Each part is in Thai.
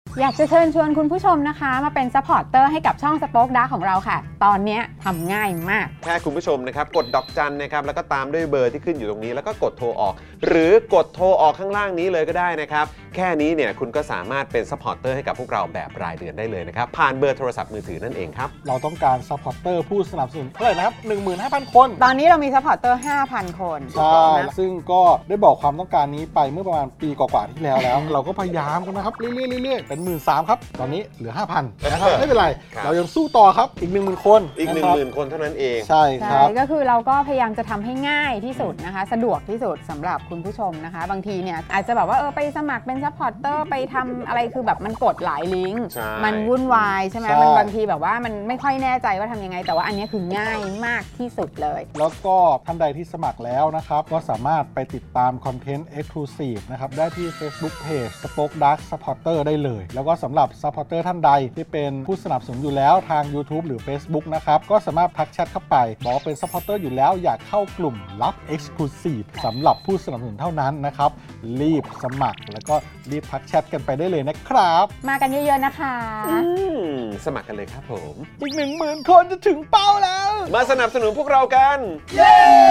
อยากจะเชิญชวนคุณผู้ชมนะคะมาเป็นซัพพอร์ตเตอร์ให้กับช่อง Spoke Dark ของเราค่ะตอนนี้ทำง่ายมากแค่คุณผู้ชมนะครับกดดอกจันนะครับแล้วก็ตามด้วยเบอร์ที่ขึ้นอยู่ตรงนี้แล้วก็กดโทรออกหรือกดโทรออกข้างล่างนี้เลยก็ได้นะครับแค่นี้เนี่ยคุณก็สามารถเป็นซัพพอร์ตเตอร์ให้กับพวกเราแบบรายเดือนได้เลยนะครับผ่านเบอร์โทรศัพท์มือถือนั่นเองครับเราต้องการซัพพอร์ตเตอร์ผู้สนับสนุนเท่าไหร่นะครับ 15,000 คนตอนนี้เรามีซัพพอร์ตเตอร์ 5,000 คนใช่ซึ่งก็ได้บอกความต้องการนี้ไปเมื่อประมาณปีกว่าๆที่แล้ว เราก็พยายามกันนะครับเรื่อยๆเป็น 13,000 ครับตอนนี้เหลือ 5,000 นะครับไม่เป็นไรเรายังสู้ต่อครับอีก 10,000 คนอีก 10,000 คนเท่านั้นเองใช่ครับก็คือเราก็พยายามจะทำให้ง่ายที่สุดนะคะสะดวกที่สุดสำหรับคุณผู้ชมนะคะบางทีเนี่ยอาจจะแบบว่าไปสมัครเป็นซัพพอร์ตเตอร์ไปทำอะไรคือแบบมันกดหลายลิงก์มันวุ่นวายใช่ไหมมันบางทีแบบว่ามันไม่ค่อยแน่ใจว่าทำยังไงแต่ว่าอันนี้คือง่ายมากที่สุดเลยแล้วก็ท่านใดที่สมัครแล้วนะครับก็สามารถไปติดตามคอนเทนต์ Exclusive นะครับได้ที่ Facebook Page Spoke Dark Supporter ได้เลยแล้วก็สำหรับ Supporter ท่านใดที่เป็นผู้สนับสนุนอยู่แล้วทาง YouTube หรือ Facebook นะครับก็สามารถทักแชทเข้าไปบอกว่าเป็น Supporter อยู่แล้วอยากเข้ากลุ่มลับ Exclusive สำหรับผู้สนับสนุนเท่านั้นนะครับรีบสมัครแล้วก็รีบทักแชทกันไปได้เลยนะครับมากันเยอะๆนะคะสมัครกันเลยครับผมอีก 10,000 คนจะถึงเป้าแล้วมาสนับสนุนพวกเรากันเย้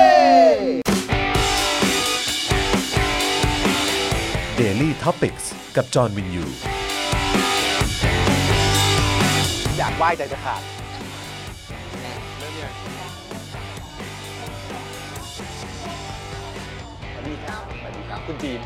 Daily Topics กับจอห์นวินยูอยากไหว้ใจจะขาดเริ่มยังสวัสดีครับคุณจีน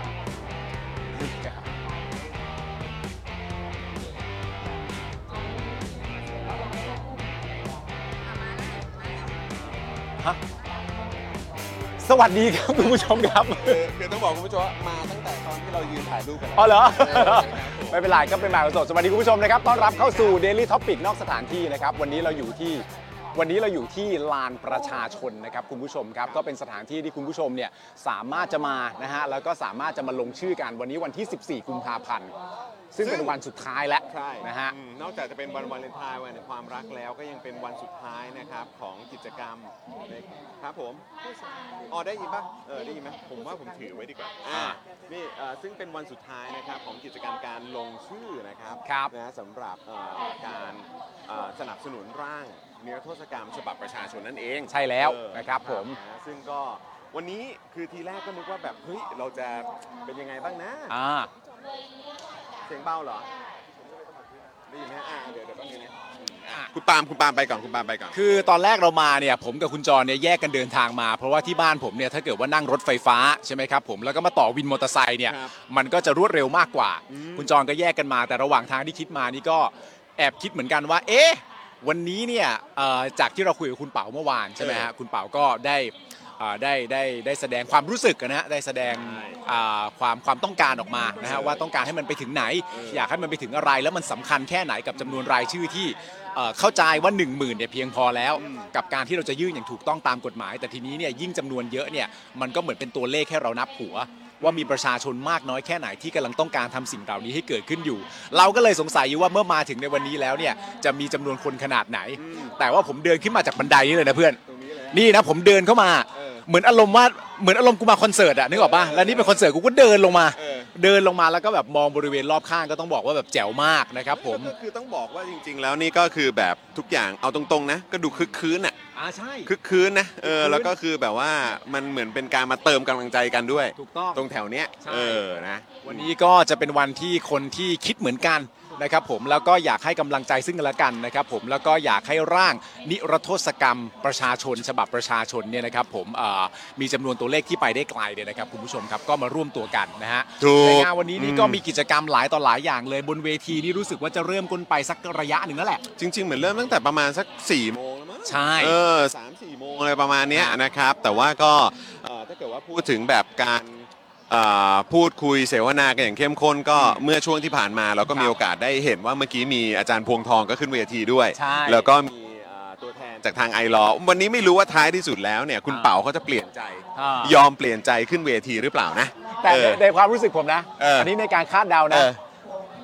สวัสดีครับคุณผู้ชมครับคือต้องบอกคุณผู้ชมว่ามาตั้งแต่ตอนที่เรายืนถ่ายรูปกันอ๋อเหรอไม่เป็นไรก็เป็นแบบสดสวัสดีคุณผู้ชมนะครับต้อนรับเข้าสู่ Daily Topic นอกสถานที่นะครับวันนี้เราอยู่ที่ลานประชาชนนะครับคุณผู้ชมครับก็เป็นสถานที่ที่คุณผู้ชมเนี่ยสามารถจะมานะฮะแล้วก็สามารถจะมาลงชื่อกันวันนี้วันที่14กุมภาพันธ์ซึ่งเป็นวันสุดท้ายแล้วนะฮะนอกจากจะเป็นวันวาเลนไทน์วันแห่งความรักแล้วก็ยังเป็นวันสุดท้ายนะครับของกิจกรรมครับผมได้ยินป่ะได้ยินไหมผมว่าผมถือไว้ดีกว่านี่ซึ่งเป็นวันสุดท้ายนะครับของกิจกรรมการลงชื่อนะครับนะสำหรับการสนับสนุนร่างนิรโทษกรรมฉบับประชาชนนั่นเองใช่แล้วนะครับผมซึ่งก็วันนี้คือทีแรกก็นึกว่าแบบเฮ้ยเราจะเป็นยังไงบ้างนะเสียงเบาเหรอได้ยินไหมเดี๋ยวแป๊บนึงนะคุณปาล์มไปก่อนคือตอนแรกเรามาเนี่ยผมกับคุณจรเนี่ยแยกกันเดินทางมาเพราะว่าที่บ้านผมเนี่ยถ้าเกิดว่านั่งรถไฟฟ้าใช่ไหมครับผมแล้วก็มาต่อวินมอเตอร์ไซค์เนี่ยมันก็จะรวดเร็วมากกว่าคุณจรก็แยกกันมาแต่ระหว่างทางที่คิดมานี่ก็แอบคิดเหมือนกันว่าวันนี้เนี่ยจากที่เราคุยกับคุณเป๋าเมื่อวานใช่ไหมฮะคุณเป๋าก็ได้แสดงความรู้สึกนะฮะได้แสดงความต้องการออกมานะฮะว่าต้องการให้มันไปถึงไหนอยากให้มันไปถึงอะไรแล้วมันสำคัญแค่ไหนกับจำนวนรายชื่อที่เข้าใจว่า 10,000 เนี่ยเพียงพอแล้วกับการที่เราจะยื่นอย่างถูกต้องตามกฎหมายแต่ทีนี้เนี่ยยิ่งจำนวนเยอะเนี่ยมันก็เหมือนเป็นตัวเลขแค่เรานับหัวว่ามีประชาชนมากน้อยแค่ไหนที่กำลังต้องการทำสิ่งเหล่านี้ให้เกิดขึ้นอยู่เราก็เลยสงสัยอยู่ว่าเมื่อมาถึงในวันนี้แล้วเนี่ยจะมีจำนวนคนขนาดไหนแต่ว่าผมเดินขึ้นมาจากบันไดนี่เลยนะเพื่อนนี่นะผมเดินเข้ามาเหมือนอารมณ์กูมาคอนเสิร์ตอะนึกออกป่ะแล้วนี่เป็นคอนเสิร์ตกูก็เดินลงมาแล้วก็แบบมองบริเวณรอบข้างก็ต้องบอกว่าแบบแจ๋วมากนะครับผมคือต้องบอกว่าจริงๆแล้วนี่ก็คือแบบทุกอย่างเอาตรงๆนะก็ดูคึกคืนอะใช่คึกคืนนะแล้วก็คือแบบว่ามันเหมือนเป็นการมาเติมกำลังใจกันด้วยถูกต้องตรงแถวเนี้ยนะวันนี้ก็จะเป็นวันที่คนที่คิดเหมือนกันนะครับผมแล้วก็อยากให้กำลังใจซึ่งกันและกันนะครับผมแล้วก็อยากให้ร่างนิรโทษกรรมประชาชนฉบับประชาชนเนี่ยนะครับผมมีจำนวนตัวเลขที่ไปได้ไกลเนี่ยนะครับคุณผู้ชมครับก็มาร่วมตัวกันนะฮะในงานวันนี้นี่ก็มีกิจกรรมหลายต่อหลายอย่างเลยบนเวทีนี่รู้สึกว่าจะเริ่มกันไปสักระยะหนึ่งแล้วแหละจริงๆเหมือนเริ่มตั้งแต่ประมาณสัก4 โมงแล้วมั้งใช่ 3-4 โมงอะไรประมาณนี้นะครับแต่ว่าก็ถ้าเกิดว่าพูดถึงแบบการพูดคุยเสวนากันอย่างเข้มข้นก็เมื่อช่วงที่ผ่านมาเราก็มีโอกาสได้เห็นว่าเมื่อกี้มีอาจารย์พวงทองก็ขึ้นเวทีด้วยแล้วก็มีตัวแทนจากทางไอลอวันนี้ไม่รู้ว่าท้ายที่สุดแล้วเนี่ยคุณเป๋าเขาจะเปลี่ยนใจยอมเปลี่ยนใจขึ้นเวทีหรือเปล่านะแต่ในความรู้สึกผมนะอันนี้ในการคาดเดานะ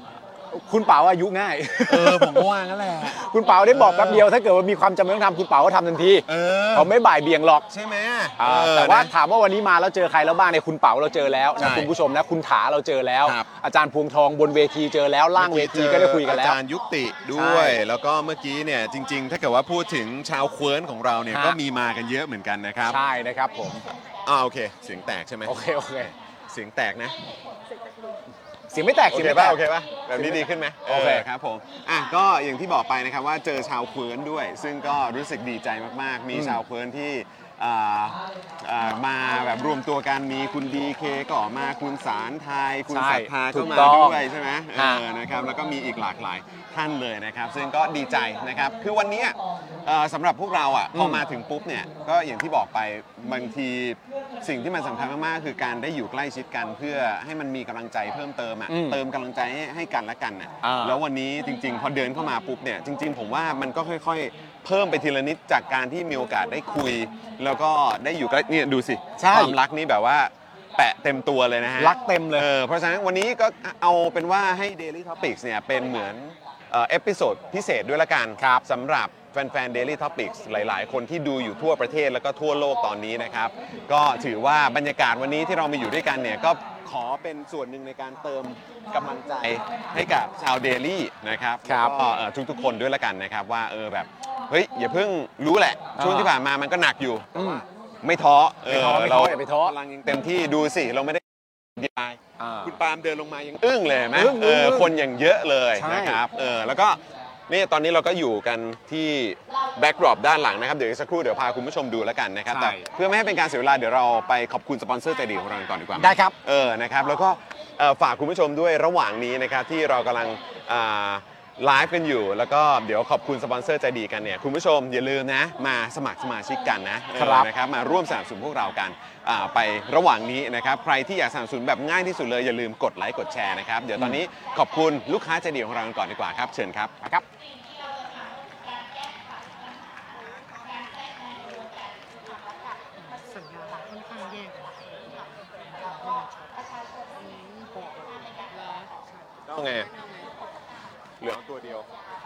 คุณเป๋าอายุง่ายผมก็ว่างั้นแหละคุณเป๋าได้บอกแป๊บเดียวถ้าเกิดว่ามีความจำเป็นต้องทำคุณเป๋าก็ทำทันทีเขาไม่บ่ายเบี่ยงหรอกใช่ไหมแต่ว่าถามว่าวันนี้มาแล้วเจอใครแล้วบ้างเนี่ยคุณเป๋าเราเจอแล้วนะใช่คุณผู้ชมนะคุณถาเราเจอแล้วครับอาจารย์พวงทองบนเวทีเจอแล้วล่างเวทีก็ได้คุยกันแล้วอาจารย์ยุติด้วย แล้วก็เมื่อกี้เนี่ยจริงๆ ถ้าเกิดว่าพูดถึงชาวเควิร์นของเราเนี่ยฮะก็มีมากันเยอะเหมือนกันนะครับใช่นะครับผมโอเคเสียงแตกใช่ไหมโอเคเสียงแตกนะเสียงไม่แตกโอเสียงเคไม่แตป่ะกโอเคป่ะแบบนี้ดีขึ้นไหมโอเคครับผมก็อย่างที่บอกไปนะครับว่าเจอชาวเควิร์นด้วย ซึ่งก็รู้สึกดีใจมากๆ มีชาวเควิร์นที่มาแบบรวมตัวกันมีคุณดีเคก็ออกมาคุณสารไทยคุณศรัทธาก็มาด้วยใช่ไหมนะครับแล้วก็มีอีกหลากหลายท่านเลยนะครับ ซึ่งก็ดีใจนะครับคือวันนี้สำหรับพวกเราพอมาถึงปุ๊บเนี่ยก็อย่างที่บอกไปบางทีสิ่งที่มันสำคัญมากๆคือการได้อยู่ใกล้ชิดกันเพื่อให้มันมีกำลังใจเพิ่มเติมเติมกำลังใจให้กันและกันแล้ววันนี้จริงๆพอเดินเข้ามาปุ๊บเนี่ยจริงๆผมว่ามันก็ค่อยๆเพิ่มไปทีละนิดจากการที่มีโอกาสได้คุย แล้วก็ได้อยู่ใกล้เนี่ยดูสิใช่ความรักนี้แบบว่าแปะเต็มตัวเลยนะฮะรักเต็มเลยเพราะฉะนั้นวันนี้ก็เอาเป็นว่าให้ Daily Topics เนี่ยเป็นเหมือนเอพิโซดพิเศษด้วยละกันสำหรับแฟนๆ Daily Topics หลายๆ คนที่ดูอยู่ทั่วประเทศแล้วก็ทั่วโลกตอนนี้นะครับก็ถือว่าบรรยากาศวันนี้ที่เรามาอยู่ด้วยกันเนี่ยก็ขอเป็นส่วนหนึ่งในการเติมกำลังใจให้กับชาว Daily นะครับครับแล้วก็ทุกๆ คนด้วยละกันนะครับว่าแบบเฮ้ยอย่าเพิ่งรู้แหละช่วงที่ผ่านมามันก็หนักอยู่ไม่ท้อไม่ท้ออย่าไปท้อพลังยังเต็มที่ดูสิเราไม่ได้ยาย คุณปาล์มเดินลงมายังอึ้งเลยไหมอึ้งคนอย่างเยอะเลยใช่นะครับแล้วก็นี่ตอนนี้เราก็อยู่กันที่แบ็กดรอปด้านหลังนะครับเดี๋ยวอีกสักครู่เดี๋ยวพาคุณผู้ชมดูแล้วกันนะครับใช่แต่เพื่อไม่ให้เป็นการเสียเวลาเดี๋ยวเราไปขอบคุณสปอนเซอร์ใจดีของเราก่อนดีกว่าได้ครับนะครับแล้วก็ฝากคุณผู้ชมด้วยระหว่างนี้นะครับที่เรากำลังไลฟ์กันอยู่แล้วก็เดี๋ยวขอบคุณสปอนเซอร์ใจดีกันเนี่ยคุณผู้ชมอย่าลืมนะมาสมัครสมาชิกกันนะครับ นะครับมาร่วมสนับสนุนพวกเรากันไประหว่างนี้นะครับใครที่อยากสนับสนุนแบบง่ายที่สุดเลยอย่าลืมกดไลค์กดแชร์นะครับเดี๋ยวตอนนี้ขอบคุณลูกค้าใจดีของเรากันก่อนดีกว่าครับเชิญครับครับสัญญาณค่อนข้างแย่กันต้องไงเหลือตัวเดียว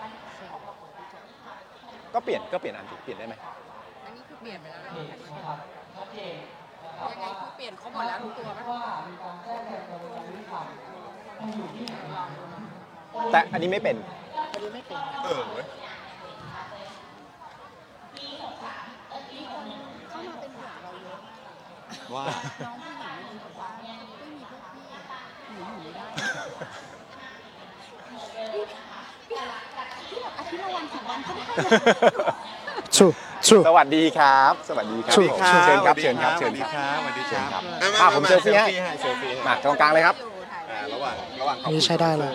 ก็เปลี่ยนอันเปลี่ยนได้ไหมอันนี้คือเปลี่ยนไปแล้วนะยังไงคือเปลี่ยนครบหมดแล้วทุกตัวไหมแต่อันนี้ไม่เป็นอันนี้ไม่เป็นเว้ยเข้ามาเป็นห่วงเราเยอะว่าน้องผู้หญิงมันบอกว่าไม่มีพวกพี่หนูอยู่ไม่ได้พี่แบบอาทิตย์ละวัน10 วันก็ได้เลยสวัสดีครับ สวัสดีครับสวัสดีครับเชิญครับเชิญครับสเชิวัญสคดีรับครับสวัสดีครับครับมาผมเซลฟี่ให้เซลฟี่ให้มาตรงกลางเลยครับระหว่างนี่ใช้ได้เลย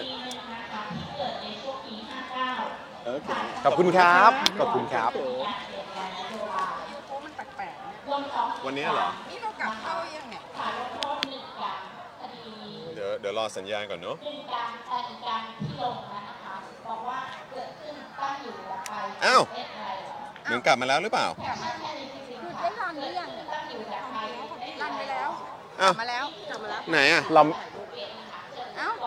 โอเคขอบคุณครับขอบคุณครับโอ้มันแปลกๆเนี่ยวันนี้เหรอนี่เรากลับเข้ายังเนี่ยเดี๋ยวรอสัญญาณก่อนเนาะอ้าวหนึ่งกลับมาแล้วหรือเปล่าคือได้รันหรือยังเนี่ยรันไปแล้วกอ้าวลับมาแล้วกลับมาแล้วไหนอ่ะเราเอ้า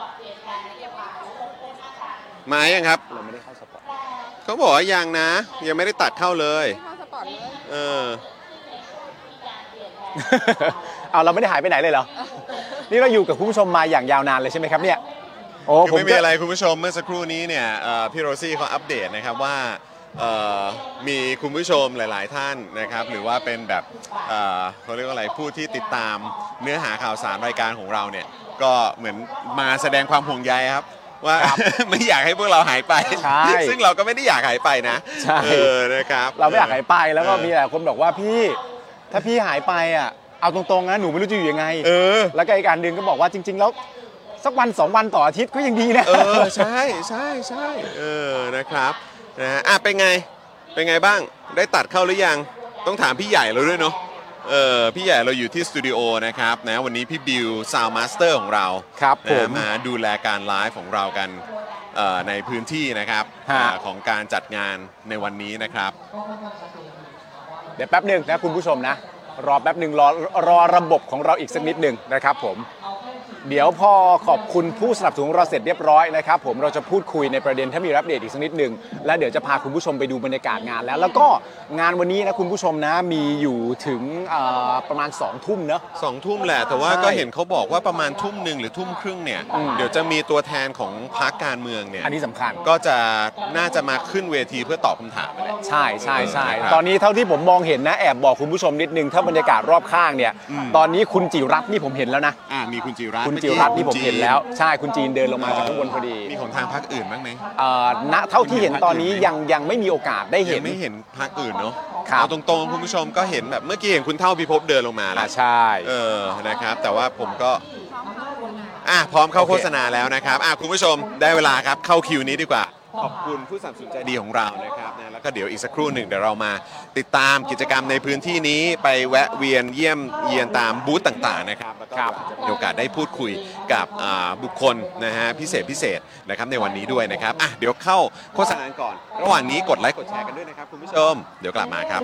มายังครับเราไม่ได้เข้าสปอร์ตเขาบอกว่ายังนะ ยังไม่ได้ตัดเข้าเลยไม่เข้าสปอร์ตเลยเออเอาเราไม่ได้หายไปไหนเลยเหรอ นี่เราอยู่กับคุณผู้ชมมาอย่างยาวนานเลยใช่ไหมครับเนี่ย โอ้คือผมไม่มีอะไรคุณผู้ชมเมื่อสักครู่นี้เนี่ยพี่โรซี่เขาอัปเดตนะครับว่ามีคุณผู้ชมหลาย ๆ ท่านนะครับหรือว่าเป็นแบบเขาเรียกว่าอะไรผู้ที่ติดตามเนื้อหาข่าวสารรายการของเราเนี่ยก็เหมือนมาแสดงความห่วงใยครับว่า ไม่อยากให้พวกเราหายไปใช่ซึ่งเราก็ไม่ได้อยากหายไปนะใช่นะครับเราไม่อยากหายไปแล้วก็มีหลายคนบอกว่าพี่ถ้าพี่หายไปอ่ะเอาตรงๆนะหนูไม่รู้จะอยู่ยังไง แล้วก็อีกอันหนึ่งก็บอกว่าจริง ๆ แล้วสักวัน2 วันต่ออาทิตย์ก็ยังดีนะใช่ใช่ใช่นะครับนะฮะเป็นไงบ้างได้ตัดเข้าหรือยังต้องถามพี่ใหญ่เราด้วยเนาะพี่ใหญ่เราอยู่ที่สตูดิโอนะครับนะวันนี้พี่บิวซาวด์มาสเตอร์ของเราครับผมมาดูแลการไลฟ์ของเรากันในพื้นที่นะครับฮะของการจัดงานในวันนี้นะครับเดี๋ยวแป๊บหนึ่งนะคุณผู้ชมนะ รอแป๊บหนึ่งรอระบบของเราอีกสักนิดหนึ่งนะครับผมเดี๋ยวพอขอบคุณผู้สนับสนุนเราเสร็จเรียบร้อยนะครับผมเราจะพูดคุยในประเด็นถ้ามีอัปเดตอีกสักนิดหนึ่งแล้วเดี๋ยวจะพาคุณผู้ชมไปดูบรรยากาศงานแล้วก็งานวันนี้นะคุณผู้ชมนะมีอยู่ถึงประมาณ2 ทุ่มเนอะ 2 ทุ่มแหละแต่ว่าก็เห็นเขาบอกว่าประมาณทุ่ม 1หรือทุ่มครึ่งเนี่ยเดี๋ยวจะมีตัวแทนของพรรคการเมืองเนี่ยอันนี้สำคัญก็จะน่าจะมาขึ้นเวทีเพื่อตอบคำถามใช่ใช่ใช่ตอนนี้เท่าที่ผมมองเห็นนะแอบบอกคุณผู้ชมนิดนึงถ้าบรรยากาศรอบข้างเนี่ยตอนนี้คุณจิรัตน์นี่ผมเห็นแล้วนะมีคุณจิรัตน์นี่ผมเห็นแล้วใช่คุณจีนเดินลงมาจากข้างบนพอดีมีของทางพรรคอื่นบ้างไหมณเท่าที่เห็นตอนนี้ยังไม่มีโอกาสได้เห็นไม่เห็นพรรคอื่นเนาะเอาตรงๆคุณผู้ชมก็เห็นแบบเมื่อกี้เห็นคุณเท่าพิภพเดินลงมาแล้วใช่นะครับแต่ว่าผมก็พร้อมเข้าโฆษณาแล้วนะครับคุณผู้ชมได้เวลาครับเข้าคิวนี้ดีกว่าขอบคุณผู้สนับสนุนใจดีของเรานะครับนะแล้วก็เดี๋ยวอีกสักครู่หนึ่งเดี๋ยวเรามาติดตามกิจกรรมในพื้นที่นี้ไปแวะเวียนเยี่ยมเยียนตามบูธต่างๆนะครับแล้วก็มีโอกาสได้พูดคุยกับบุคคลนะฮะพิเศษนะครับในวันนี้ด้วยนะครับเดี๋ยวเข้าโฆษณาก่อนระหว่างนี้กดไลค์กดแชร์กันด้วยนะครับคุณผู้ชมเดี๋ยวกลับมาครับ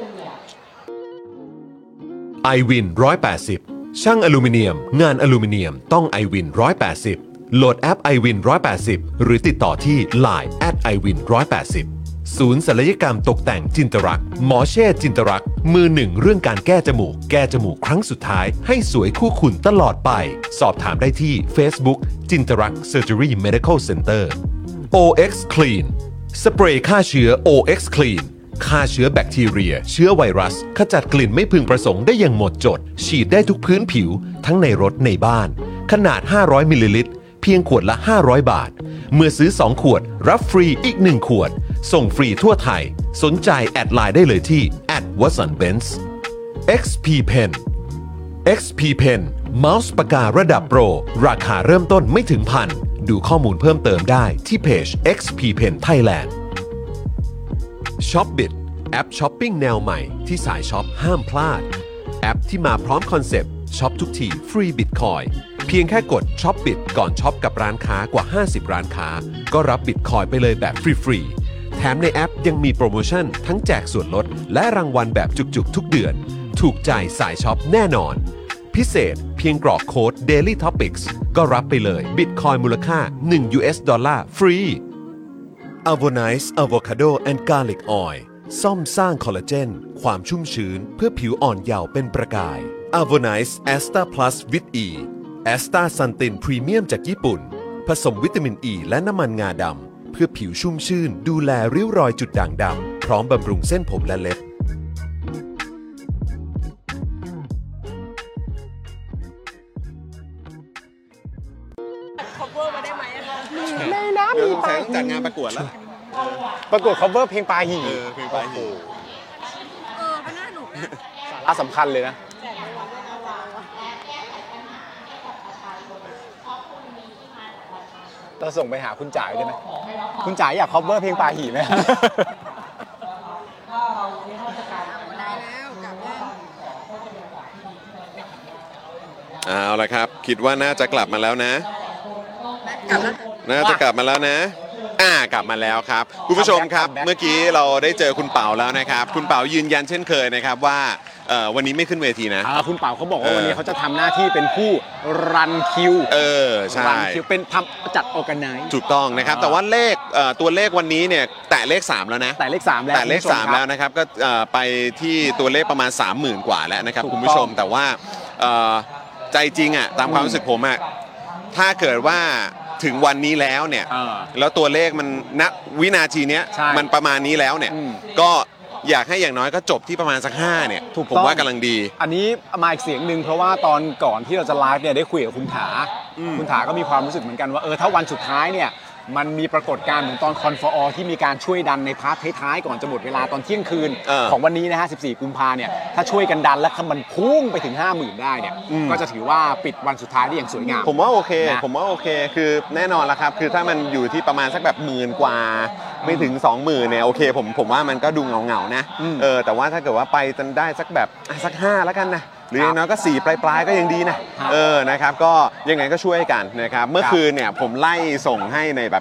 iWin 180ช่างอลูมิเนียมงานอลูมิเนียมต้อง iWin 180โหลดแอป iWin 180หรือติดต่อที่ Line @iWin 180ศูนย์ศัลยกรรมตกแต่งจินตรักษ์หมอเช่จินตรักษ์มือหนึ่งเรื่องการแก้จมูกครั้งสุดท้ายให้สวยคู่คุณตลอดไปสอบถามได้ที่ Facebook จินตรักษ์ Surgery Medical Center OX Clean สเปรย์ฆ่าเชื้อ OX Clean ฆ่าเชื้อแบคทีเรียเชื้อไวรัสขจัดกลิ่นไม่พึงประสงค์ได้อย่างหมดจดฉีดได้ทุกพื้นผิวทั้งในรถในบ้านขนาด500มิลลิลิตรเพียงขวดละ500 บาทเมื่อซื้อ2ขวดรับฟรีอีก1ขวดส่งฟรีทั่วไทยสนใจแอดไลน์ได้เลยที่ @watsonbenz XP Pen XP Pen เมาส์ปากการะดับโปรราคาเริ่มต้นไม่ถึงพันดูข้อมูลเพิ่มเติมได้ที่เพจ XP Pen Thailand Shopbit แอปช้อปปิ้งแนวใหม่ที่สายช็อปห้ามพลาดแอปที่มาพร้อมคอนเซปต์ช็อปทุกทีฟรีบิตคอยน์เพียงแค่กดช็อปบิตก่อนช็อปกับร้านค้ากว่า50ร้านค้าก็รับบิตคอยน์ไปเลยแบบฟรีๆแถมในแอปยังมีโปรโมชั่นทั้งแจกส่วนลดและรางวัลแบบจุกๆทุกเดือนถูกใจสายช็อปแน่นอนพิเศษเพียงกรอกโค้ด Daily Topics ก็รับไปเลยบิตคอยน์มูลค่า$1ฟรี Avonice Avocado and Garlic Oil ซ่อมสร้างคอลลาเจนความชุ่มชื้นเพื่อผิวอ่อนเยาว์เป็นประกาย Avonice Asta Plus with E Asta Santin Premium จากญี่ปุ่นผสมวิตามินอ e ีและน้ำมันงาดำเพื่อผิวชุ่มชื่นดูแลริ้วรอยจุดด่างดำพร้อมบำรุงเส้นผมและเล็บไม่นะมีไปจัดงานประกวดแล้วประกวด cover เพลงปาหีเพลงปาหีมันน่าหนุกนะสาระสำคัญเลยนะเราส่งไปหาคุณจ๋ายได้ไหมคุณจ๋ายอยาก cover เพลงปาหีไหมเอาละครับคิดว่าน่าจะกลับมาแล้วนะน่าจะกลับมาแล้วนะกลับมาแล้วครับคุณผู้ชมครับเมื่อกี้เราได้เจอคุณเป๋าแล้วนะครับคุณเป๋ายืนยันเช่นเคยนะครับว่าวันนี้ไม่ขึ้นเวทีนะคุณเป๋าเขาบอกว่าวันนี้เขาจะทำหน้าที่เป็นผู้รันคิวใช่รันคิวเป็นทำจัดออร์แกไนซ์ถูกต้องนะครับแต่ว่าเลขตัวเลขวันนี้เนี่ยแตะเลข3แล้วนะแตะเลข3 แล้วนะครับก็ไปที่ตัวเลขประมาณ 30,000 กว่าแล้วนะครับคุณผู้ชมแต่ว่าใจจริงตามความรู้สึกผมถ้าเกิดว่าถึงวันนี้แล้วเนี่ยแล้วตัวเลขมันณวินาทีนี้มันประมาณนี้แล้วเนี่ยก็อยากให้อย่างน้อยก็จบที่ประมาณสัก5เนี่ยผมว่ากำลังดีอันนี้มาอีกเสียงหนึ่งเพราะว่าตอนก่อนที่เราจะไลฟ์เนี่ยได้คุยกับคุณถาก็มีความรู้สึกเหมือนกันว่าถ้าวันสุดท้ายเนี่ยมันมีปรากฏการณ์เหมือนตอนคอนฟอร์ที่มีการช่วยดันในพาร์ทท้ายๆก่อนจะหมดเวลาตอนเที่ยงคืนของวันนี้นะฮะ14 กุมภาเนี่ยถ้าช่วยกันดันแล้วมันพุ่งไปถึง 50,000 ได้เนี่ยก็จะถือว่าปิดวันสุดท้ายได้อย่างสวยงามผมว่าโอเคคือแน่นอนแล้วครับคือถ้ามันอยู่ที่ประมาณสักแบบ10,000 กว่าไม่ถึง 20,000 เนี่ยโอเคผมว่ามันก็ดูเงาๆนะแต่ว่าถ้าเกิดว่าไปจนได้สักแบบสัก5แล้วกันนะหรืออย่างน้อยก็4ปลายๆก็ยังดีนะนะครับก็ยังไงก็ช่วยกันนะครับเมื่อคืนเนี่ยผมไล่ส่งให้ในแบบ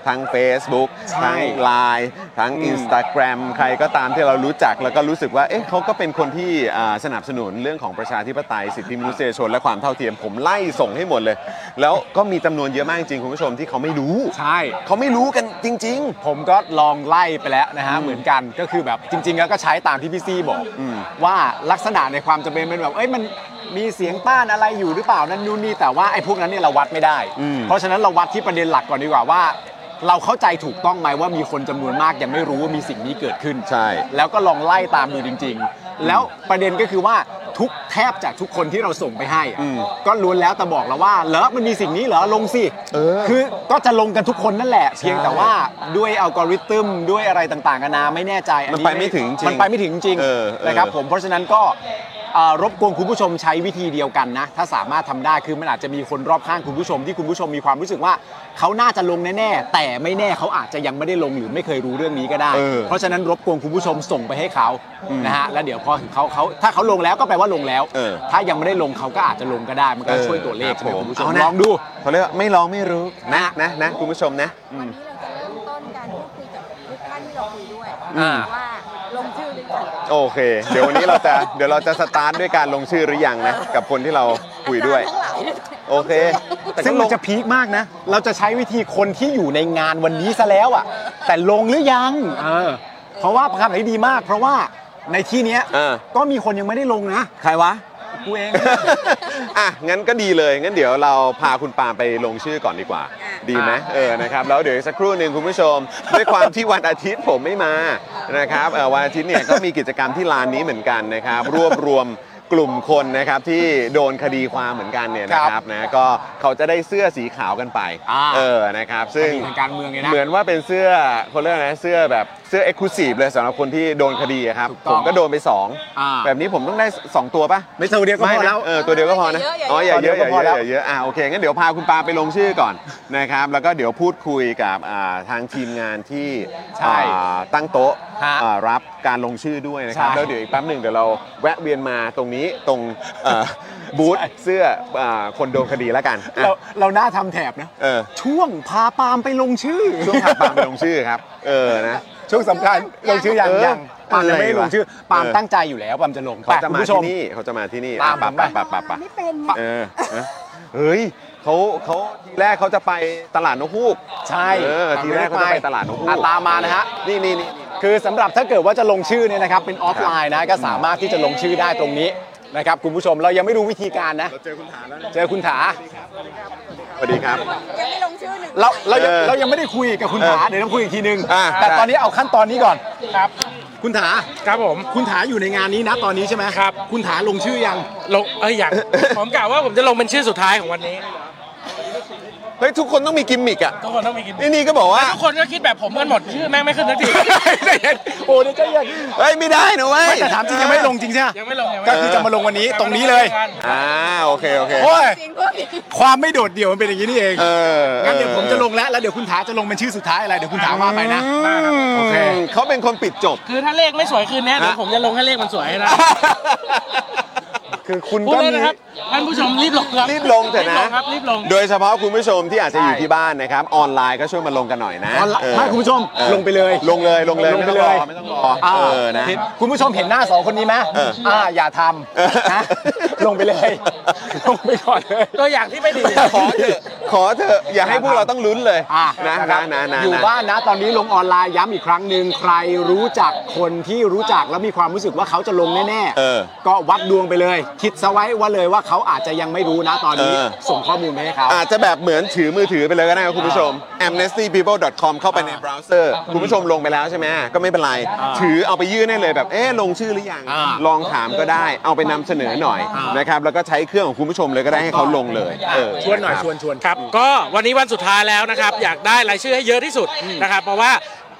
ทั้ง Facebook ทั้ง Line ทั้ง Instagram ใครก็ตามที่เรารู้จักแล้วก็รู้สึกว่าเอ๊ะเขาก็เป็นคนที่สนับสนุนเรื่องของประชาธิปไตยสิทธิมนุษยชนและความเท่าเทียมผมไล่ส่งให้หมดเลย แล้วก็มีจำนวนเยอะมากจริงคุณผู้ชมที่เขาไม่รู้ใช่เขาไม่รู้กันจริงผมก็ลองไล่ไปแล้วนะฮะเหมือนกันก็คือแบบจริงๆแล้วก็ใช้ตามที่พี่ซี่บอกว่าลักษณะในความจำเป็นเป็นแบบมันมีเสียงต้านอะไรอยู่หรือเปล่านั่นนู่นนี่แต่ว่าไอ้พวกนั้นเนี่ยเราวัดไม่ได้เพราะฉะนั้นเราวัดที่ประเด็นหลักก่อนดีกว่าว่าเราเข้าใจถูกต้องไหมว่ามีคนจำนวนมากยังไม่รู้ว่ามีสิ่งนี้เกิดขึ้นใช่แล้วก็ลองไล่ตามดูจริงๆแล้วประเด็นก็คือว่าแทบจากทุกคนที่เราส่งไปให้ก็ล้วนแล้วแต่บอกเราว่าเหรอมันมีสิ่งนี้เหรอลงสิคือก็จะลงกันทุกคนนั่นแหละเพียงแต่ว่าด้วยอัลกอริทึมด้วยอะไรต่างๆกันานาไม่แน่ใจมันไปไม่ถึงจริงมันไปไม่ถึงจริงนะครับผมเพราะฉะนั้นก็รบกวนคุณผู้ชมใช้วิธีเดียวกันนะถ้าสามารถทำได้คือมันอาจจะมีคนรอบข้างคุณผู้ชมที่คุณผู้ชมมีความรู้สึกว่าเขาน่าจะลงแน่ๆแต่ไม่แน่เขาอาจจะยังไม่ได้ลงหรือไม่เคยรู้เรื่องนี้ก็ได้เพราะฉะนั้นรบกวนคุณผู้ชมส่งไปให้เขานะฮะแล้วเดี๋ยวพอถึงเขาถ้าเขาลงแล้วก็แปลว่าลงแล้วถ้ายังไม่ได้ลงเขาก็อาจจะลงก็ได้มันก็ช่วยตัวเลขใช่ไหมคุณผู้ชมลองดูเขาเรียกว่าไม่ลองไม่รู้นะคุณผู้ชมนะวันนี้เราจะเริ่มต้นการพูดคุยกับทุกท่านที่เราคุยด้วยว่าลงชื่อหรือยังโอเคเดี๋ยววันนี้เราจะสตาร์ทด้วยการลงชื่อหรือยังนะกับคนที่เราคุยด้วยโอเคซึ่งมันจะพีคมากนะเราจะใช้วิธีคนที่อยู่ในงานวันนี้ซะแล้วอ่ะแต่ลงหรือยังเพราะว่าคำไหนดีมากเพราะว่าในที่นี้ก็มีคนยังไม่ได้ลงนะใครวะกูเองงั้นก็ดีเลยงั้นเดี๋ยวเราพาคุณปาล์มไปลงชื่อก่อนดีกว่าดีไหมนะครับแล้วเดี๋ยวสักครู่หนึ่งคุณผู้ชมด้วยความที่วันอาทิตย์ผมไม่มานะครับวันอาทิตย์เนี่ยก็มีกิจกรรมที่ลานนี้เหมือนกันนะครับรวบรวมกลุ่มคนนะครับที่โดนคดีความเหมือนกันเนี่ยนะครับนะก็เขาจะได้เสื้อสีขาวกันไปนะครับซึ่งการเมืองเนี่ยนะเหมือนว่าเป็นเสื้อคนเรียกนะเสื้อแบบเสื้อเอ็กซ์คลูซีฟเลยสำหรับคนที่โดนคดีครับผมก็โดนไป2แบบนี้ผมต้องได้2ตัวป่ะไม่ตัวเดียวก็พอแล้วตัวเดียวก็พอนะอย่าเยอะโอเคงั้นเดี๋ยวพาคุณปาไปลงชื่อก่อนนะครับแล้วก็เดี๋ยวพูดคุยกับทางทีมงานที่ตั้งโต๊ะรับการลงชื่อด้วยนะครับแล้วเดี๋ยวอีกแป๊บหนึ่งเดี๋ยวเราแวะเวียนมาตรงนี้ตรงบูธเสื้อคนโดนคดีแล้วกันเราหน้าทำแถบนะช่วงพาปาล์มไปลงชื่อช่วงพาปาล์มไปลงชื่อครับนะช่วงสำคัญลงชื่อยังปาล์มยังไม่ลงชื่อปาล์มตั้งใจอยู่แล้วปาล์มจะลงเขาจะมาที่นี่ปาล์มไม่เป็นเฮ้ยเขาทีแรกเขาจะไปตลาดนกฮูกใช่ทีแรกเขาจะไปตลาดนกฮูกตามมานะฮะนี่คือสำหรับถ้าเกิดว่าจะลงชื่อเนี่ยนะครับเป็นออฟไลน์นะก็สามารถที่จะลงชื่อได้ตรงนี้นะครับคุณผู้ชมเรายังไม่รู้วิธีการนะเจอคุณถาแล้วเจอคุณถาสวัสดีครับยังไม่ลงชื่อหนึ่งเรายังไม่ได้คุยกับคุณถาเดี๋ยวต้องคุยอีกทีนึงแต่ตอนนี้เอาขั้นตอนนี้ก่อนครับคุณถาครับผมคุณถาอยู่ในงานนี้นะตอนนี้ใช่ไหมครับคุณถาลงชื่อยังลงอย่างผมกล่าวว่าผมจะลงเป็นชื่อสุดท้ายของวันนี้เฮ้ยทุกคนต้องมีกิมมิกอ่ะทุกคนต้องมีกิมมิกนี่ก็บอกว่าทุกคนก็คิดแบบผมกันหมดชื่อแม่งไม่ขึ้นสักทีโอ้ยใจเย็นเฮ้ยไม่ได้นะเว้ยแต่ถามจริงยังไม่ลงจริงใช่ไหมยังไม่ลงก็คือจะมาลงวันนี้ตรงนี้เลยโอเคโอ้ยความไม่โดดเดี่ยวมันเป็นอย่างนี้นี่เองงั้นเดี๋ยวผมจะลงแล้วเดี๋ยวคุณถาจะลงเป็นชื่อสุดท้ายอะไรเดี๋ยวคุณถาว่าไปนะโอเคเขาเป็นคนปิดจบคือถ้าเลขไม่สวยคืนนี้เดี๋ยวผมจะลงให้เลขมันสวยให้นะคือคุณก็มีท่านผู้ชมรีบลงครับรีบลงเถอะนะรีบลงโดยเฉพาะคุณผู้ชมที่อาจจะอยู่ที่บ้านนะครับออนไลน์ก็ช่วยมาลงกันหน่อยนะไม่คุณผู้ชมลงไปเลยไม่ต้องรอนะคุณผู้ชมเห็นหน้า2คนนี้ไหมอย่าทำนะลงไปเลยลงไปก่อนเลยตัวอย่างที่ไม่ดีขอเถอะอย่าให้พวกเราต้องลุ้นเลยนะอยู่บ้านนะตอนนี้ลงออนไลน์ย้ำอีกครั้งหนึ่งใครรู้จักคนที่รู้จักแล้วมีความรู้สึกว่าเขาจะลงแน่ๆก็วัดดวงไปเลยคิดซะไว้ว่าเลยว่าเขาอาจจะยังไม่รู้นะตอนนี้ส่งข้อมูลไปให้เขาอาจจะแบบเหมือนถือมือถือไปเลยก็ได้ครับคุณผู้ชม amnestypeople.com เข้าไปในเบราว์เซอร์คุณผู้ชมลงไปแล้วใช่ไหมก็ไม่เป็นไรถือเอาไปยื่นได้เลยแบบลงชื่อหรือยังลองถามก็ได้เอาไปนำเสนอหน่อยนะครับแล้วก็ใช้เครื่องของคุณผู้ชมเลยก็ได้ให้เขาลงเลยชวนหน่อยชวนครับก็วันนี้วันสุดท้ายแล้วนะครับอยากได้รายชื่อให้เยอะที่สุดนะครับเพราะว่า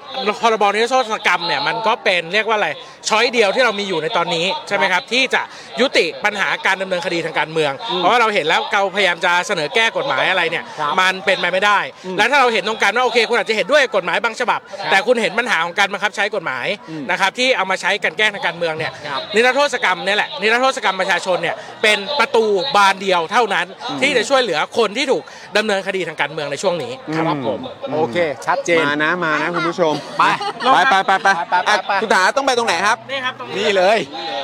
พรบนิรโทษกรรมเนี่ยมันก็เป็นเรียกว่าอะไรช้อยเดียวที่เรามีอยู่ในตอนนี้ใช่ไหมครับที่จะยุติปัญหาการดำเนินคดีทางการเมืองเพราะว่าเราเห็นแล้วเราพยายามจะเสนอแก้กฎหมายอะไรเนี่ยมันเป็นไปไม่ได้และถ้าเราเห็นตรงกันว่าโอเคคุณอาจจะเห็นด้วยกฎหมายบางฉบับแต่คุณเห็นปัญหาของการบังคับใช้กฎหมายนะครับที่เอามาใช้กันแก้ทางการเมืองเนี่ยนิรโทษกรรมนี่แหละนิรโทษกรรมประชาชนเนี่ยเป็นประตูบานเดียวเท่านั้นที่จะช่วยเหลือคนที่ถูกดำเนินคดีทางการเมืองในช่วงนี้ครับผมโอเคชัดเจนมานะคุณผู้ชมไปคุณถาต้องไปตรงไหนครับนี่ครับนี่เลย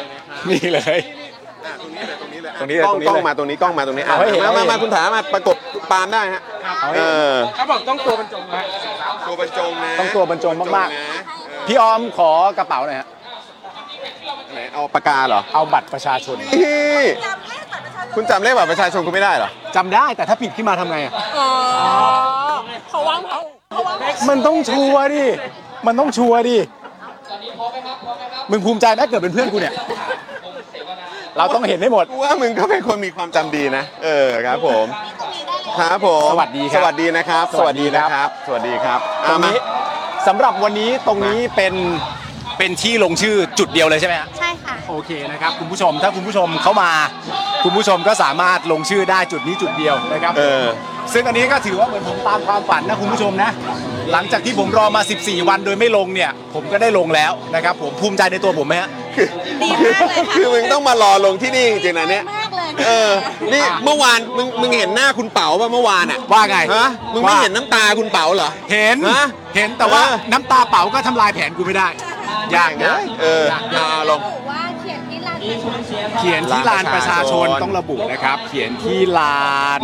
ตรงนี้เลยกล้องมาตรงนี้กล้องมาตรงนี้มาคุณถามาประกบปาล์มได้ฮะเขาบอกต้องตัวบรรจงนะตัวบรรจงนะต้องตัวบรรจงมากๆพี่ออมขอกระเป๋าหน่อยฮะไหนเอาปากกาเหรอเอาบัตรประชาชนคุณจำเลขบัตรประชาชนคุณไม่ได้เหรอจำได้แต่ถ้าผิดขึ้นมาทำไงเขาวางมันต้องชัวร์ดิมันต้องชัวร์ดิมึงภูมิใจไหมเกิดเป็นเพื่อนกูเนี่ยเราต้องเห็นให้หมดว่ามึงก็เป็นคนมีความจำดีนะครับผมครับผมสวัสดีนะครับสวัสดีครับตรงนี้สำหรับวันนี้ตรงนี้เป็นที่ลงชื่อจุดเดียวเลยใช่ไหมฮะใช่ค่ะโอเคนะครับคุณผู้ชมถ้าคุณผู้ชมเข้ามาคุณผู้ชมก็สามารถลงชื่อได้จุดนี้จุดเดียวนะครับซึ่งอันนี้ก็ถือว่าเหมือนผมตามความฝันนะคุณผู้ชมนะหลังจากที่ผมรอมา14วันโดยไม่ลงเนี่ยผมก็ได้ลงแล้วนะครับผมภูมิใจในตัวผมไหมฮะดีมากเลยค่ะคือมึงต้องมารอลงที่นี่จริงๆนะเนี่ยนี่เมื่อวานมึงเห็นหน้าคุณเป๋าป่ะเมื่อวานอ่ะว่าไงฮะมึงไม่เห็นน้ำตาคุณเป๋าเหรอเห็นแต่ว่าน้ำตาเป๋าก็ทำลายแผนกูไม่ได้ยากนะลงว่าเขียนที่ลานประชาชนต้องระบุนะครับเขียนที่ลาน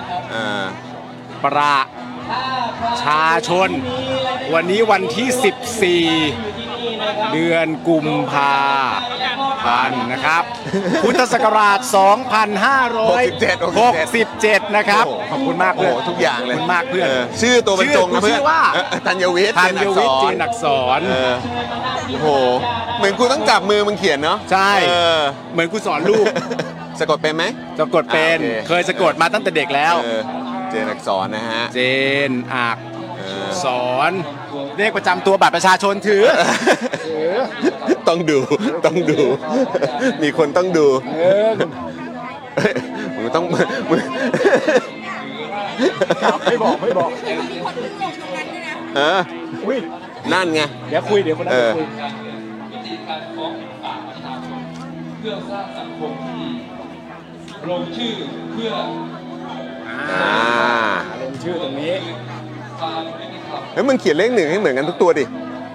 ประชาชนวันนี้วันที่14เดือนกุมภาพันธ์นะครับพุทธศักราช2567นะครับขอบคุณมากเพื่อนทุกอย่างเลยขอบคุณมากเพื่อนชื่อตัวบรรจงนะเพื่อนธัญวิทย์เจนอักษรโอ้โหเหมือนกูต้องจับมือมึงเขียนเนาะใช่เหมือนกูสอนลูกสะกดเป็นไหมสะกดเป็นเคยสะกดมาตั้งแต่เด็กแล้วเจนอักษรนะฮะเจนอักษรเลขประจำตัวบัตรประชาชนถือต้องดูมีคนต้องดูมึงต้องมึงไม่บอกนั่นไงเดี๋ยวคนนั้นคุยเพื่อสร้างสังคมที่ลงชื่อเพื่อลงชื่อตรงนี้เฮ้ยมึงเขียนเลข 1ให้เหมือนกันทุกตัวดิ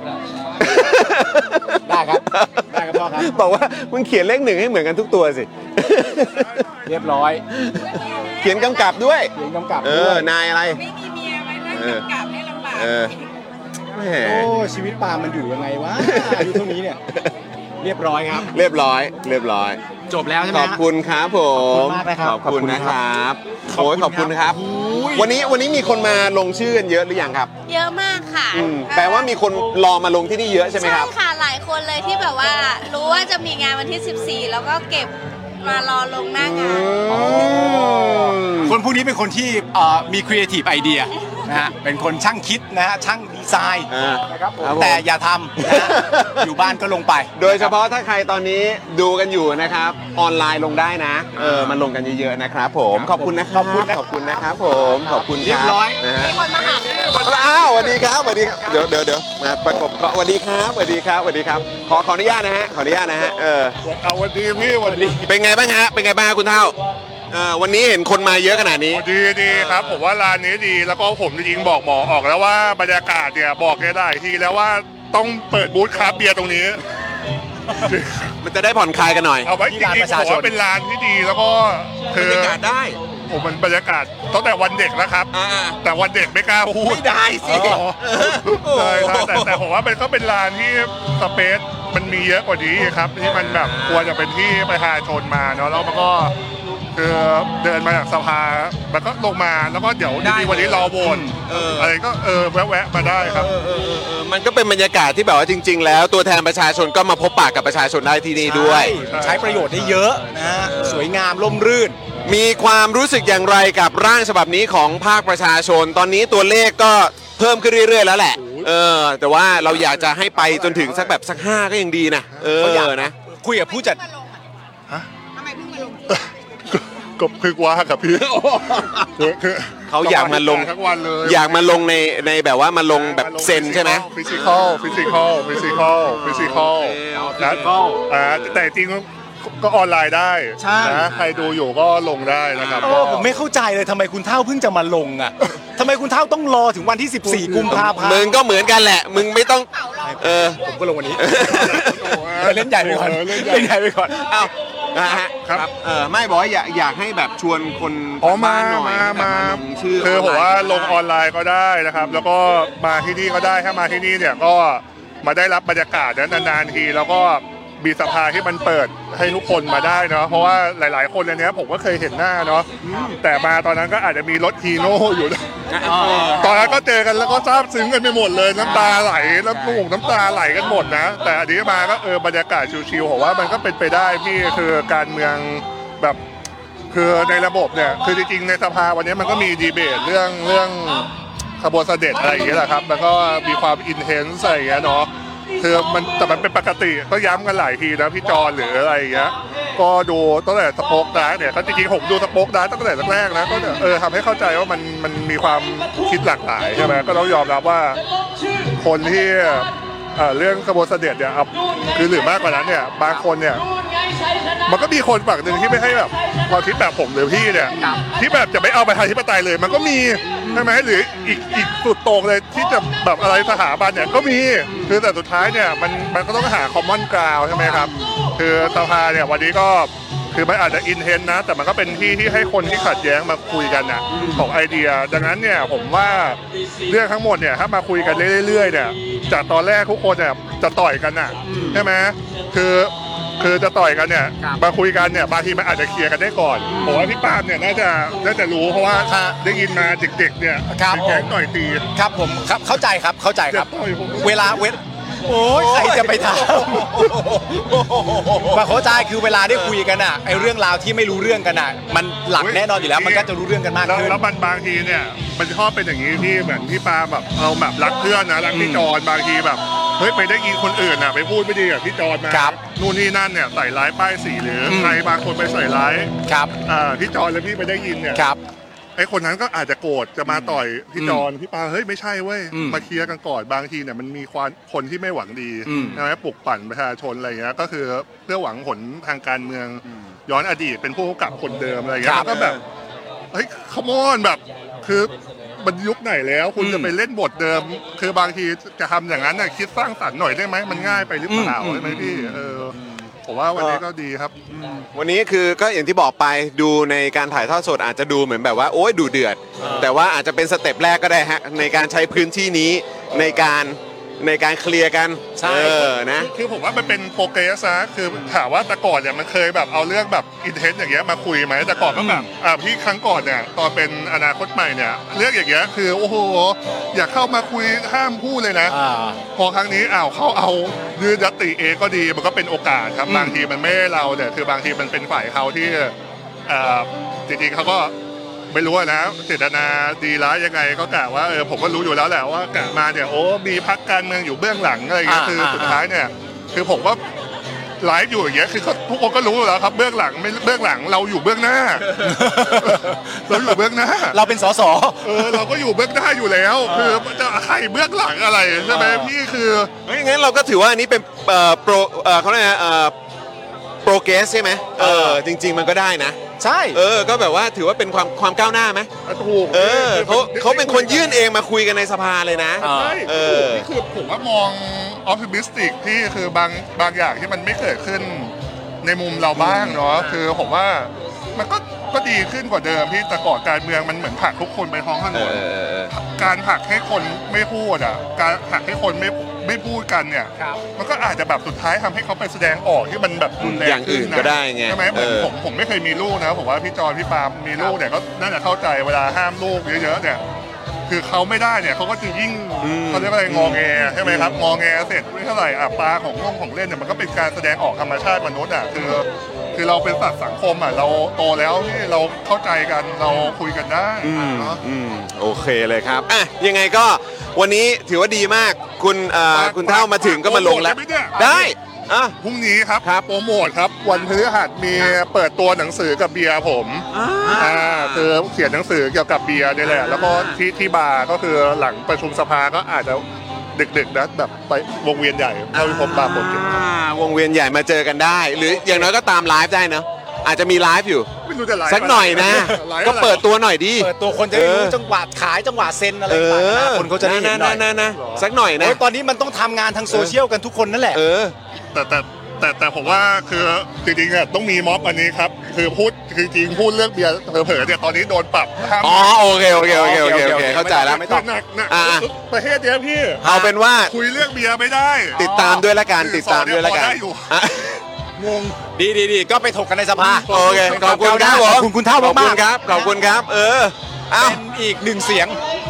ได้ครับพ่อครับบอกว่ามึงเขียนเลข 1ให้เหมือนกันทุกตัวสิเรียบร้อยเขียนกำกับด้วยนายอะไรไม่มีเมียไว้นั่งกำกับให้ลำบากโอ้ชีวิตปามันอยู่ยังไงวะอยู่เท่านี้เนี่ยเรียบร้อยครับเรียบร้อยจบแล้วใช่ไหมขอบคุณครับผมขอบคุณนะครับโอ้ยขอบคุณครับวันนี้มีคนมาลงชื่อกันเยอะหรือยังครับเยอะมากค่ะแปลว่ามีคนรอมาลงที่นี่เยอะใช่ไหมครับใช่ค่ะหลายคนเลยที่แบบว่ารู้ว่าจะมีงานวันที่14แล้วก็เก็บมารอลงหน้างานคนพวกนี้เป็นคนที่มีครีเอทีฟไอเดียนะฮะเป็นคนช่างคิดนะฮะช่างดีไซน์นะครับแต่อย่าทำนะอยู่บ้านก็ลงไปโดยเฉพาะถ้าใครตอนนี้ดูกันอยู่นะครับออนไลน์ลงได้นะมันลงกันเยอะๆนะครับผมขอบคุณนะครับขอบคุณนะครับผมขอบคุณเรียบร้อยนะฮะมีคนมาหาอ้าวสวัสดีครับเดี๋ยวมาประกบสวัสดีครับขออนุญาตนะฮะเอาวันดีพี่วันดีเป็นไงบ้างฮะคุณเท่าวันนี้เห็นคนมาเยอะขนาดนี้ดีครับผมว่าร้านนี้ดีแล้วก็ผมจริงๆบอกหมอออกแล้วว่าบรรยากาศเนี่ยบอกได้ทีแล้วว่าต้องเปิดบูธคราฟต์เบียร์ตรงนี้มันจะได้ผ่อนคลายกันหน่อยเอาไว้จริงๆผมว่าเป็นร้านที่ดีแล้วก็บรรยากาศได้ผมมันบรรยากาศตั้งแต่วันเด็กแล้วครับแต่วันเด็กไม่กล้าพูดไม่ได้สิใช่แต่ผมว่ามันก็เป็นร้านที่สเปซมันมีเยอะกว่านี้ครับที่มันแบบควรจะเป็นที่ประชาชนมาเนาะแล้วมันก็คือเดินมาจากสภาแล้วก็ลงมาแล้วก็เดี๋ยววันนี้รอโหวตอะไรก็แวะมาได้ครับมันก็เป็นบรรยากาศที่แบบว่าจริงๆแล้วตัวแทนประชาชนก็มาพบปะกับประชาชนได้ที่นี่ด้วยใช้ประโยชน์ได้เยอะนะสวยงามร่มรื่นมีความรู้สึกอย่างไรกับร่างฉบับนี้ของภาคประชาชนตอนนี้ตัวเลขก็เพิ่มขึ้นเรื่อยๆแล้วแหละแต่ว่าเราอยากจะให้ไปจนถึงสักแบบสัก5ก็ยังดีนะนะคุยกับผู้จัดก็พึกว่าครับพี่เขาอยากมาลงทั้งวันเลยอยากมาลงในแบบว่ามาลงแบบเซนใช่ไหมฟิสิกอลนะแต่จริงก็ออนไลน์ได้นะใครดูอยู่ก็ลงได้นะครับผมไม่เข้าใจเลยทำไมคุณเท่าเพิ่งจะมาลงอ่ะทำไมคุณเท่าต้องรอถึงวันที่14กุมภาพันธ์มึงก็เหมือนกันแหละมึงไม่ต้องผมก็ลงวันนี้เล่นใหญ่ไปก่อนอ้าวครับไม่บอกว่าอยากให้แบบชวนคนมาลงชื่อคือผมว่าลงออนไลน์ก็ได้นะครับแล้วก็มาที่นี่ก็ได้ถ้ามาที่นี่เนี่ยก็มาได้รับบรรยากาศนานๆทีแล้วก็มีสภาที่มันเปิดให้ทุกคนมาได้เนาะเพราะว่าหลายๆคนอันนี้ผมก็เคยเห็นหน้าเนาะแต่มาตอนนั้นก็อาจจะมีรถฮีโน่อยู่ตอนนั้นก็เจอกันแล้วก็ซาบซึ้งกันไปหมดเลยน้ำตาไหลน้ำตาไหลกันหมดนะแต่อันนี้มาก็บรรยากาศชิวๆผมว่ามันก็เป็นไปได้พี่คือการเมืองแบบคือในระบบเนี่ยคือจริงๆในสภาวันนี้มันก็มีดีเบตเรื่องขบวนเสด็จอะไรอย่างเงี้ยแหละครับแล้วก็มีความอินเทนส์อะไรอย่างเงี้ยเนาะคือแต่มันเป็นปกติก็ย้ำกันหลายทีนะพี่จอนหรืออะไรอย่างเงี้ยก็ดูตั้งแต่สป็อกดาร์กเนี่ยก็จริงๆผมดูสป็อกดาร์กตั้งแต่แรกๆนะก็ทำให้เข้าใจว่ามันมีความคิดหลากหลายใช่ไหมก็ต้องยอมรับว่าคนที่เรื่องขบวนเสด็จเนี่ยคือหรือมากกว่านั้นเนี่ยบางคนเนี่ยมันก็มีคนฝั่งหนึ่งที่ไม่ให้แบบความคิดแบบผมหรือพี่เนี่ยที่แบบจะไม่เอาประชาธิปไตยเลยมันก็มีใช่ไหมหรืออีกสุดโต่งเลยที่จะแบบอะไรสถาบันเนี่ยก็มีคือแต่สุดท้ายเนี่ยมันก็ต้องหาคอมมอนกราวด์ใช่ไหมครับคือสภาเนี่ยวันนี้ก็คือมันอาจจะอินเทนนะแต่มันก็เป็นที่ที่ให้คนที่ขัดแย้งมาคุยกันนะของไอเดียดังนั้นเนี่ยผมว่าเรื่องทั้งหมดเนี่ยถ้ามาคุยกันเรื่อยๆเนี่ยจากตอนแรกทุกคนเนี่ยจะต่อยกันน่ะใช่ไหมคือจะต่อยกันเนี่ยมาคุยกันเนี่ยบางทีมันอาจจะเคลียร์กันได้ก่อนผมว่าพี่ปาล์มเนี่ยน่าจะรู้เพราะว่าได้ยินมาเด็กๆเนี่ยแก๊งต่อยตีครับผมครับเข้าใจครับเวลาโอ้ยใครจะไปทำมาเข้าใจคือเวลาได้คุยกันอ่ะไอเรื่องราวที่ไม่รู้เรื่องกันอ่ะมันหลักแน่นอนอยู่แล้วมันก็จะรู้เรื่องกันมากขึ้นแล้วมันบางทีเนี่ยมันชอบเป็นอย่างนี้ที่เหมือนพี่ปาแบบเอาแบบรักเพื่อนนะรักพี่จอนบางทีแบบเฮ้ยไปได้ยินคนอื่นอ่ะไปพูดไม่ดีกับพี่จอนมานู่นนี่นั่นเนี่ยใส่ร้ายป้ายสีหรือใครบางคนไปใส่ร้ายพี่จอนแล้วพี่ไปได้ยินเนี่ยไอ้คนนั้นก็อาจจะโกรธจะมาต่อยพี่จอนพี่ปาเฮ้ยไม่ใช่เว้ยมาเคลียร์กันก่อนบางทีเนี่ยมันมีคนที่ไม่หวังดีใช่ไหมปลุกปั่นประชาชนอะไรเงี้ยก็คือเพื่อหวังผลทางการเมืองย้อนอดีตเป็นผู้กำกับคนเดิมอะไรเงี้ยก็แบบเฮ้ยขมอนแบบคือมันยุคไหนแล้วคุณจะไปเล่นบทเดิมคือบางทีจะทำอย่างนั้นน่ะคิดสร้างสรรค์หน่อยได้ไหมมันง่ายไปหรือเปล่าใช่ไหมพี่ผมว่าวันนี้ก็ดีครับวันนี้คือก็อย่างที่บอกไปดูในการถ่ายทอดสดอาจจะดูเหมือนแบบว่าโอ๊ยดูเดือดแต่ว่าอาจจะเป็นสเต็ปแรกก็ได้ฮะในการใช้พื้นที่นี้ในการเคลียร์กันใช่นะคือผมว่ามันเป็นโปรเกรสนะคือถามว่าแต่ก่อนเนี่ยมันเคยแบบเอาเรื่องแบบอินเทนต์อย่างเงี้ยมาคุยไหมแต่ก่อนก็แบบพี่ครั้งก่อนเนี่ยตอนเป็นอนาคตใหม่เนี่ยเรื่องอย่างเงี้ยคือโอ้โหอยากเข้ามาคุยห้ามพูดเลยนะพอครั้งนี้เขาเอายืนยติเองก็ดีมันก็เป็นโอกาสครับบางทีมันไม่เราเนี่ยคือบางทีมันเป็นฝ่ายเขาที่จริงๆเขาก็ไม่รู้นะเจตนาดีร้ายยังไงก็กะว่าผมก็รู้อยู่แล้วแหละว่ากะมาเนี่ยโอ้มีพรรคการเมืองอยู่เบื้องหลังอะไรอย่างเงี้ยคือสุดท้ายเนี่ยคือผมก็ไลฟ์อยู่อย่างเงี้ยคือทุกคนก็รู้แล้วครับเบื้องหลังไม่เบื้องหลังเราอยู่เบื้องหน้าเราอยู่เบื้องหน้าเราเป็นสสเราก็อยู่เบื้องหน้าอยู่แล้วคือจะใครเบื้องหลังอะไรใช่ไหมพี่คืองั้นเราก็ถือว่าอันนี้เป็นโปรเขาเรียกโปรเกรสใช่ไหมจริงๆมันก็ได้นะใช่ก็แบบว่าถือว่าเป็นความก้าวหน้าไหมถูกเขาเป็นคนยื่นเองมาคุยกันในสภาเลยนะใช่นี่คือผมว่ามองออพติมิสติกที่คือบางอย่างที่มันไม่เกิดขึ้นในมุมเราบ้างเนาะคือผมว่ามันก็ดีขึ้นกว่าเดิมที่แต่ก่อนการเมืองมันเหมือนผลักทุกคนไปท้องถนนการผลักให้คนไม่พูดการผลักให้คนไม่พูดกันเนี่ยมันก็อาจจะแบบสุดท้ายทำให้เขาไปแสดงออกที่มันแบบรุนแรงขึ้นก็ได้ไงใช่ไหมเหมือนผมไม่เคยมีลูกนะผมว่าพี่จอนพี่ปาล์มมีลูกเนี่ยก็น่าจะเข้าใจเวลาห้ามลูกเยอะๆเนี่ยคือเขาไม่ได้เนี่ยเขาก็จะยิ่งเขาเรียกว่าอะไรงอแงใช่ไหมครับงอแงเสร็จไม่เท่าไหร่ปลาของเล่นเนี่ยมันก็เป็นการแสดงออกธรรมชาติมนุษย์คือคือเราเป็นสัตว์สังคมอ่ะเราโตแล้วนี่เราเข้าใจกันเราคุยกันได้เนาะโอเคเลยครับอ่ะยังไงก็วันนี้ถือว่าดีมากคุณเท่ามาถึงก็มาลงแล้วได้พรุ่งนี้ครับโปรโมทครับวันพฤหัสมีเปิดตัวหนังสือกับเบียร์ผมคือเขียนหนังสือเกี่ยวกับเบียร์นี่แหละแล้วก็ที่บาร์ก็คือหลังประชุมสภาก็อาจจะดึกๆนะแบบไปวงเวียนใหญ่เข้าไปพบบาร์โปรเจกต์วงเวียนใหญ่มาเจอกันได้ หรืออย่างน้อยก็ตามไลฟ์ได้เนอะอาจจะมีไลฟ์อยู่ไม่รู้จะไลฟ์สักหน่อยนะก็เปิดตัวหน่อยดิเปิดตัวคนจะได้รู้จังหวะขายจังหวะเซ็นอะไรต่างๆคนเขาจะได้เห็นหน่อยนะสักหน่อยนะตอนนี้มันต้องทำงานทางโซเชียลกันทุกคนนั่นแหละแต่ผมว่าคือจริงๆต้องมีม็อบอันนี้ครับคือพูดคือจริงพูดเรื่องเบียร์เผลอๆเนี่ยตอนนี้โดนปรับโอเคเข้าใจแล้วไม่ต้องหนักประเทศเนี้ยพี่เอาเป็นว่าคุยเรื่องเบียร์ไม่ได้ติดตามด้วยละกันติดตามด้วยละกันงงดีก็ไปถกกันในสภาโอเคขอบคุณครับผมคุณเท่ามากครับขอบคุณครับเป็นอีกหนึ่งเสียง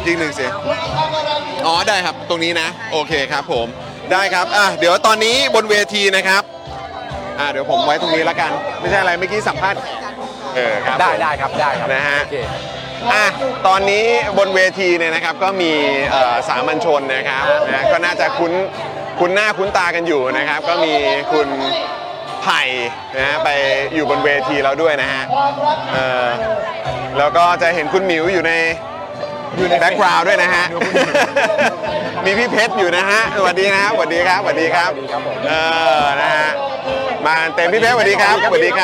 ได้ครับตรงนี้นะโอเคครับผมได้ครับเดี๋ยวตอนนี้บนเวทีนะครับเดี๋ยวผมไว้ตรงนี้ละกันไม่ใช่อะไรเมื่อกี้สัมภาษณ์ครับได้ครับนะฮะตอนนี้บนเวทีเนี่ยนะครับก็มีสามัญชนนะครับก็น่าจะคุ้นหน้าคุ้นตากันอยู่นะครับก็มีคุณไผ่นะฮะไปอยู่บนเวทีแล้วด้วยนะฮะแล้วก็จะเห็นคุณหมิวอยู่ในแบ็คกราวด์ด้วยนะฮะมีพี่เพชรอยู่นะฮะสวัสดีนะครับสวัสดีครับนะฮะมาเต็มพี่เพชรสวัสดีครับ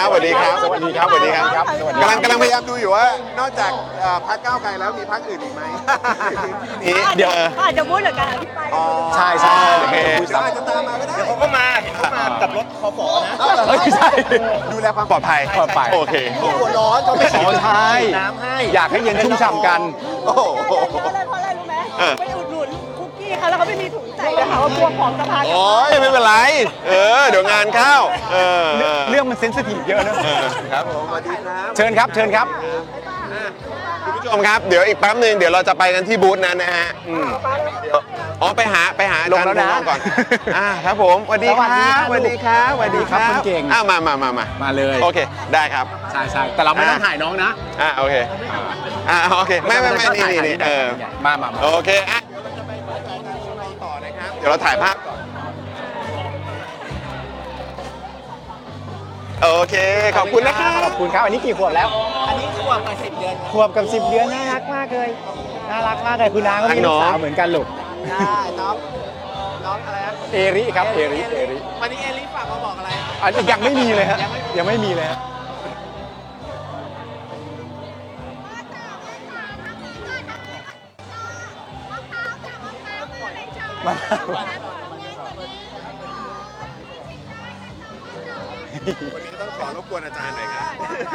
กำลังพยายามดูอยู่ว่านอกจากพรรคก้าวไกลแล้วมีพรรคอื่นอีกไหมเดี๋ยวอาจจะพูดเหมือนกันอภิปรายใช่โอเคจะตามมาก็ได้เดี๋ยวเขาก็มาเห็นเขามากับรถคฟนะใช่ดูแลความปลอดภัยโอเคหัวร้อนเขาไม่ขอใช้น้ำให้อยากให้เย็นชุ่มฉ่ำกันเพราะอะไรรู้ไหมไปอุดหนุนคุกกี้เขาแล้วเขาไม่มีถุงใส่นะคะว่ากลัวของสภาโอ้ยไม่เป็นไรเดี๋ยวงานเข้าเรื่องมันเซนซิทีฟเยอะนะครับผมสวัสดีครับเชิญครับคุณผู้ชมครับเดี๋ยวอีกแป๊บนึงเดี๋ยวเราจะไปกันที่บูธนั้นนะฮะไปหาอาจารย์ลงก่อนครับผมสวัสดีครับคุณเก่งมาเลยโอเคได้ครับใช่แต่เราไม่ต้องถ่ายน้องนะโอเคไม่นี่มาโอเคต่อนะครับเดี๋ยวเราถ่ายภาพโอเคขอบคุณนะครับขอบคุณครับอันนี้กี่ขวบแล้วอันนี้ขวบกับ10 เดือนขวบกับ10 เดือนน่ารักมากเลยคุณน้าก็มีลูกสาวเหมือนกันลูกน้องอะไรครับเอริครับเอริวันนี้เอริฝากมาบอกอะไรยังไม่มีเลยฮะยังไม่มีเลยฮะวันนี้ต้องขอรบกวนอาจารย์หน่อยครับ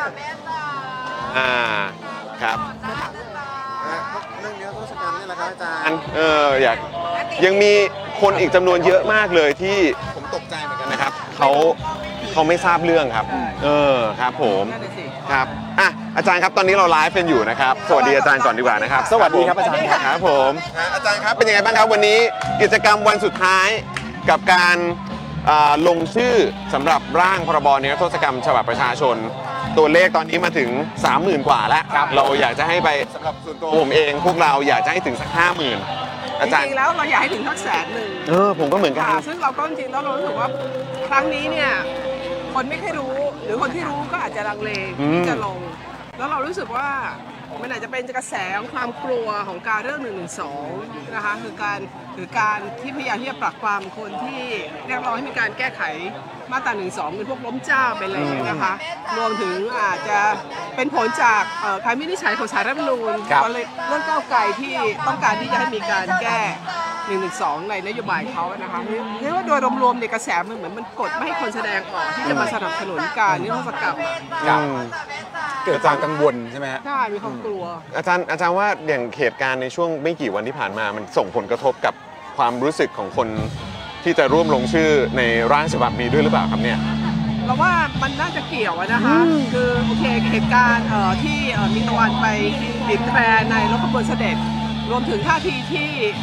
ครับเรื่องนี้ทศกัณฐ์นี่แหละครับอาจารย์ยังมีคนอีกจำนวนเยอะมากเลยที่ผมตกใจเหมือนกันนะครับเขาไม่ทราบเรื่องครับครับผมครับอาจารย์ครับตอนนี้เราไลฟ์เป็นอยู่นะครับสวัสดีอาจารย์ก่อนดีกว่านะครับสวัสดีครับอาจารย์ครับผมอาจารย์ครับเป็นยังไงบ้างครับวันนี้กิจกรรมวันสุดท้ายกับการลงชื่อสำหรับร่างพรบนิรโทษกรรมฉบับประชาชนตัวเลขตอนนี้มาถึง 30,000 กว่าแล้วเราอยากจะให้ไปสำหรับส่วนตัวผมเองพวกเราอยากจะให้ถึงสัก 50,000 อาจารย์จริงๆแล้วเราอยากให้ถึงสัก100,000 ผมก็เหมือนกันซึ่งเราก็จริงๆแล้วเรารู้สึกว่าครั้งนี้เนี่ยคนไม่เคยรู้หรือคนที่รู้ก็อาจจะลังเลที่จะลงแล้วเรารู้สึกว่ามันอาจจะเป็นกระแสของความกลัวของการเรื่อง112นะคะคือการที่พยายามที่จะปรับความคนที่เรียกร้องให้มีการแก้ไขมาตรา112เป็นพวกล้มเจ้าเป็นอะไรนะคะรวมถึงอาจจะเป็นผลจากการวินิจฉัยของศาลรัฐธรรมนูญเรื่องก้าวไกลที่ต้องการที่จะให้มีการแก้112ในนโยบายเขานะคะเรียกว่าโดยรวมๆในกระแสมันเหมือนมันกดไม่ให้คนแสดงออกที่จะมาสนับสนุนการนิรโทษกรรมเกิดความกังวลใช่ไหมฮะใช่มีความกลัวอาจารย์ว่าอย่างเหตุการณ์ในช่วงไม่กี่วันที่ผ่านมามันส่งผลกระทบกับความรู้สึกของคนที่จะร่วมลงชื่อในร่างฉบับนี้ด้วยหรือเปล่าครับเนี่ยเราว่ามันน่าจะเกี่ยวนะคะคือโอเคเหตุการณ์ที่มีตะวันไปบีบแตรในรถขบวนเสด็จรวมถึงท่าทีที่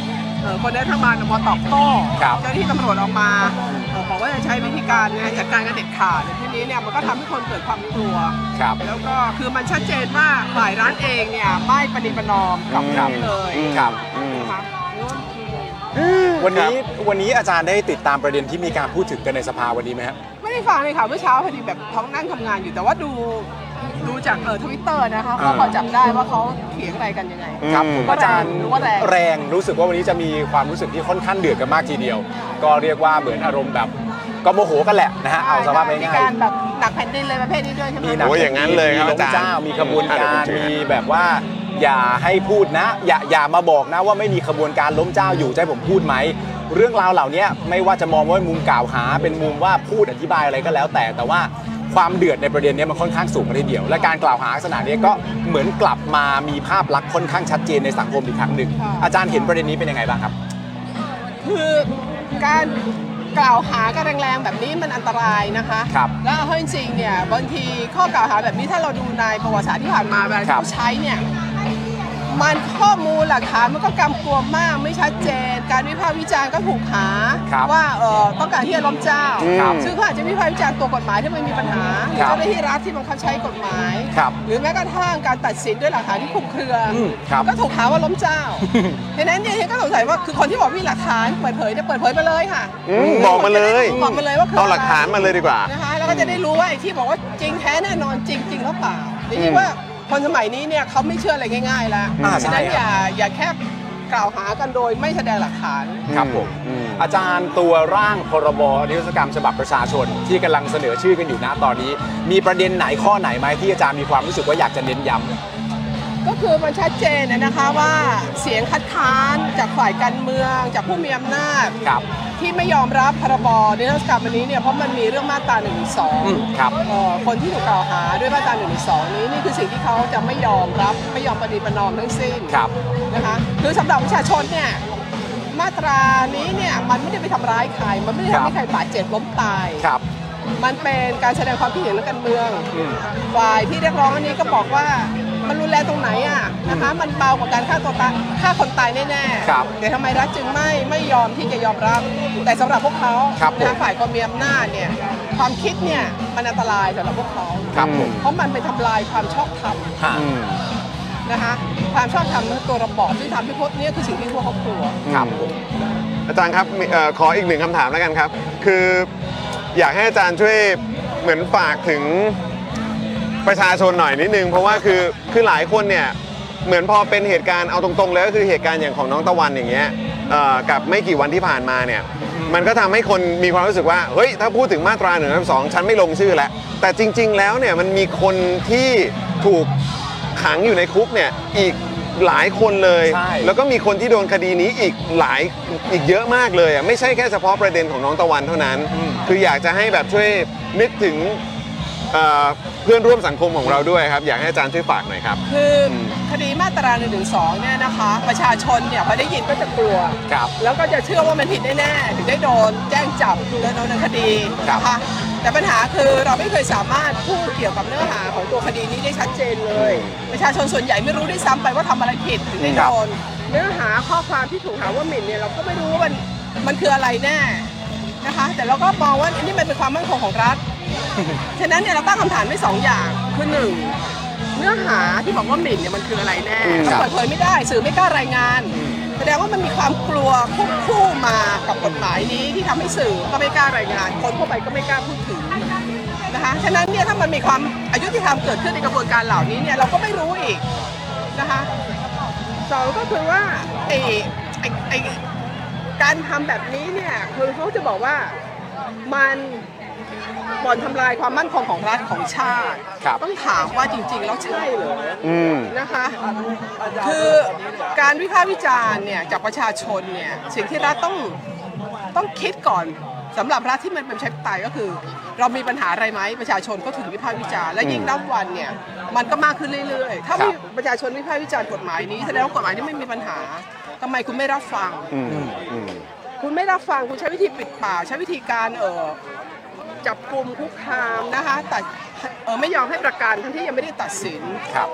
คนในรัฐบาลออกมาตอบโต้ครับเจ้าหน้าที่ตำรวจออกมาบอกว่าจะใช้วิธีการจัดการกันเด็ดขาดทีนี้เนี่ยมันก็ทำให้คนเกิดความกลัวครับแล้วก็คือมันชัดเจนว่าฝ่ายร้านเองเนี่ยไม่ปฏิบัตินอมกับนี้เลยครับนะคะวันนี้อาจารย์ได้ติดตามประเด็นที่มีการพูดถึงกันในสภาวันนี้ไหมครับไม่ได้ฟังเลยค่ะเมื่อเช้าพอดีแบบท้องนั่งทำงานอยู่แต่ว่าดูจากTwitter นะคะเขาพอจับได้ว่าเขาเถียงอะไรกันยังไงครับผมอาจารย์ว่าแรงรู้สึกว่าวันนี้จะมีความรู้สึกที่ค่อนข้างเดือดกันมากทีเดียว ก็เรียกว่าเหมือนอารมณ์แบบก็โมโหกันแหละนะฮะเอาสภาพง่ายๆมีการแบบหนักแผ่นดินเลยประเภทนี้ด้วยใช่ไหมมีหนักอย่างนั้นเลยครับอาจารย์เจ้ามีขบวนการมีแบบว่าอย่าให้พูดนะอย่ามาบอกนะว่าไม่มีขบวนการล้มเจ้าอยู่จะให้ผมพูดไหมเรื่องราวเหล่านี้ไม่ว่าจะมองว่ามุมกล่าวหาเป็นมุมว่าพูดอธิบายอะไรก็แล้วแต่ว่าความเดือดในประเด็นนี้มันค่อนข้างสูงมาทีเดียวและการกล่าวหาลักษณะนี้ก็เหมือนกลับมามีภาพลักษณ์ค่อนข้างชัดเจนในสังคมอีกครั้งหนึ่งอาจารย์เห็นประเด็นนี้เป็นยังไงบ้างครับคือการกล่าวหากันแรงๆแบบนี้มันอันตรายนะคะแล้วเอาจริงๆเนี่ยบางทีข้อกล่าวหาแบบนี้ถ้าเราดูในประวัติศาสตร์ที่ผ่านมาเวลาเขาใช้เนี่ยมันข้อมูลหลักฐานมันก็กำกวมมากไม่ชัดเจนการวิพากษ์วิจารณ์ก็ถูกหาว่าต้องการที่จะล้มเจ้าซึ่งเขาอาจจะวิพากษ์วิจารณ์ตัวกฎหมายที่ไม่มีปัญหาหรือเจ้าหน้าที่รัฐที่บังคับใช้กฎหมายหรือแม้กระทั่งการตัดสินด้วยหลักฐานที่คลุมเครือก็ถูกหาว่าล้มเจ้าดังนั้นเนี่ยก็สงสัยว่าคือคนที่บอกมีหลักฐานเปิดเผยเนี่ยเปิดเผยมาเลยค่ะบอกมาเลยว่าเอาหลักฐานมาเลยดีกว่านะคะแล้วก็จะได้รู้ว่าไอ้ที่บอกว่าจริงแท้แน่นอนจริงหรือเปล่าอย่างนี้ว่าคนสมัยนี้เนี่ยเขาไม่เชื่ออะไรง่ายๆแล้วฉะนั้นอย่าแค่กล่าวหากันโดยไม่แสดงหลักฐานครับผมอาจารย์ตัวร่างพรบนิรโทษกรรมฉบับประชาชนที่กำลังเสนอชื่อกันอยู่ณตอนนี้มีประเด็นไหนข้อไหนไหมที่อาจารย์มีความรู้สึกว่าอยากจะเน้นย้ำก็คือมันชัดเจนนะคะว่าเสียงคัดค้านจากฝ่ายการเมืองจากผู้มีอำนาจที่ไม่ยอมรับพรบนิรโทษกรรมอันนี้เนี่ยเพราะมันมีเรื่องมาตรา112 ครับคนที่ถูกกล่าวหาด้วยมาตรา112นี้นี่คือสิ่งที่เขาจะไม่ยอมรับไม่ยอมปฏิบัตินอมทั้งสิ้นนะคะคือสำหรับประชาชนเนี่ยมาตรานี้เนี่ยมันไม่ได้ไปทำร้ายใครมันไม่ได้ทำให้ใครบาดเจ็บล้มตายมันเป็นการแสดงความคิดเห็นทางการเมืองฝ่ายที่เรียกร้องอันนี้ก็บอกว่ามันรุนแรงตรงไหนอ่ะนะคะมันเบากว่าการฆ่าคนตายแน่ๆแต่ทำไมรัฐจึงไม่ยอมที่จะยอมรับแต่สำหรับพวกเขาฝ่ายคนมีอำนาจเนี่ยความคิดเนี่ยมันอันตรายสำหรับพวกเขาเพราะมันไปทำลายความชอบธรรมนะคะความชอบธรรมตัวระบอบที่ทำให้พวกนี้คือสิ่งที่พวกเขากลัวอาจารย์ครับขออีกหนึ่งคำถามแล้วกันครับคืออยากให้อาจารย์ช่วยเหมือนฝากถึงประชาชนหน่อยนิดนึงเพราะว่าคือหลายคนเนี่ยเหมือนพอเป็นเหตุการณ์เอาตรงๆเลยก็คือเหตุการณ์อย่างของน้องตะวันอย่างเงี้ยกับไม่กี่วันที่ผ่านมาเนี่ยมันก็ทำให้คนมีความรู้สึกว่าเฮ้ยถ้าพูดถึงมาตรา112ฉันไม่ลงชื่อแล้วแต่จริงๆแล้วเนี่ยมันมีคนที่ถูกขังอยู่ในคุกเนี่ยอีกหลายคนเลยแล้วก็มีคนที่โดนคดีนี้อีกเยอะมากเลยอ่ะไม่ใช่แค่เฉพาะประเด็นของน้องตะวันเท่านั้นคืออยากจะให้แบบช่วยนึกถึงเพื่อนร่วมสังคมของเราด้วยครับอยากให้อาจารย์ช่วยฝากหน่อยครับคือคดีมาตรา112เนี่ยนะคะประชาชนเนี่ยพอได้ยินก็จะกลัวแล้วก็จะเชื่อว่ามันผิดแน่ๆถึงได้โดนแจ้งจับโดนดำเนินคดีนะคะแต่ปัญหาคือเราไม่เคยสามารถพูดเกี่ยวกับเนื้อหาของตัวคดีนี้ได้ชัดเจนเลยประชาชนส่วนใหญ่ไม่รู้ด้วยซ้ำไปว่าทำอะไรผิดถึงได้โดนเนื้อหาข้อความที่ถูกหาว่าหมิ่นเนี่ยเราก็ไม่รู้ว่ามันคืออะไรแน่นะคะแต่เราก็มองว่าอันนี้มันเป็นความมั่นคงของรัฐฉะนั้นเนี่ยเราตั้งคำถามไว้2อย่างคือ1เนื้อหาที่บอกว่าหมิ่นเนี่ยมันคืออะไรแน่เปิดเผยไม่ได้สื่อไม่กล้ารายงานแสดงว่ามันมีความกลัวควบคู่มากับกฎหมายนี้ที่ทำให้สื่อก็ไม่กล้ารายงานคนทั่วไปก็ไม่กล้าพูดถึงนะคะฉะนั้นเนี่ยถ้ามันมีความอยุติธรรมเกิดขึ้นในกระบวนการเหล่านี้เนี่ยเราก็ไม่รู้อีกนะคะ2ก็คือว่าไอ้การทำแบบนี้เนี่ยคือเขาจะบอกว่ามันบ่อนทำลายความมั่นคงของรัฐของชาติต้องถามว่าจริงๆแล้วใช่เหรอนะคะคือการวิพากษ์วิจารณ์เนี่ยจากประชาชนเนี่ยสิ่งที่รัฐต้องคิดก่อนสำหรับรัฐที่มันเป็นประชาธิปไตยก็คือเรามีปัญหาอะไรไหมประชาชนก็ถึงวิพากษ์วิจารณ์และยิ่งนับวันเนี่ยมันก็มากขึ้นเรื่อยๆถ้าประชาชนวิพากษ์วิจารณ์กฎหมายนี้แสดงว่ากฎหมายนี้ไม่มีปัญหาทำไมคุณไม่รับฟังคุณไม่รับฟังคุณใช้วิธีปิดปากใช้วิธีการจับกุมคุกคามนะคะแต่ไม่ยอมให้ประกันทั้งที่ยังไม่ได้ตัดสิน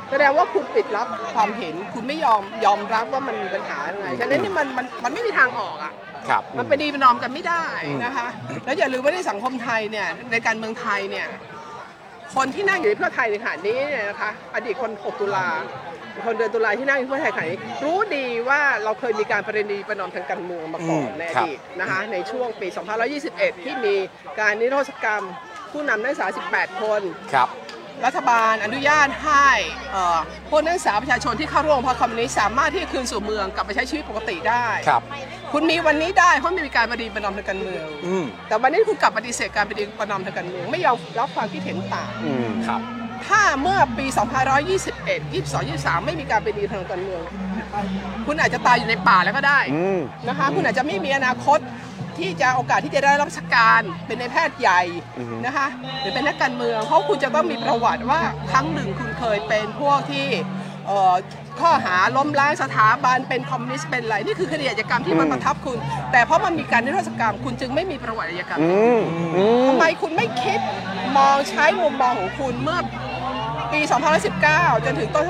แสดงว่าคุณปิดรับความเห็นคุณไม่ยอมรับว่ามันมีปัญหายังไงฉะนั้นนี่มันไม่มีทางออกอ่ะมันเป็นดีเป็นนอมกันไม่ได้นะคะแล้วอย่าลืมว่าในสังคมไทยเนี่ยในการเมืองไทยเนี่ยคนที่นั่งอยู่ในเพื่อไทยในขณะนี้เนี่ยนะคะอดีตคน6 ตุลาคนเดือนตุลาที่นั่งอยู่เพื่อไทยขณะนี้รู้ดีว่าเราเคยมีการประนีประนอมทางการเมืองมาก่อนในอดีตนะคะในช่วงปี 2521 ที่มีการนิรโทษกรรมผู้นำนักศึกษา 18 คนรัฐบาลอนุญาตให้พวกนักศึกษาประชาชนที่เข้าร่วมพรรคคอมมิวนิสต์สามารถที่จะคืนสู่เมืองกลับไปใช้ชีวิตปกติได้คุณมีวันนี้ได้เพราะไม่มีการประนีประนอมทางการเมืองแต่วันนี้คุณกลับปฏิเสธการประนีประนอมทางการเมืองไม่ยอมรับความคิดเห็นต่างถ้าเมื่อปี 2521 22 23 ไม่มีการประนีประนอมทางการเมืองคุณอาจจะตายอยู่ในป่าแล้วก็ได้นะคะคุณอาจจะไม่มีอนาคตที่จะโอกาสที่จะได้รับราชการเป็นนายแพทย์ใหญ่นะคะหรือเป็นนักการเมืองเพราะคุณจะต้องมีประวัติว่าครั้งหนึ่งคุณเคยเป็นพวกที่ข้อหาล้มล้างสถาบันเป็นคอมมิวนิสต์เป็นอะไรนี่คือคดีอาชญากรรมที่มันประทับคุณแต่เพราะมันมีการนิรโทษกรรมคุณจึงไม่มีประวัติอาชญากรรมทำไมคุณไม่คิดมองใช้มุมมองของคุณเมื่อปี 2019 จนถึงต้น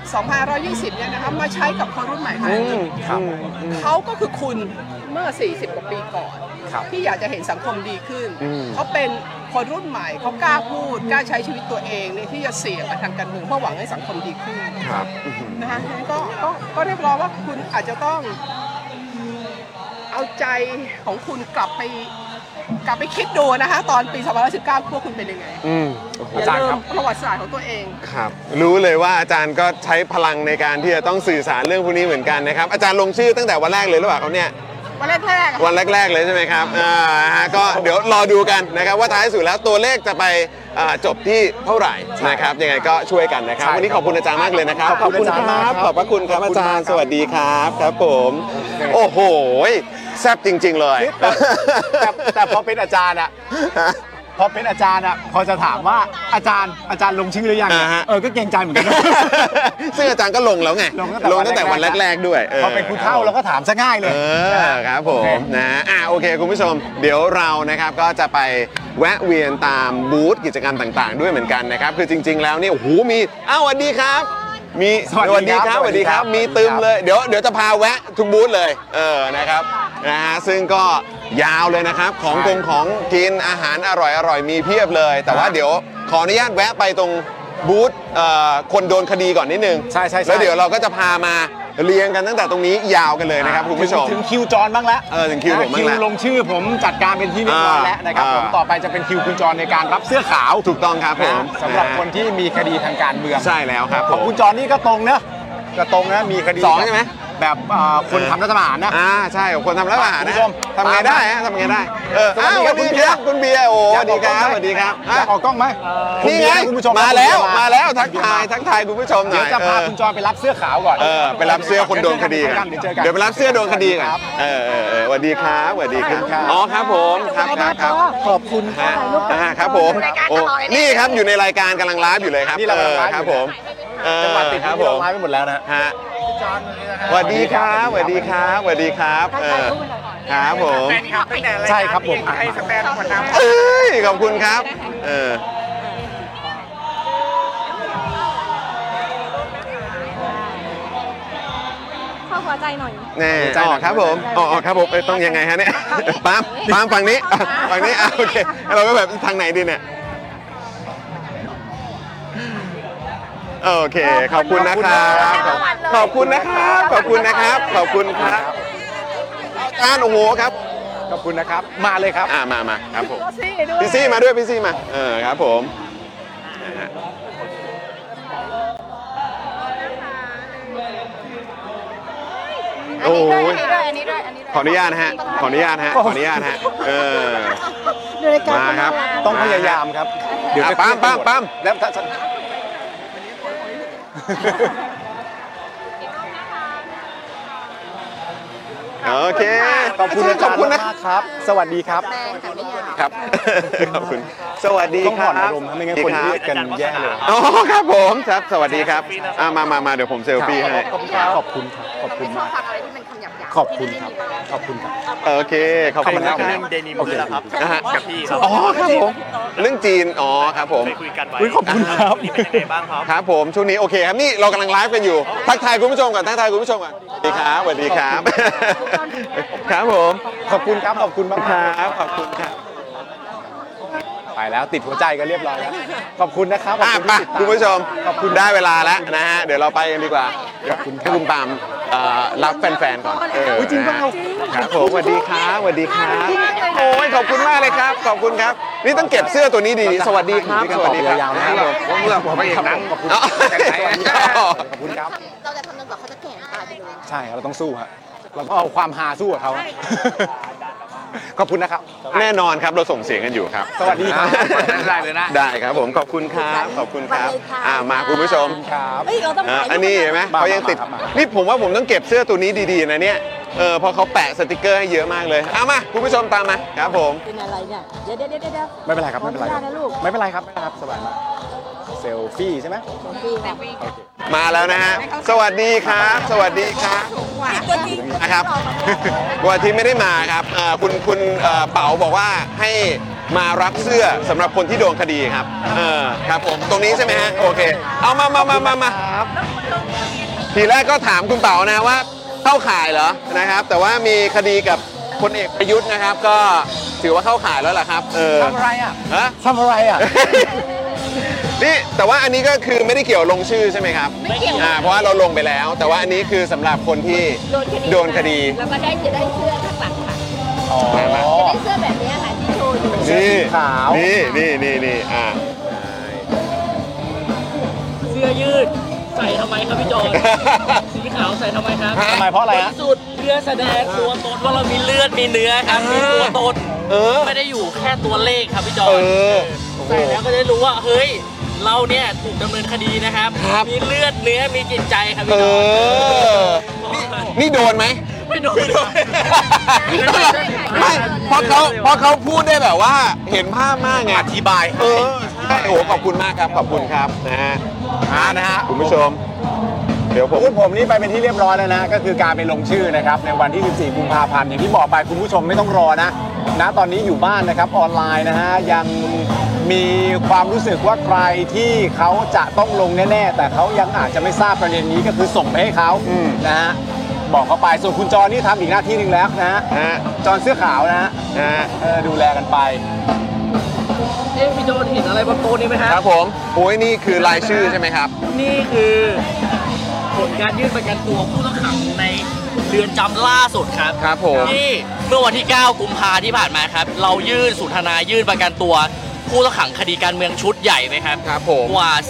2520 เนี่ยนะคะมาใช้กับคนรุ่นใหม่เขาก็คือคุณเมื่อ 40 กว่าปีก่อนที่อยากจะเห็นสังคมดีขึ้นเขาเป็นคนรุ่นใหม่เขากล้าพูดกล้าใช้ชีวิตตัวเองในที่จะเสี่ยงกับทางการเมืองเพื่อหวังให้สังคมดีขึ้นนะคะก็เรียกร้องว่าคุณอาจจะต้องเอาใจของคุณกลับไปคิดดูนะคะตอนปี 2019 พวกคุณเป็นยังไงอย่าลืมประวัติศาสตร์ของตัวเองครับรู้เลยว่าอาจารย์ก็ใช้พลังในการที่จะต้องสื่อสารเรื่องพวกนี้เหมือนกันนะครับอาจารย์ลงชื่อตั้งแต่วันแรกเลยหรือเปล่าครับเนี่ยวันแรกเลยใช่ไหมครับก็เดี๋ยวรอดูกันนะครับว่าท้ายสุดแล้วตัวเลขจะไปจบที่เท่าไหร่นะครับยังไงก็ช่วยกันนะครับวันนี้ขอบคุณอาจารย์มากเลยนะครับขอบคุณครับขอบพระคุณครับอาจารย์สวัสดีครับครับผมโอ้โหแซ่บจริงๆเลยแต่พอเป็นอาจารย์อะพอจะถามว่าอาจารย์ลงชื่อหรือยังก็เกรงใจเหมือนกันซึ่งอาจารย์ก็ลงแล้วไงลงตั้งแต่วันแรกๆด้วยพอเป็นผู้เฒ่าเราก็ถามซะง่ายเลยครับผมนะโอเคคุณผู้ชมเดี๋ยวเรานะครับก็จะไปแวะเวียนตามบูธกิจกรรมต่างๆด้วยเหมือนกันนะครับคือจริงๆแล้วนี่โอ้โหมีสวัสดีครับมีสวัสดีครับมีตึมเลยเดี๋ยวจะพาแวะทุกบูธเลยนะครับนะฮะซึ่งก็ยาวเลยนะครับของกินอาหารอร่อยมีเพียบเลยแต่ว่าเดี๋ยวขออนุญาตแวะไปตรงบูธคนโดนคดีก่อนนิดนึงใช่แล้วเดี๋ยวเราก็จะพามาเรียงกันตั้งแต่ตรงนี้ยาวกันเลยนะครับคุณผู้ชมถึงคิวจอนบ้างแล้วถึงคิวผมบ้างแล้วคิวลงชื่อผมจัดการเป็นที่เรียบร้อยแล้วนะครับผมต่อไปจะเป็นคิวคุณจอนในการรับเสื้อขาวถูกต้องครับผมสำหรับคนที่มีคดีทางการเมืองใช่แล้วครับของคุณจอนนี่ก็ตรงนะมีคดี 2ใช่ไหมแบบคนทำรัฐประหารนะใช่คนทำรัฐประหารนะทำไงได้ทำไงได้สวัสดีครับคุณเบียร์โอ้สวัสดีครับออกกล้องไหมนี่ไงมาแล้วทักทายคุณผู้ชมหน่อยเดี๋ยวจะพาคุณจอนไปรับเสื้อขาวก่อนไปรับเสื้อคนโดนคดีเดี๋ยวไปรับเสื้อโดนคดีกันสวัสดีครับอ๋อครับผมครับขอบคุณครับผมโอ้นี่ครับอยู่ในรายการกำลังไลฟ์อยู่เลยครับครับผมจังหวัดติดครับผมไลฟ์ไปหมดแล้วนะสวัสดีครับครับผมใช่ครับผมให้สแตนขวดน้ำขอบคุณครับขอหัวใจหน่อยครับผมครับผมต้องยังไงฮะเนี่ยปามฝั่งนี้โอเคเราก็แบบทางไหนดีเนี่ยโอเคขอบคุณนะครับขอบคุณนะครับอาจารย์โอ้โหครับขอบคุณนะครับมาเลยครับมาครับผมพี่ซี่มาด้วยมาครับผมโอ้ยขออนุญาตฮะมาครับต้องพยายามครับเดี๋ยวปั๊มแล้วโอเคขอบคุณนะครับสวัสดีครับครับขอบคุณสวัสดีครับอารมณ์ไม่งั้นคนเรียกกันแย่เลยครับผมครับสวัสดีครับมาเดี๋ยวผมเซลฟี่ให้ขอบคุณครับชอบฟังอะไรที่เป็นคำหยาบๆขอบคุณครับขอบคุณครับโอเคขอบคุณนะครับเรื่องเดนิมด้วยครับกับพี่ครับอ๋อครับผมเรื่องจีนอ๋อครับผมคุยกันไว้ขอบคุณครับนี่เป็นยังไงบ้างครับครับผมช่วงนี้โอเคครับนี่เรากำลังไลฟ์กันอยู่ทักทายคุณผู้ชมก่อนทักทายคุณผู้ชมก่อนสวัสดีครับสวัสดีครับครับผมขอบคุณครับขอบคุณมากครับขอบคุณครับไปแล้วติดหัวใจกันเรียบร้อยแล้วขอบคุณนะครับขอบคุณไปที่ติดตามคุณผู้ชมขอบคุณได้เวลาแล้วนะฮะเดี๋ยวเราไปกันดีกว่าให้คุณปาล์มรับแฟนๆก่อนจริงเปล่าครับผมสวัสดีครับสวัสดีครับโอ้ยขอบคุณมากเลยครับขอบคุณครับนี่ต้องเก็บเสื้อตัวนี้ดีๆสวัสดีครับสวัสดีครับยาวนะครับผมเมื่อผมเอกนั่งขอบคุณขอบคุณครับเราจะทำจนกว่าเขาจะแก่ตายไปเลยใช่เราต้องสู้ฮะเราต้องเอาความฮาสู้กับเขาขอบคุณนะครับแน่นอนครับเราส่งเสียงกันอยู่ครับสวัสดีครับได้เลยนะได้ครับผมขอบคุณครับขอบคุณครับมาคุณผู้ชมครับเฮ้ยเราต้องอันนี้เห็นไหมเขายังติดนี่ผมว่าผมต้องเก็บเสื้อตัวนี้ดีๆนะเนี่ยเพราะเขาแปะสติกเกอร์ให้เยอะมากเลยเอามาคุณผู้ชมตามมาครับผมเป็นอะไรเนี่ยเดี๋ยวไม่เป็นไรครับไม่เป็นไรนะลูกไม่เป็นไรครับไม่เป็นไรครับสบายมากเซลฟี่ใช่ไหมปีค่ะมาแล้วนะฮะสวัสดีครับสวัสดีครับนะครับวันที่ไม่ได้มาครับคุณเป๋าบอกว่าให้มารับเสื้อสำหรับคนที่โดนคดีครับครับผมตรงนี้ใช่ไหมฮะโอเคเอามาทีแรกก็ถามคุณเป๋านะว่าเข้าข่ายเหรอนะครับแต่ว่ามีคดีกับพลเอกประยุทธ์นะครับก็ถือว่าเข้าข่ายแล้วล่ะครับทำอะไรอ่ะฮะทำอะไรอ่ะนี่แต่ว่าอันนี้ก็คือไม่ได้เกี่ยวลงชื่อใช่ไหมครับไม่เกี่ยวเพราะว่าเราลงไปแล้ว แต่ว่าอันนี้คือสำหรับคนที่โดนคดีแล้วก็จะได้เสื้อข้างหลังค่ะอ๋อจะได้เสื้อแบบนี้ค่ะที่โชว์อยู่นี่ขาวนี่เสื้อยืดใส่ทำไมครับพี่จอนสีขาวใส่ทำไมครับทำไมเพราะอะไรฮะสุดเพื่อแสดงตัวตนว่าเรามีเลือดมีเนื้อครับมีตัวตนไม่ได้อยู่แค่ตัวเลขครับพี่จอนใส่แล้วก็จะรู้ว่าเฮ้ยเราเนี่ยถูกดำเนินคดีนะครับมีเลือดเนื้อมีจิตใจครับพี่จอนนี่โดนไหมไม่โดนไม่เพราะเขาพูดได้แบบว่าเห็นภาพมากไงอธิบายใช่โอ้ขอบคุณมากครับขอบคุณครับนะฮะคุณผู้ชมเดี๋ยวผมนี่ไปเป็นที่เรียบร้อยแล้วนะก็คือการไปลงชื่อนะครับในวันที่14กุมภาพันธ์อย่างที่บอกไปคุณผู้ชมไม่ต้องรอนะตอนนี้อยู่บ้านนะครับออนไลน์นะฮะยังมีความรู้สึกว่าใครที่เขาจะต้องลงแน่ๆแต่เขายังอาจจะไม่ทราบประเด็นนี้ก็คือส่งไปให้เขานะฮะบอกเขาไปส่วนคุณจรนี่ทำอีกหน้าที่หนึ่งแล้วนะฮะจรเสื้อขาวนะฮะดูแลกันไปพี่โจนเห็นอะไรบนโต๊ะนี้ไหมครับครับผมโอ้ยนี่คือรายชื่อใช่ไหมครับนี่คือผลการยื่นประกันตัวผู้ต้องขังในเรือนจำล่าสุดครับครับผมที่เมื่อวันที่9กุมภาที่ผ่านมาครับเรายื่นสุนทนายื่นประกันตัวผู้ต้องขังคดีการเมืองชุดใหญ่ไหมครับครับผมกว่า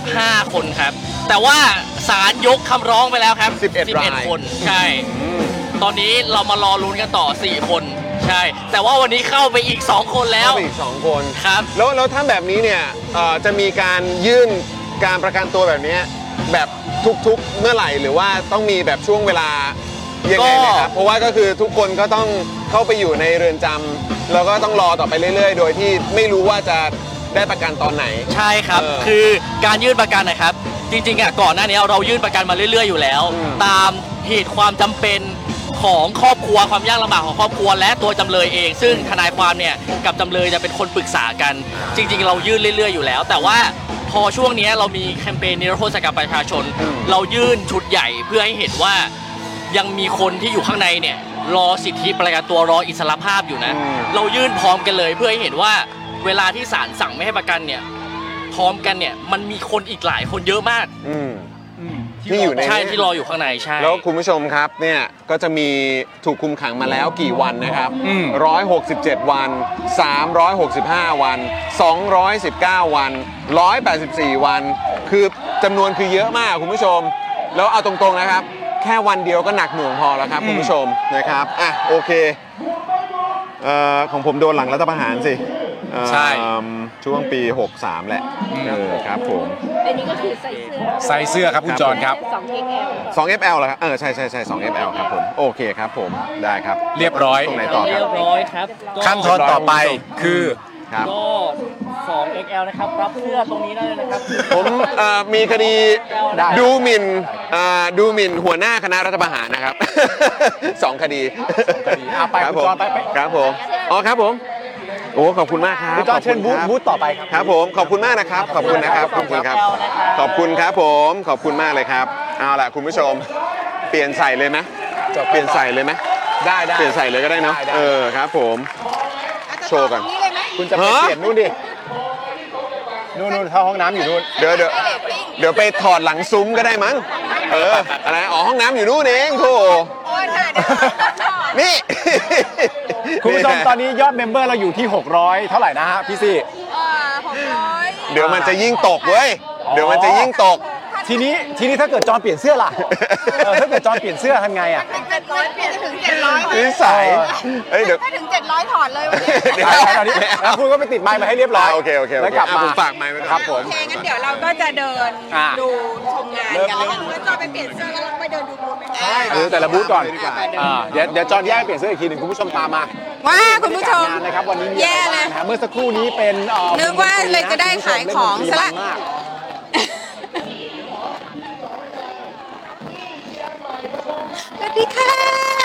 15คนครับแต่ว่าศาลยกคำร้องไปแล้วครับ11คนใช่ตอนนี้เรามารอลุ้นกันต่อ4คนใช่แต่ว่าวันนี้เข้าไปอีก2คนแล้วเข้าไปอีก2คนครับแล้วถ้าแบบนี้เนี่ยจะมีการยื่นการประกันตัวแบบนี้แบบทุกๆเมื่อไหร่หรือว่าต้องมีแบบช่วงเวลายังไงนะครับเพราะว่าก็คือทุกคนก็ต้องเข้าไปอยู่ในเรือนจำแล้วก็ต้องรอต่อไปเรื่อยๆโดยที่ไม่รู้ว่าจะได้ประกันตอนไหนใช่ครับคือการยื่นประกันนะครับจริงๆก่อนหน้านี้เรายื่นประกันมาเรื่อยๆอยู่แล้วตามเหตุความจำเป็นของครอบครัวความยากลำบากของครอบครัวและตัวจำเลยเองซึ่งทนายความเนี่ยกับจำเลยจะเป็นคนปรึกษากันจริงๆเรายื่นเรื่อยๆอยู่แล้วแต่ว่าพอช่วงนี้เรามีแคมเปญนิรโทษกรรมประชาชนเรายื่นชุดใหญ่เพื่อให้เห็นว่ายังมีคนที่อยู่ข้างในเนี่ยรอสิทธิประกันตัวรออิสรภาพอยู่นะเรายื่นพร้อมกันเลยเพื่อให้เห็นว่าเวลาที่ศาลสั่งไม่ให้ประกันเนี่ยพร้อมกันเนี่ยมันมีคนอีกหลายคนเยอะมากที่อยู่ในใช่ที่รออยู่ข้างในใช่แล้วคุณผู้ชมครับเนี่ยก็จะมีถูกคุมขังมาแล้วกี่วันนะครับ167วัน365วัน219วัน184วันคือจำนวนคือเยอะมากคุณผู้ชมแล้วเอาตรงๆนะครับแค่วันเดียวก็หนักหน่วงพอแล้วครับคุณผู้ชมนะครับโอเคของผมโดนหลังรัฐประหารสิใช่ช่วงปี63แหละครับผมอันนี้ก็คือใส่เสื้อครับคุณจรครับ 2XL เหรอครับใช่ 2XL ครับผมโอเคครับผมได้ครับเรียบร้อยตรงไหนต่อครับเรียบร้อยครับขั้นตอนต่อไปคือครับก็ 2XL นะครับรับเสื้อตรงนี้ได้เลยนะครับผมมีคดีดูหมิ่นหัวหน้าคณะรัฐประหารนะครับ 2 คดีไปคุณจอนไปครับผมอ๋อครับผมโอ้ขอบคุณมากครับคุณจอนเชิญบูธต่อไปครับครับผมขอบคุณมากนะครับขอบคุณนะครับขอบคุณครับขอบคุณครับผมขอบคุณมากเลยครับเอาล่ะคุณผู้ชมเปลี่ยนใส่เลยไหมเปลี่ยนใส่เลยไหมได้เปลี่ยนใส่เลยก็ได้เนาะครับผมโชว์กันคุณจะไปเปลี่ยนนู่นดินู่นเข้าห้องน้ำอยู่นู่นเดี๋ยวไปถอดหลังซุ้มก็ได้มั้งอะไรอ๋อห้องน้ำอยู่นู่นเองโธ่นี่คุณผู้ชมตอนนี้ยอดเมมเบอร์เราอยู่ที่600เท่าไหร่นะฮะพี่ซี่ 600เดี๋ยวมันจะยิ่งตกเว้ยเดี๋ยวมันจะยิ่งตกทีนี้ถ้าเกิดจอนเปลี่ยนเสื้อล่ะถ้าเกิดจอนเปลี่ยนเสื้อทำไงอ่ะ 700เปลี่ยนถึง700 นิสัยเดี๋ยวถ้าถึง700ถอดเลยวันนี้แล้วคุณก็ไปติดไมค์มาให้เรียบร้อยโอเคแล้วกลับมาฝากไมค์ไว้ครับผมโอเคงั้นเดี๋ยวเราก็จะเดินดูชมงานกันแล้วจอนไปเปลี่ยนเสื้อแล้วเราไปเดินดูบูธใช่ดูแต่ละบูธก่อนเดี๋ยวจอนแยกเปลี่ยนเสื้ออีกทีหนึ่งคุณผู้ชมตามมาว้าคุณผู้ชมนะครับวันนี้แย่เลยเมื่อสักครู่นี้เป็นนึกว่าเลยจะได้ขายของซะละสวัสดีค่ะ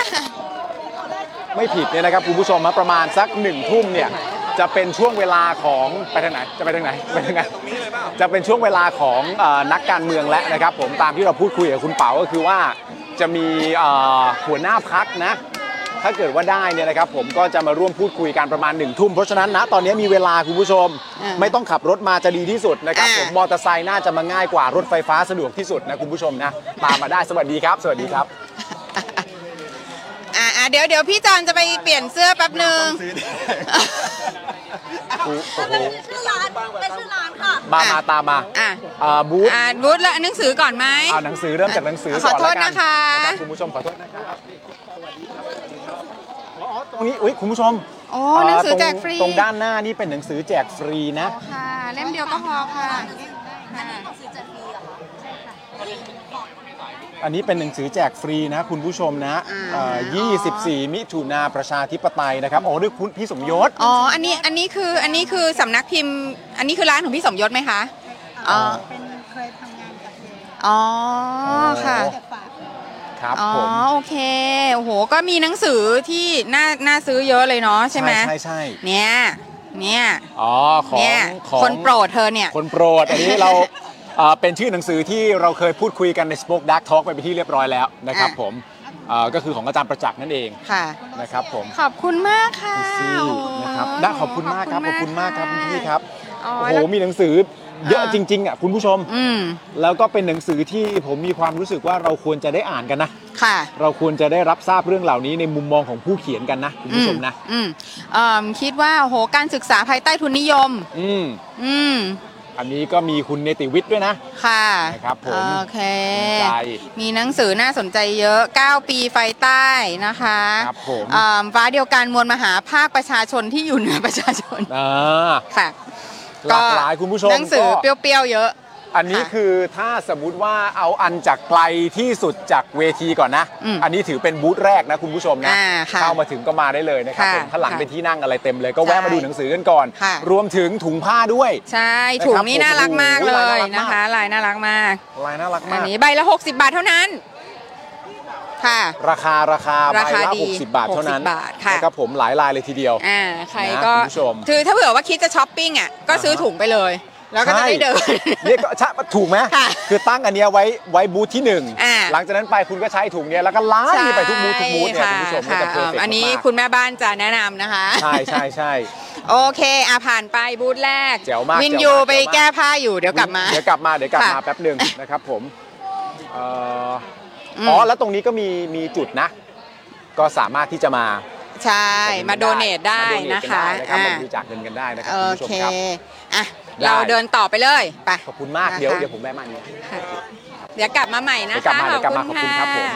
ไม่ผิดเนี่ยนะครับคุณผู้ชมประมาณสัก1 ทุ่มเนี่ยจะเป็นช่วงเวลาของไปทางไหนจะไปทางไหนจะเป็นช่วงเวลาของนักการเมืองและนะครับผมตามที่เราพูดคุยกับคุณเป๋าก็คือว่าจะมีหัวหน้าพรรคนะถ้าเกิดว่าได้เนี่ยนะครับผมก็จะมาร่วมพูดคุยกันประมาณ1 ทุ่มเพราะฉะนั้นนะตอนนี้มีเวลาคุณผู้ชมไม่ต้องขับรถมาจะดีที่สุดนะครับผมมอเตอร์ไซค์น่าจะมาง่ายกว่ารถไฟฟ้าสะดวกที่สุดนะคุณผู้ชมนะตามมาได้สวัสดีครับสวัสดีครับเดี๋ยวพี่จอนจะไปเปลี่ยนเสื้อแป๊บนึงชื่อร้านค่ะมาตามมาบูธแล้วหนังสือก่อนไหมหนังสือเริ่มจากหนังสือก่อนขอโทษนะคะคุณผู้ชมขอโทษนะครับตรงนี้คุณผู้ชมหนังสือแจกฟรีตรงด้านหน้านี่เป็นหนังสือแจกฟรีนะค่ะเล่มเดียวก็พอค่ะอันนี้เป็นหนังสือแจกฟรีนะคุณผู้ชมนะ24 มิถุนาประชาธิปไตยนะครับด้วยคุณพี่สมยศอันนี้คือสำนักพิมพ์อันนี้คือร้านของพี่สมยศไหมคะเป็นเคยทำงานกับค่ะครับผมโอเคโอ้โหก็มีหนังสือที่น่าซื้อเยอะเลยเนาะใช่ไหมใช่เนี่ยของคนโปรดเธอเนี่ยคนโปรดอันนี้เราเป็นชื่อหนังสือที่เราเคยพูดคุยกันใน Spoke Dark Talk ไปที่เรียบร้อยแล้วนะครับผมก็คือของอาจารย์ประจักษ์นั่นเองนะครับผมขอบคุณมากค่ะนะครับได้ขอบคุณมากครับขอบคุณมากครับพี่ครับโอ้โหมีหนังสือเยอะจริงๆอ่ะคุณผู้ชมแล้วก็เป็นหนังสือที่ผมมีความรู้สึกว่าเราควรจะได้อ่านกันนะเราควรจะได้รับทราบเรื่องเหล่านี้ในมุมมองของผู้เขียนกันนะคุณผู้ชมนะคิดว่าโอ้โหการศึกษาภายใต้ทุนนิยมอันนี้ก็มีคุณเนติวิทย์ด้วยนะค่ะนะครับผมโอเคมีหนังสือน่าสนใจเยอะ9 ปีไฟใต้นะคะครับผมฟ้าเดียวกันมวลมหาภาคประชาชนที่อยู่เหนือประชาชนค่ะหลากหลายคุณผู้ชมหนังสือเปรี้ยวๆเยอะอันนี้คือถ้าสมมุติว่าเอาอันจากไกลที่สุดจากเวทีก่อนนะอันนี้ถือเป็นบูธแรกนะคุณผู้ชมนะเข้ามาถึงก็มาได้เลยนะครับข้างหลังเป็นที่นั่งอะไรเต็มเลยก็แวะมาดูหนังสือกันก่อนรวมถึงถุงผ้าด้วยใช่ถุงนี้น่ารักมากเลยนะคะลายน่ารักมากอันนี้ใบละ60 บาทเท่านั้นค่ะราคาใบละ60 บาทเท่านั้นนะครับผมหลายลายเลยทีเดียวใครก็คือถ้าเผื่อว่าคิดจะช้อปปิ้งก็ซื้อถุงไปเลยแล้วก็จะได้เดินนี่ก็ถูกไหมคือตั้งอันนี้ไว้บูธที่1หลังจากนั้นไปคุณก็ใช้ถุงนี้แล้วก็ล้างไปทุกบูธเนี่ยคุณผู้ชมก็จะเพอร์เฟคมากอันนี้คุณแม่บ้านจะแนะนำนะคะใช่โอเคผ่านไปบูธแรกแจ๋วมากวินยูไปแก้ผ้าอยู่เดี๋ยวกลับมาแป๊บนึงนะครับผมแล้วตรงนี้ก็มีจุดนะก็สามารถที่จะมามาโดเนทได้นะคะมาบริจาคเงินกันได้นะครับคุณผู้ชมครับเราเดินต่อไปเลยไปขอบคุณมากเดี๋ยวผมแวะมาเนี่ยเดี๋ยวกลับมาใหม่นะคะขอบคุณครับผม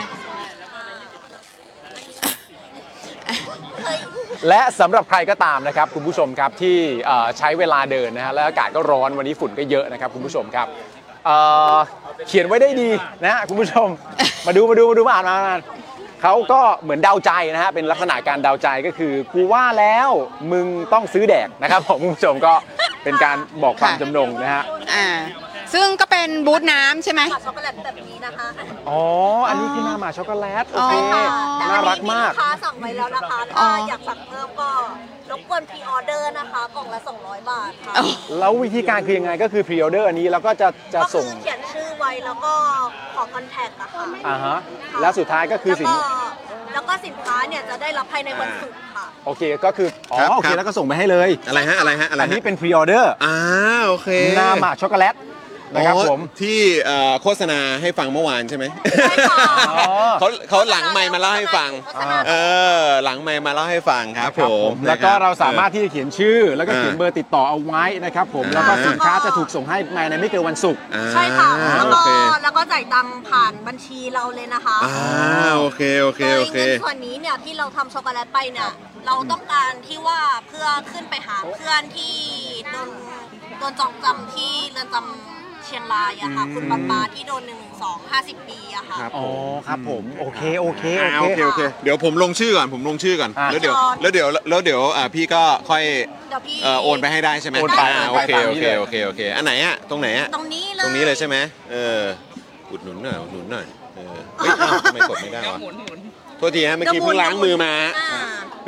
และสำหรับใครก็ตามนะครับคุณผู้ชมครับที่ใช้เวลาเดินนะฮะแล้วอากาศก็ร้อนวันนี้ฝุ่นก็เยอะนะครับคุณผู้ชมครับเขียนไว้ได้ดีนะคุณผู้ชมมาดูมาอ่านเขาก็เหมือนเดาใจนะฮะเป็นลักษณะการเดาใจก็คือกูว่าแล้วมึงต้องซื้อแดกนะครับผมคุณผู้ชมก็เป็นการบอกความจำนงนะฮะซึ่งก็เป็นบูธน้ำใช่ไหมช็อกโกแลตแบบนี้นะคะอ๋ออันนี้คือหน้าหมาช็อกโกแลตโอเคแต่น่ารักมากลูกค้าสั่งไว้แล้วนะคะถ้าอยากสั่งเพิ่มก็รบกวนพรีออเดอร์นะคะกล่องละ200 บาทค่ะแล้ววิธีการคือยังไงก็คือพรีออเดอร์อันนี้แล้วก็จะก็คืส่งอเขียนชื่อไว้แล้วก็ขอคอนแทคอะค่ะอ่าฮะแล้วสุดท้ายก็คือแล้วก็สินค้าเนี่ยจะได้รับภายในวันศุกร์ค่ะโอเคก็คืออ๋อโอเคแล้วก็ส่งไปให้เลยอะไรฮะอันนี้เป็นพรีออเดอร์โอเคหน้าหมาช็อกโกแลตนะครับผมที่โฆษณาให้ฟังเมื่อวานใช่ไหมเขาหลังไมค์มาเล่าให้ฟังหลังไมค์มาเล่าให้ฟังครับผมแล้วก็เราสามารถที่จะเขียนชื่อแล้วก็เขียนเบอร์ติดต่อเอาไว้นะครับผมแล้วก็สินค้าจะถูกส่งให้ภายในไม่เกินวันศุกร์ใช่ค่ะแล้วก็จ่ายตังค์ผ่านบัญชีเราเลยนะคะโอเคโดยเงินส่วนนี้เนี่ยที่เราทำช็อกโกแลตไปเนี่ยเราต้องการที่ว่าเพื่อขึ้นไปหาเพื่อนที่โดนจองจำที่เรือนจำเชียงรายอะค่ะคุณป๊าป๊าที่โดน112 50 ปีอะค่ะอ๋อครับผมโอเคเดี๋ยวผมลงชื่อก่อนแล้วเดี๋ยวพี่ก็ค่อยโอนไปให้ได้ใช่ไหมโอเคอันไหนอะตรงไหนอะตรงนี้เลยใช่ไหมอุดหนุนหน่อยทำไมกดไม่ได้วะโทษทีฮะเมื่อกี้เพิ่งล้างมือมาไม่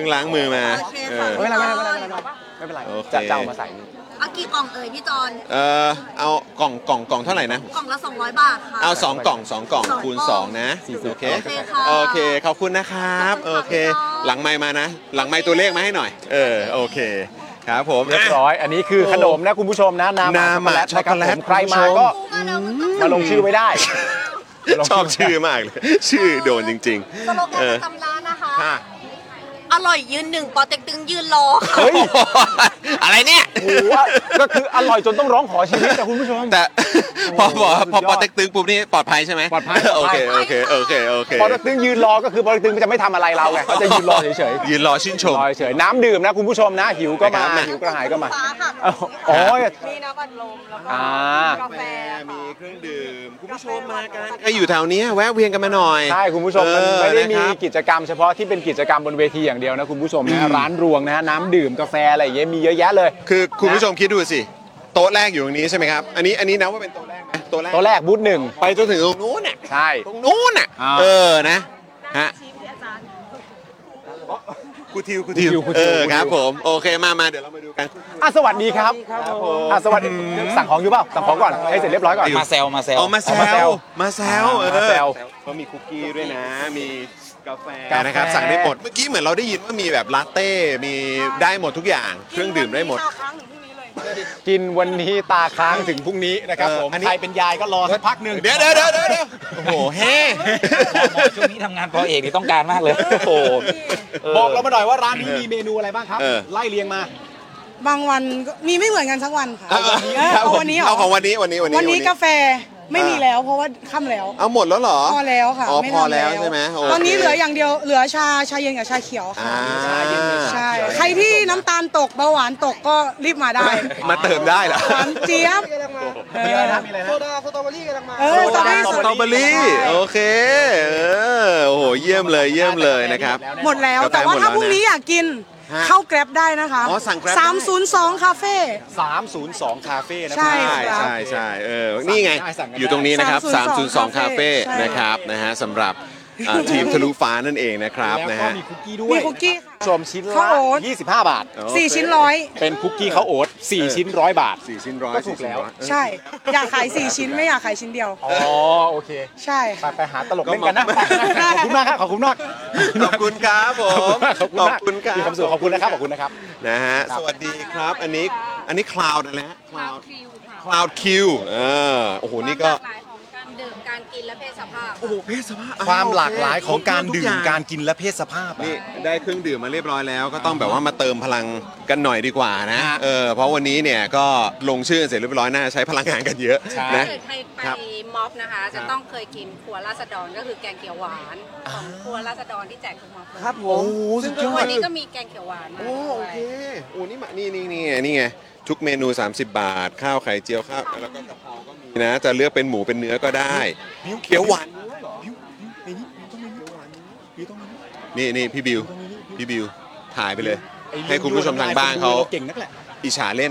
เป็นไรจะเอามาใส่เอากี่กล่องพี่จอนเอากล่องเท่าไหร่นะกล่องละ200 บาทค่ะเอา2 กล่องคูณ2นะโอเคขอบคุณนะครับโอเคหลังไมค์มานะหลังไมค์ตัวเลขมาให้หน่อยโอเคครับผมเรียบร้อยอันนี้คือขนมนะคุณผู้ชมนะน้ำช็อกโกแลตใครมาก็มาลงชื่อไว้ได้ชอบชื่อมากเลยชื่อโดนจริงๆสโลแกนประจำร้านนะคะอร่อยยืนหนึ่งปอเต็กตึงยืนรอค่ะอะไรเนี่ยก็คืออร่อยจนต้องร้องขอชีวิตแต่คุณผู้ชมแต่พอปอเต็กตึงปุ๊บนี่ปลอดภัยใช่ไหมปลอดภัยโอเคปอเต็กตึงยืนรอก็คือปอเต็กตึงจะไม่ทำอะไรเราไงเขาจะยืนรอเฉยยืนรอชื่นชมเฉยน้ำดื่มนะคุณผู้ชมนะหิวก็มาหิวกระหายก็มาอ๋อมีน้ำอัดลมแล้วก็กาแฟมีเครื่องดื่มคุณผู้ชมมากันใครอยู่แถวนี้แวะเวียนกันมาหน่อยใช่คุณผู้ชมมันไม่ได้มีกิจกรรมเฉพาะที่เป็นกิจกรรมบนเวทีอย่างเดียวนะคุณผู้ชมนะร้านรวงนะฮะน้ำดื่มกาแฟอะไรอย่างเงี้ยมีเยอะแยะเลยคือคุณผู้ชมคิดดูสิโต๊ะแรกอยู่ตรงนี้ใช่ไหมครับอันนี้นับว่าเป็นโต๊ะแรกไหมโต๊ะแรกบูธหนึ่งไปจนถึงตรงนู้นน่ะใช่ตรงนู้นน่ะนะฮะครูทิวครับผมโอเคมาเดี๋ยวเรามาดูกันสวัสดีครับสวัสดีสั่งของอยู่เปล่าสั่งของก่อนให้เสร็จเรียบร้อยก่อนมาแซวก็มีคุกกี้ด้วยนะมีกาแฟนะครับสั่งได้หมดเมื่อกี้เหมือนเราได้ยินว่ามีแบบลาเต้มีได้หมดทุกอย่างเครื่องดื่มได้หมดกินวันนี้ตาค้างถึงพรุ่งนี้นะครับผมใครเป็นยายก็รอสักพักหนึ่งเดี๋ยวโอ้โหเฮ้ช่วงนี้ทำงานปอเอกนี่ต้องการมากเลยโอ้บอกเรามาหน่อยว่าร้านนี้มีเมนูอะไรบ้างครับไล่เรียงมาบางวันมีไม่เหมือนกันสักวันค่ะเอาวันนี้เอาของวันนี้กาแฟไม่มีแล้วเพราะว่าค่ำแล้วเอาหมดแล้วเหรอพอแล้วค่ะพอแล้วใช่ไหมตอนนี้เหลืออย่างเดียวเหลือชาเย็นกับชาเขียวค่ะใช่ใครที่น้ำตาลตกเบาหวานตกก็รีบมาได้มาเติมได้เหรอหวานเจี๊ยบมีอะไรนะโซดาสตรอเบอรี่กำลังมาสตรอเบอรี่โอเคโอ้โหเยี่ยมเลยนะครับหมดแล้วแต่ว่าถ้าพรุ่งนี้อยากกินเข้าแกร็บได้นะคะสั่งแกร็บ 302คาเฟ่ 302คาเฟ่นะใช่นี่ไงอยู่ตรงนี้นะครับ302คาเฟ่นะครับนะฮะสำหรับทีมทะลุฟ้านั่นเองนะครับนะฮะมีคุกกี้ด้วยมีคุกกี้ชมชิ้นละ25 บาท 4 ชิ้น100 เป็นคุกกี้ข้าวโอ๊ต4 ชิ้น100 บาท 4 ชิ้น100 ก็ถูกแล้วใช่อยากขาย4 ชิ้นไม่อยากขายชิ้นเดียวอ๋อโอเคใช่ไปหาตลกเล่นกันนะขอบคุณมากครับขอบคุณมากขอบคุณครับผมขอบคุณครับมีความสุขขอบคุณนะครับนะฮะสวัสดีครับอันนี้คลาวด์อะไรฮะคลาวด์คิวโอ้โหนี่ก็ดื่มการกินและเพศสภาพโอ้โหเพศสภาพความหลากหลายของการดื่มการกินและเพศสภาพนี่ได้เครื่องดื่มมาเรียบร้อยแล้วก็ต้องแบบว่ามาเติมพลังกันหน่อยดีกว่านะเพราะวันนี้เนี่ยก็ลงชื่อเสร็จเรียบร้อยน่าใช้พลังงานกันเยอะนะใครไปม็อบนะคะจะต้องเคยกินครัวราษฎรก็คือแกงเขียวหวานของครัวราษฎรที่แจกทุกม็อบครับผมซึ่งวันนี้ก็มีแกงเขียวหวานมาโอเคโอ้นี่มานี่ไงทุกเมนู30 บาทข้าวไข่เจียวข้าวแล้วก็กะเพราก็มีนะจะเลือกเป็นหมูเป็นเนื้อก็ได้เขียวหวานมีต้องนี่พี่บิวถ่ายไปเลย ให้คุณผู้ชมทางบ้านเขาอิจฉาเล่น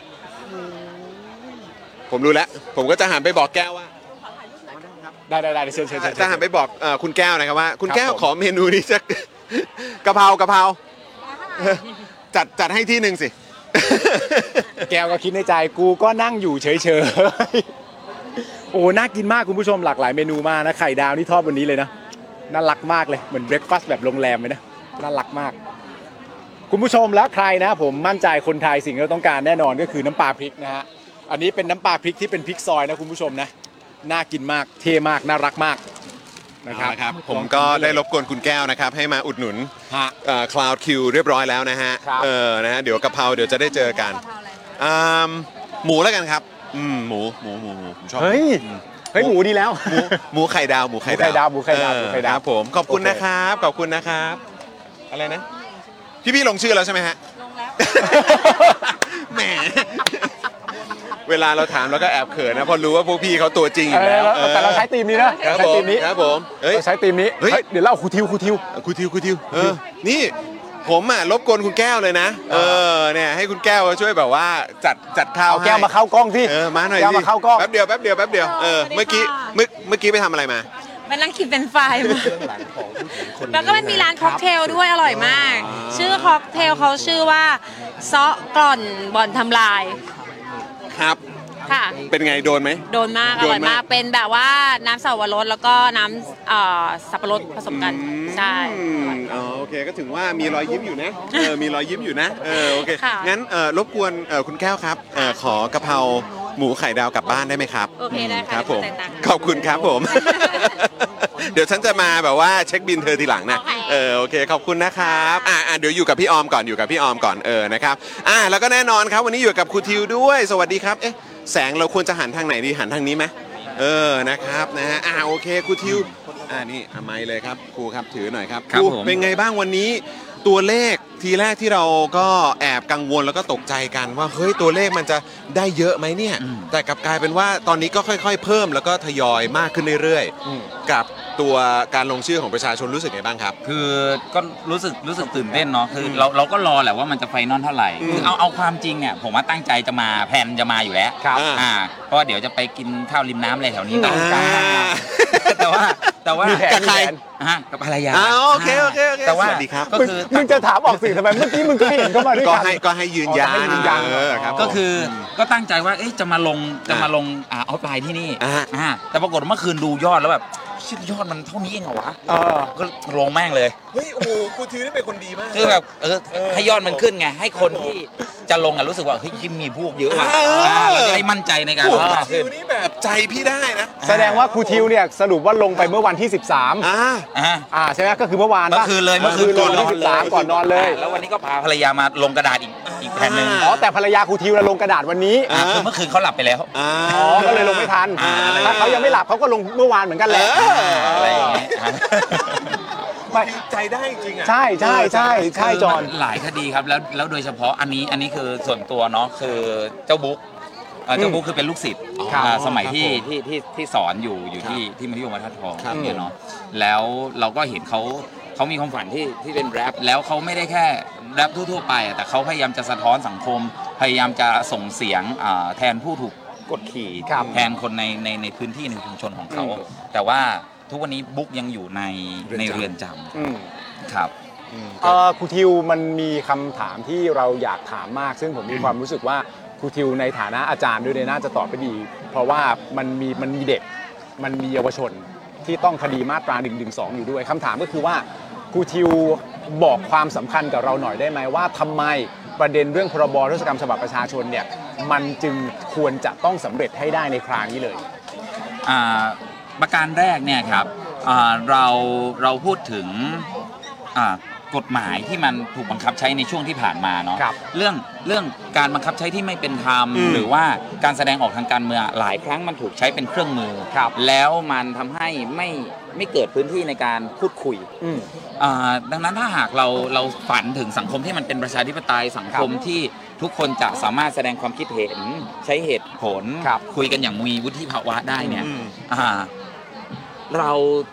ผมรู้แล้วผมก็จะหันไปบอกแก้วว่าได้เชิญจะหันไปบอกคุณแก้วนะครับว่าคุณแก้วขอเมนูนี้สักกะเพราจัดให้ที่หนึ่งสิแก้วก็คิดในใจกูก็นั่งอยู่เฉยๆโอ้น่ากินมากคุณผู้ชมหลากหลายเมนูมากนะไข่ดาวนี่ทอดวันนี้เลยนะน่ารักมากเลยเหมือนเบรคฟาสต์แบบโรงแรมเลยนะน่ารักมากคุณผู้ชมและใครนะผมมั่นใจคนไทยสิ่งที่เราต้องการแน่นอนก็คือน้ำปลาพริกนะฮะอันนี้เป็นน้ำปลาพริกที่เป็นพริกซอยนะคุณผู้ชมนะน่ากินมากเท่มากน่ารักมากนะครับผมก็ได้รบกวนคุณแก้วนะครับให้มาอุดหนุนCloud Q เรียบร้อยแล้วนะฮะนะฮะเดี๋ยวกะเพราเดี๋ยวจะได้เจอกันหมูแล้วกันครับหมูผมชอบเฮ้ยหมูดีแล้วหมูไข่ดาวครับผมขอบคุณนะครับขอบคุณนะครับอะไรนะพี่ลงชื่อแล้วใช่ไหมฮะลงแล้วแหมเวลาเราถามเราก็แอบเขินนะเพราะรู้ว่าพวกพี่เขาตัวจริงอยู่แล้วแต่เราใช้ทีมนี้นะใช้ทีมนี้ครับผมเราใช้ทีมนี้เดี๋ยวเล่าครูทิวนี่ผมรบกวนคุณแก้วเลยนะเนี่ยให้คุณแก้วช่วยแบบว่าจัดข้าวให้แก้วมาเข้ากล้องพี่มาหน่อยสิแป๊บเดียวเมื่อกี้ไปทำอะไรมาไปนั่งกินเป็นไฟแล้วก็มันมีร้านค็อกเทลด้วยอร่อยมากชื่อค็อกเทลเขาชื่อว่าซอก่อนบ่อนทำลายครับค่ะเป็นไงโดนไหมโดนมากอร่อยมากเป็นแบบว่าน้ำสับปะรดแล้วก็น้ำสับปะรดผสมกันใช่โอเคก็ถึงว่ามีรอยยิ้มอยู่นะมีรอยยิ้มอยู่นะโอเคงั้นรบกวนคุณแก้วครับขอกะเพราหมูไข่ดาวกลับบ้านได้ไหมครับโอเคได้ครับผมขอบคุณครับผมเดี๋ยวฉันจะมาแบบว่าเช็คบินเธอทีหลังนะโอเคขอบคุณนะครับเดี๋ยวอยู่กับพี่ออมก่อนนะครับแล้วก็แน่นอนครับวันนี้อยู่กับครูทิวด้วยสวัสดีครับแสงเราควรจะหันทางไหนดีหันทางนี้ไหมนะครับนะฮะโอเคครูทิวนี่ไมค์เลยครับครูครับถือหน่อยครับครูเป็นไงบ้างวันนี้ตัวเลขทีแรกที่เราก็แอบกังวลแล้วก็ตกใจกันว่าเฮ้ยตัวเลขมันจะได้เยอะไหมเนี่ยแต่กลับกลายเป็นว่าตอนนี้ก็ค่อยๆเพิ่มแล้วก็ทยอยมากขึ้นเรื่อยๆกับตัวการลงชื่อของประชาชนรู้สึกไงบ้างครับคือก็รู้สึกตื่นเต้นเนาะคือเราก็รอแหละว่ามันจะไฟนอลเท่าไหร่คือเอาความจริงเนี่ยผมว่าตั้งใจจะมาแพนจะมาอยู่แล้วเพราะเดี๋ยวจะไปกินข้าวริมน้ำอะไรแถวนี้แต่ว่ากับใครกับภรรยาโอเคแต่ว่าสวัสดีครับก็คือมึงจะถามออกสื่อทำไมเมื่อกี้มึงก็เห็นเข้ามาด้วยกันก็ให้ยืนยันครับก็คือก็ตั้งใจว่าจะมาลงออฟไลน์ที่นี่แต่ปรากฏเมื่อคืนดูยอดแล้วแบบยอดมันเท่านี้เองเหรอวะก็ลงแม่งเลยเฮ้ยโอ้โหครูทิวนี่เป็นคนดีมากคือแบบให้ยอดมันขึ้นไงให้คนที่จะลงรู้สึกว่าเฮ้ยมีพวกเยอะเราจะได้มั่นใจในการครูทิวนี่แบบใจพี่ได้นะแสดงว่าครูทิวเนี่ยสรุปว่าลงไปเมื่อวันที่13ใช่ไหมก็คือเมื่อวานเมื่อคืนเลยเมื่อคืนก่อนวันที่13ก่อนนอนเลยแล้ววันนี้ก็พาภรรยามาลงกระดาษอีกแผ่นนึงแต่ภรรยาครูทิวลงกระดาษวันนี้คือเมื่อคืนเขาหลับไปแล้วก็เลยลงไม่ทันถ้าเขายังไม่หลับเขาก็ลงเมื่อวานเหมือนกันแหละอะไรอย่างเงี้ยใจได้จริงอ่ะใช่จอนหลายคดีครับแล้วโดยเฉพาะอันนี้คือส่วนตัวเนาะคือเจ้าบุ๊กคือเป็นลูกศิษย์สมัยที่สอนอยู่ที่มัธยมวัฒนทองเนี่ยเนาะแล้วเราก็เห็นเขามีความฝันที่เป็นแรปแล้วเขาไม่ได้แค่แรปทั่วๆไปแต่เขาพยายามจะสะท้อนสังคมพยายามจะส่งเสียงแทนผู้ถูกกดขี่แทนคนในพื้นที่ในชุมชนของเขาแต่ว่าทุกวันนี้บุ๊กยังอยู่ในเรือนจำครับครูทิวมันมีคำถามที่เราอยากถามมากซึ่งผมมีความรู้สึกว่าครูทิวในฐานะอาจารย์ด้วยน่าจะตอบไปดีเพราะว่ามันมีเด็กมันมีเยาวชนที่ต้องคดีมาตรา112อยู่ด้วยคำถามก็คือว่าครูทิวบอกความสำคัญกับเราหน่อยได้ไหมว่าทำไมประเด็นเรื่องพรบโทษกรรมฉบับประชาชนเนี่ยมันจึงควรจะต้องสำเร็จให้ได้ในคราวนี้เลยประการแรกเนี่ยครับเราพูดถึงกฎหมายที่มันถูกบังคับใช้ในช่วงที่ผ่านมาเนาะเรื่องการบังคับใช้ที่ไม่เป็นธรรมหรือว่าการแสดงออกทางการเมืองหลายครั้งมันถูกใช้เป็นเครื่องมือแล้วมันทำให้ไม่เกิดพื้นที่ในการพูดคุยดังนั้นถ้าหากเราฝันถึงสังคมที่มันเป็นประชาธิปไตยสังคมที่ทุกคนจะสามารถแสดงความคิดเห็นใช้เหตุผลคุยกันอย่างมีวุฒิภาวะได้เนี่ย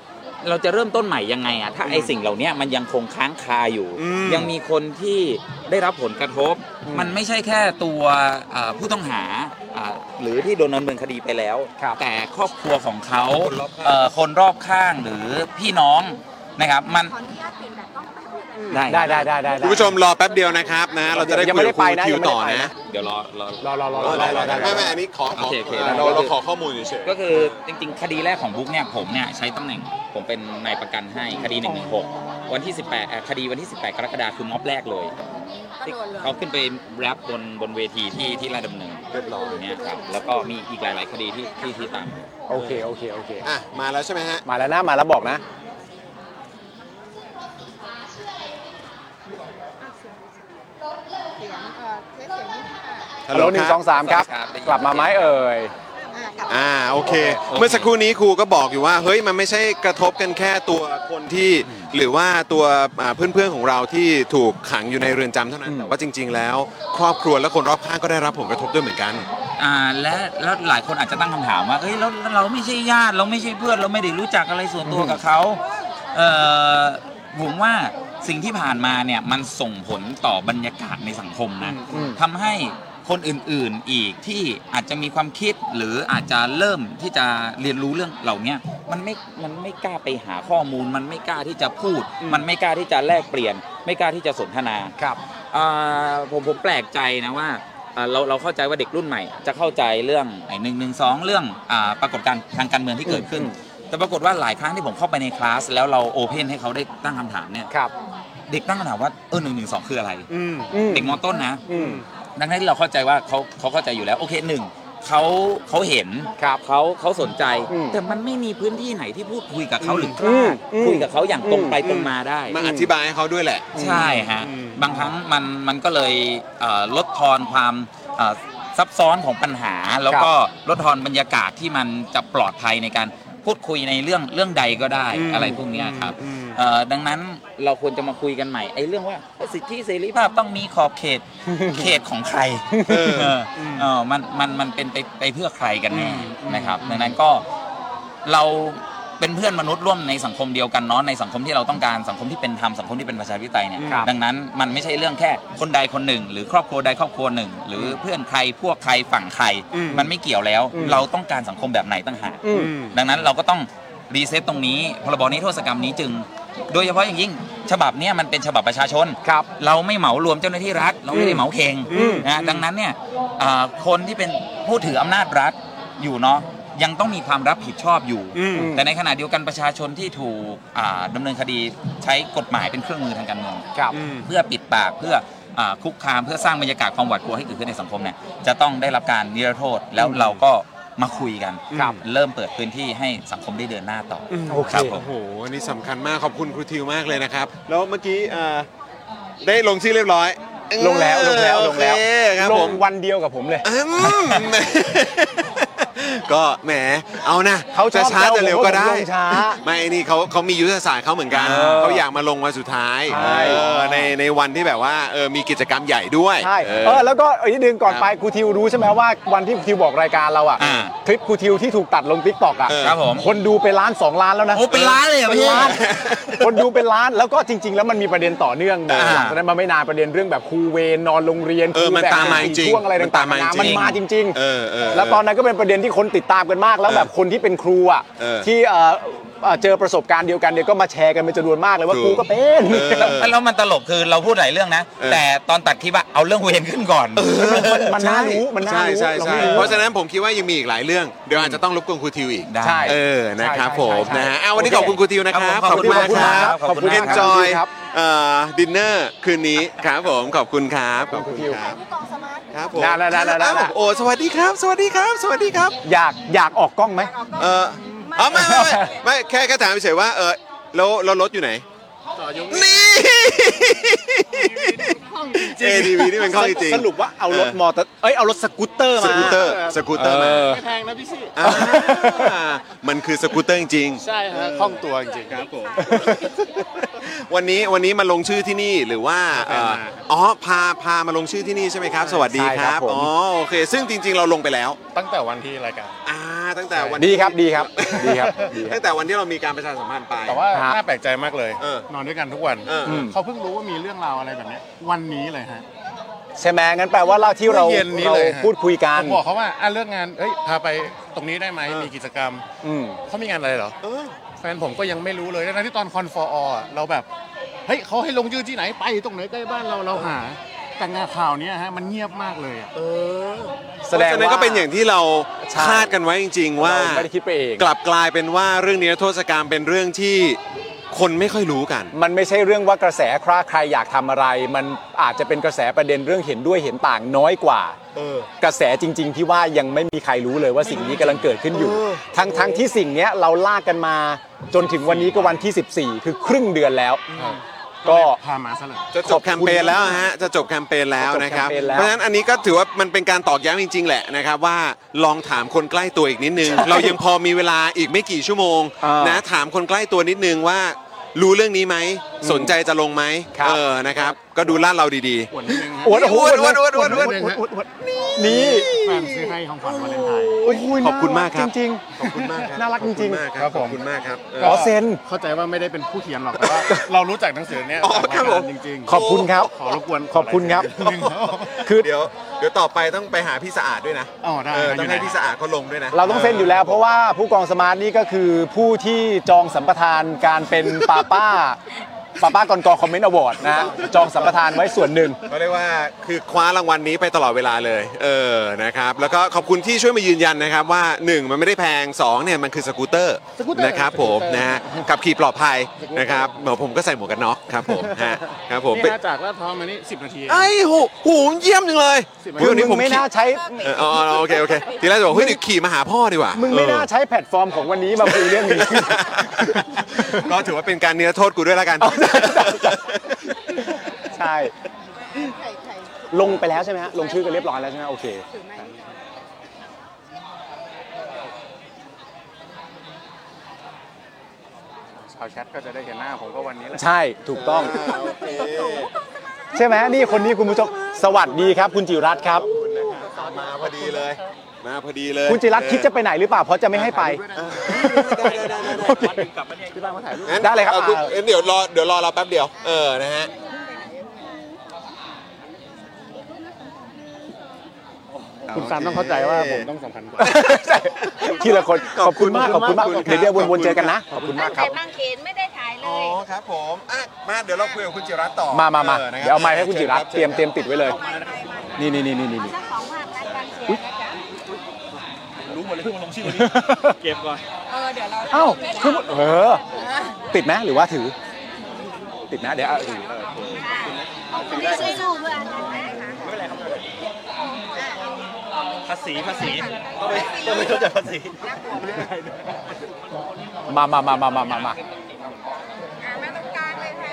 เราจะเริ่มต้นใหม่ยังไงถ้าไอ้สิ่งเหล่านี้มันยังคงค้างคาอยู่ยังมีคนที่ได้รับผลกระทบมันไม่ใช่แค่ตัวผู้ต้องหาหรือที่โดนดำเนินคดีไปแล้วแต่ครอบครัวของเขาคนรอบข้างหรือพี่น้องนะครับมันได้คุณผู้ชมรอแป๊บเดียวนะครับนะเราจะได้คุยกับคุณทิวต่อนะเดี๋ยวรอไม่อันนี้ขอเราขอข้อมูลเฉยๆก็คือจริงๆคดีแรกของบุ๊กเนี่ยผมเนี่ยใช้ตำแหน่งผมเป็นนายประกันให้คดี116วันที่18คดีวันที่18กรกฎาคมคือม็อบแรกเลยเขาขึ้นไปแรปบนเวทีที่ราชดำเนินเรียบร้อยเนี่ยครับแล้วก็มีอีกหลายๆคดีที่ตามโอเคมาแล้วใช่ไหมฮะมาแล้วนะมาแล้วบอกนะฮัลโหล1 2 3ครับกลับมาไหมเอ่ยโอเคเมื่อสักครู่นี้ครูก็บอกอยู่ว่าเฮ้ยมันไม่ใช่กระทบกันแค่ตัวคนที่หรือว่าตัวเพื่อนๆของเราที่ถูกขังอยู่ในเรือนจำเท่านั้นแต่ว่าจริงๆแล้วครอบครัวและคนรอบข้างก็ได้รับผลกระทบด้วยเหมือนกันและหลายคนอาจจะตั้งคำถามว่าเฮ้ยเราไม่ใช่ญาติเราไม่ใช่เพื่อนเราไม่ได้รู้จักอะไรส่วนตัวกับเขาผมว่าสิ่งที่ผ่านมาเนี่ยมันส่งผลต่อบรรยากาศในสังคมนะทำให้คนอื่นๆอีกที่อาจจะมีความคิดหรืออาจจะเริ่มที่จะเรียนรู้เรื่องเหล่านี้มันไม่กล้าไปหาข้อมูลมันไม่กล้าที่จะพูดมันไม่กล้าที่จะแลกเปลี่ยนไม่กล้าที่จะสนทนาครับผมแปลกใจนะว่าเราเข้าใจว่าเด็กรุ่นใหม่จะเข้าใจเรื่อง112เรื่องปรากฏการณ์ทางการเมืองที่เกิดขึ้นแต่ปรากฏว่าหลายครั้งที่ผมเข้าไปในคลาสแล้วเราโอเพนให้เขาได้ตั้งคำถามเนี่ยเด็กตั้งคำถามว่า112คืออะไรเด็กม.ต้นนะดังนั้นที่เราเข้าใจว่าเขาเข้าใจอยู่แล้วโอเคเขาเห็นเขาสนใจแต่มันไม่มีพื้นที่ไหนที่พูดคุยกับเขาหรือกล้าคุยกับเขาอย่างตรงไปตรงมาได้มาอธิบายให้เขาด้วยแหละใช่ฮะบางครั้งมันก็เลยลดทอนความซับซ้อนของปัญหาแล้วก็ลดทอนบรรยากาศที่มันจะปลอดภัยในการพูดคุยในเรื่องใดก็ได้อะไรพวกนี้ครับดังนั้นเราควรจะมาคุยกันใหม่ไอ้เรื่องว่าสิทธิเสรีภาพต้องมีขอบเขตของใครมันเป็นไปเพื่อใครกันแน่นะครับดังนั้นก็เราเป็นเพื่อนมนุษย์ร่วมในสังคมเดียวกันเนาะในสังคมที่เราต้องการสังคมที่เป็นธรรมสังคมที่เป็นประชาธิปไตยเนี่ยดังนั้นมันไม่ใช่เรื่องแค่คนใดคนหนึ่งหรือครอบครัวใดครอบครัวหนึ่งหรือเพื่อนใครพวกใครฝั่งใครมันไม่เกี่ยวแล้วเราต้องการสังคมแบบไหนต่างหากดังนั้นเราก็ต้องรีเซ็ตตรงนี้พรบนิรโทษกรรมนี้จึงโดยเฉพาะอย่างยิ่งฉบับนี้มันเป็นฉบับประชาชนเราไม่เหมารวมเจ้าหน้าที่รัฐเราไม่ได้เหมาเข่งนะดังนั้นเนี่ยคนที่เป็นผู้ถืออำนาจรัฐอยู่เนาะยังต้องมีความรับผิดชอบอยู่แต่ในขณะเดียวกันประชาชนที่ถูกดำเนินคดีใช้กฎหมายเป็นเครื่องมือทางการเมืองเพื่อปิดปากเพื่อคุกคามเพื่อสร้างบรรยากาศความหวาดกลัวให้เกิดขึ้นในสังคมเนี่ยจะต้องได้รับการนิรโทษแล้วเราก็มาคุยกันเริ่มเปิดพื้นที่ให้สังคมได้เดินหน้าต่อโอเคโอ้โหอันนี้สำคัญมากขอบคุณครูทิวมากเลยนะครับแล้วเมื่อกี้ได้ลงชื่อเรียบร้อยลงแล้วลงวันเดียวกับผมเลยก็แหมเอานะเขาจะช้าจะเร็วก็ได้ไม่นี่เขามียุทธศาสตร์เขาเหมือนกันเขาอยากมาลงวันสุดท้ายในวันที่แบบว่ามีกิจกรรมใหญ่ด้วยใช่แล้วก็อีกนิดนึงก่อนไปครูทิวรู้ใช่ไหมว่าวันที่ครูทิวบอกรายการเราอ่ะคลิปครูทิวที่ถูกตัดลง TikTok อ่ะคนดูไป1-2 ล้านแล้วนะโอ้เป็นล้านเลยเหรอพี่คนดูเป็นล้านแล้วก็จริงๆแล้วมันมีประเด็นต่อเนื่องหลังจากนั้นมาไม่นานประเด็นเรื่องแบบครูเวรนอนโรงเรียนครูแบบช่วงอะไรต่างๆมันมาจริงๆแล้วตอนนั้นก็เป็นประเด็นที่คนติดตามกันมากแล้วแบบคนที่เป็นครูอ่ะที่เจอประสบการณ์เดียวกันเนี่ยก็มาแชร์กันเป็นจำนวนมากเลยว่าครูก็เป็นแล้วมันตลกคือเราพูดหลายเรื่องนะแต่ตอนตัดคลิปว่าเอาเรื่องเวรขึ้นก่อนมันน่ารู้ใช่เพราะฉะนั้นผมคิดว่ายังมีอีกหลายเรื่องเดี๋ยวอาจจะต้องรบกวนครูทิวอีกใช่นะครับผมนะฮะวันนี้ขอบคุณครูทิวนะครับขอบคุณมากครับขอบคุณ Enjoy ดินเนอร์คืนนี้ครับผมขอบคุณครับขอบคุณครับครับผมโอ้สวัสดีครับสวัสดีครับอยากออกกล้องไหมไม่แค่ถามเฉยๆว่าแล้วรถอยู่ไหนนี่ADV นี่เป็นข้อจริงสรุปว่าเอารถมอเตอร์เอารถสกูตเตอร์มาสกูตเตอร์มาไม่แพงนะพี่ซี่มันคือสกูตเตอร์จริงใช่ฮะคล่องตัวจริงครับผมวันนี้มาลงชื่อที่นี่หรือว่าพามาลงชื่อที่นี่ใช่ไหมครับสวัสดีครับโอเคซึ่งจริงๆเราลงไปแล้วตั้งแต่วันที่รายการตั้งแต่วันดีครับดีครับดีครับตั้งแต่วันที่เรามีการประชาสัมพันธ์ไปแต่ว่าน่าแปลกใจมากเลยเออนอนด้วยกันทุกวัน เขาเพิ่งรู้ว่ามีเรื่องราวอะไรแบบนี้วันนี้เลยฮะใช่ไหมงั้นแปลว่าที่เราเย็นนี้เลยฮะพูดคุยกันผมบอกเขาว่าเลิกงานพาไปตรงนี้ได้ไหมมีกิจกรรมเขามีงานอะไรเหรอแฟนผมก็ยังไม่รู้เลยทั้งที่ตอนคอนฟอร์เราแบบเฮ้ยเขาให้ลงชื่อที่ไหนไปตรงไหนใกล้บ้านเราหาแต่งานข่าวเนี้ยฮะมันเงียบมากเลยแสดงว่าก็เป็นอย่างที่เราคาดกันไว้จริงๆว่าไม่ได้คิดไปเองกลับกลายเป็นว่าเรื่องนิรโทษกรรมเป็นเรื่องที่คนไม่ค่อยรู้กันมันไม่ใช่เรื่องว่ากระแสใครอยากทำอะไรมันอาจจะเป็นกระแสประเด็นเรื่องเห็นด้วยเห็นต่างน้อยกว่ากระแสจริงๆที่ว่ายังไม่มีใครรู้เลยว่าสิ่งนี้กำลังเกิดขึ้นอยู่ทั้งที่สิ่งนี้เราลากกันมาจนถึงวันนี้ก็วันที่14คือครึ่งเดือนแล้วก็พามาซะเลยจะจบแคมเปญแล้วฮะจะจบแคมเปญแล้วนะครับเพราะฉะนั้นอันนี้ก็ถือว่ามันเป็นการตอกย้ำจริงๆแหละนะครับว่าลองถามคนใกล้ตัวอีกนิดนึงเรายังพอมีเวลาอีกไม่กี่ชั่วโมงนะถามคนใกล้ตัวนิดนึงว่ารู้เรื่องนี้ไหมสนใจจะลงไหมนะครับก็ดูลาดเราดีๆอวดนี่แฟนซื้อให้ของขวัญวาเลนไทน์ขอบคุณมากครับจริงๆขอบคุณมากครับน่ารักจริงๆครับขอบคุณมากครับเซ็นเข้าใจว่าไม่ได้เป็นผู้เขียนหรอกแต่ว่าเรารู้จักหนังสือเนี้ยจริงๆขอบคุณครับขอรบกวนขอบคุณครับคือเดี๋ยวต่อไปต้องไปหาพี่สะอาดด้วยนะได้ต้องให้พี่สะอาดเขาลงด้วยนะเราต้องเซ็นอยู่แล้วเพราะว่าผู้กองสมาร์ทนี่ก็คือผู้ที่จองสัมปทานการเป็นป้าก่อนคอมเมนต์อวอร์ดนะจองสัมปทานไว้ส่วนหนึ่งก็เรียกว่าคือคว้ารางวัลนี้ไปตลอดเวลาเลยนะครับแล้วก็ขอบคุณที่ช่วยมายืนยันนะครับว่า1มันไม่ได้แพง2เนี่ยมันคือสกูตเตอร์นะครับผมนะฮะขับขี่ปลอดภัยนะครับผมก็ใส่หมวกกันน็อกครับผมครับผมนี่จากลาดพร้าวมานี่10 นาทีโหเยี่ยมจังเลยวันนี้ผมไม่น่าใช้โอเคทีแรกจะบอกเฮ้ยขี่มาหาพ่อดีกว่ามึงไม่น่าใช้แพลตฟอร์มของวันนี้มาคุยเรื่องนี้ก็ถือว่าเป็นการนิรโทษกูด้วยแล้วกันใช่ลงไปแล้วใช่ไหมฮะลงชื่อกันเรียบร้อยแล้วใช่ไหมโอเคชาวแชทก็จะได้เห็นหน้าผมก็วันนี้แหละใช่ถูกต้องใช่ไหมนี่คนนี้คุณผู้ชมสวัสดีครับคุณจิรัตน์ครับมาพอดีเลยคุณจิรัตน์คิดจะไปไหนหรือเปล่าเพราะจะไม่ให้ไปได้เลยครับเดี๋ยวรอเราแป๊บเดียวนะฮะคุณซันต้องเข้าใจว่าผมต้องสำคัญกว่าทีละคนขอบคุณมากเดี๋ยววนๆเจอกันนะขอบคุณมากครับนั่งเข็นไม่ได้ถ่ายเลยครับผมมาเดี๋ยวเราคุยกับคุณจิรัตน์ต่อมาเดี๋ยวเอาไมค์ให้คุณจิรัตน์เตรียมติดไว้เลยนี่รู้หมดเลยที่มันลงชื่อวันนี้เก็บก่อนเดี๋ยวเราติดไหมหรือว่าถือติดนะเดี๋ยวถือไม่ใช่รูปด้วยไม่เป็นไรครับภาษีก็ไม่เข้าใจภาษีมาตรงกลางเลยค่ะ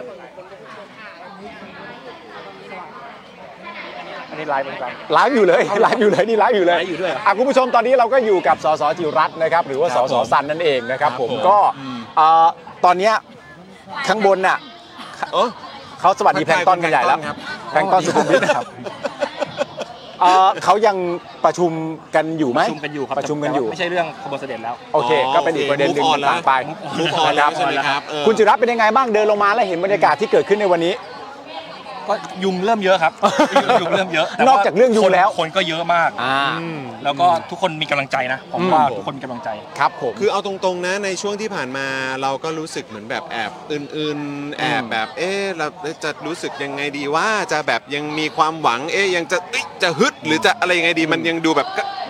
อันนี้ไลฟ์เหมือนกันไลฟ์อยู่เลยนี่ไลฟ์อยู่เลยคุณผู้ชมตอนนี้เราก็อยู่กับสสจิรัตน์นะครับหรือว่าสสซันนั่นเองนะครับผมก็ตอนนี้ข้างบนน่ะเขาสวัสดีแพลงก์ต้นกันใหญ่แล้วแพลงก์ต้นสุขุมวิทนะครับเขายังประชุมกันอยู่ไหมประชุมกันอยู่ไม่ใช่เรื่องขบวนเสด็จแล้วโอเคก็เป็นอีกประเด็นหนึ่งต่างไปนะครับใช่ไหมครับคุณจิรัตน์เป็นยังไงบ้างเดินลงมาแล้วเห็นบรรยากาศที่เกิดขึ้นในวันนี้ก็ยุงเริ่มเยอะครับยุงเริ่มเยอะนอกจากเรื่องยุงแล้วคนก็เยอะมากแล้วก็ทุกคนมีกำลังใจนะผมว่าทุกคนมีกำลังใจครับผมคือเอาตรงๆนะในช่วงที่ผ่านมาเราก็รู้สึกเหมือนแบบแอบอื่นๆแอบแบบเราจะรู้สึกยังไงดีว่าจะแบบยังมีความหวังยังจะฮึดหรือจะอะไรยังไงดีมันยังดูแบบ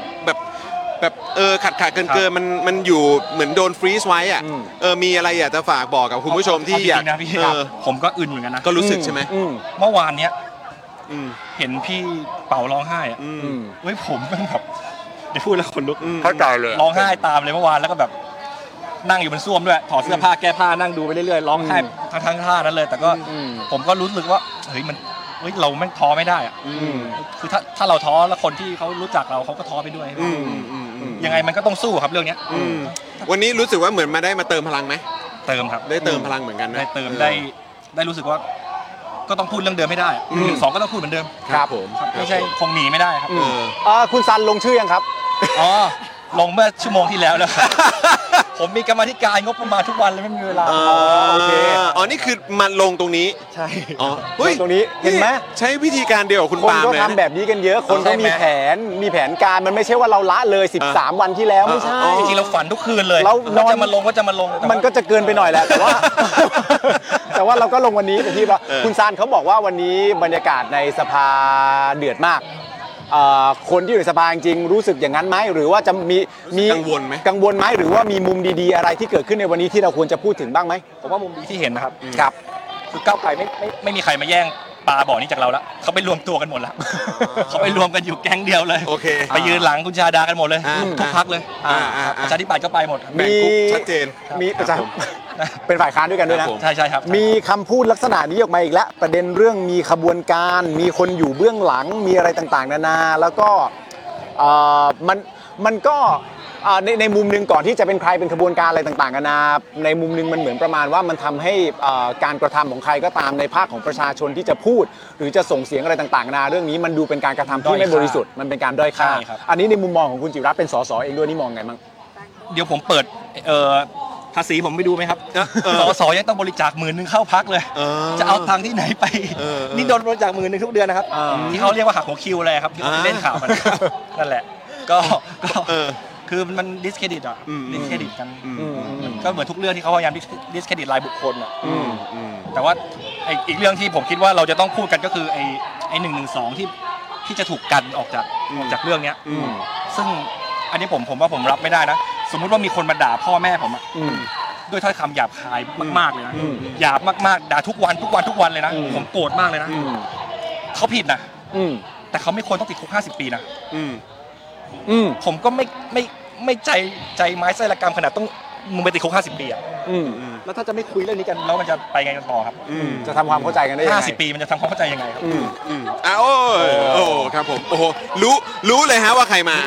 ขาดเกินมันอยู่เหมือนโดนฟรีซไว้อ่ะมีอะไรอยากจะฝากบอกกับคุณผู้ชมที่อยากผมก็อึนเหมือนกันนะก็รู้สึกใช่ไหมเมื่อวานเนี้ยเห็นพี่เป่าร้องไห้อ่ะเฮ้ยผมแบบเดี๋ยวพูดแล้วคนลุกเข้าใจเลยร้องไห้ตามเลยเมื่อวานแล้วก็แบบนั่งอยู่บนส้วมด้วยถอดเสื้อผ้าแก้ผ้านั่งดูไปเรื่อยๆร้องไห้ทั้งท่านั้นเลยแต่ก็ผมก็รู้สึกว่าเฮ้ยเราไม่ท้อไม่ได้อ่ะคือถ้าเราท้อแล้วคนที่เขารู้จักเราเขาก็ท้อไปด้วยยังไงมันก็ต้องสู้ครับเรื่องนี้วันนี้รู้สึกว่าเหมือนมาเติมพลังไหมเติมครับได้เติมพลังเหมือนกันนะได้เติมได้รู้สึกว่าก็ต้องพูดเรื่องเดิมไม่ได้2ก็ต้องพูดเหมือนเดิมครับผมไม่ใช่คงหนีไม่ได้ครับคุณซันลงชื่อยังครับลงเมื่อชั่วโมงที่แล้วแล้ว ผมมีกรรมาธิการงบประมาณทุกวันเลยไม่มีเวลาโอเคอ๋อนี่คือมันลงตรงนี้ใช่อ๋อเฮ้ยตรงนี้เห็นไหมใช้วิธีการเดียวกับคุณคนปาล์มก็เลยทำแบบนี้กันเยอะคนก็มีแผนการมันไม่ใช่ว่าเราละเลย13วันที่แล้วไม่ใช่จริงๆเราฝันทุกคืนเลยเรานอนจะมาลงก็จะมาลงมันก็จะเกินไปหน่อยแหละแต่ว่าเราก็ลงวันนี้เป็นที่แล้วคุณซานเขาบอกว่าวันนี้บรรยากาศในสภาเดือดมากคนที่อยู่ในสภาจริงรู้สึกอย่างนั้นไหมหรือว่าจะมีกังวลไหมหรือว่ามีมุมดีๆอะไรที่เกิดขึ้นในวันนี้ที่เราควรจะพูดถึงบ้างไหมผมว่ามุมดีที่เห็นนะครับครับคือก้าวไกลไม่มีใครมาแย่งปลาบ่อนี้จากเราแล้วเขาไปรวมตัวกันหมดแล้วเขาไปรวมกันอยู่แก๊งเดียวเลยโอเคไปยืนหลังคุณชาดากันหมดเลยทุกพรรคเลยประชาธิปัตย์ก็ไปหมดแบ่งกลุ่มชัดเจนมีประชาเป็นฝ่ายค้านด้วยกันด้วยนะใช่ครับมีคำพูดลักษณะนี้ออกมาอีกแล้วประเด็นเรื่องมีขบวนการมีคนอยู่เบื้องหลังมีอะไรต่างๆนานาแล้วก็มันก็ในมุมนึงก่อนที่จะเป็นใครเป็นขบวนการอะไรต่างๆนานาในมุมนึงมันเหมือนประมาณว่ามันทำให้การกระทำของใครก็ตามในภาคของประชาชนที่จะพูดหรือจะส่งเสียงอะไรต่างๆนานาเรื่องนี้มันดูเป็นการกระทำที่ไม่บริสุทธิ์มันเป็นการด้อยค่าอันนี้ในมุมมองของคุณจิรัตน์เป็นสสเองด้วยนี่มองไงบ้างเดี๋ยวผมเปิดภาษีผมไปดูไหมครับสสยังต้องบริจาค10,000เข้าพรรคเลยจะเอาทางที่ไหนไปนี่โดนบริจาค10,000ทุกเดือนนะครับที่เขาเรียกว่าหักหัวคิวเลยครับที่เล่นข่าวกันนั่นแหละก็คือมันดิสเครดิตดิสเครดิตกันก็เหมือนทุกเรื่องที่เขาพยายามดิสเครดิตรายบุคคลแต่ว่าอีกเรื่องที่ผมคิดว่าเราจะต้องพูดกันก็คือไอ้112ที่จะถูกกันออกจากเรื่องนี้ซึ่งอันนี้ผมว่าผมรับไม่ได้นะสมมุติว่ามีคนมาด่าพ่อแม่ผมด้วยถ้อยคำหยาบคายมากๆเลยนะหยาบมากๆด่าทุกวันเลยนะผมโกรธมากเลยนะเขาผิดนะแต่เขาไม่ควรต้องติดคุก50 ปีนะผมก็ไม่ใจไม้ไส้ระกรรมขนาดต้องมึงไปติดคุก50 ปีอ่ะแล้วถ้าจะไม่คุยเรื่องนี้กันแล้วมันจะไปไงกันต่อครับจะทำความเข้าใจกันได้ยังไง 50 ปีมันจะทำความเข้าใจยังไงครับโอ้ครับผมโอ้โหรู้เลยฮะว่าใครมา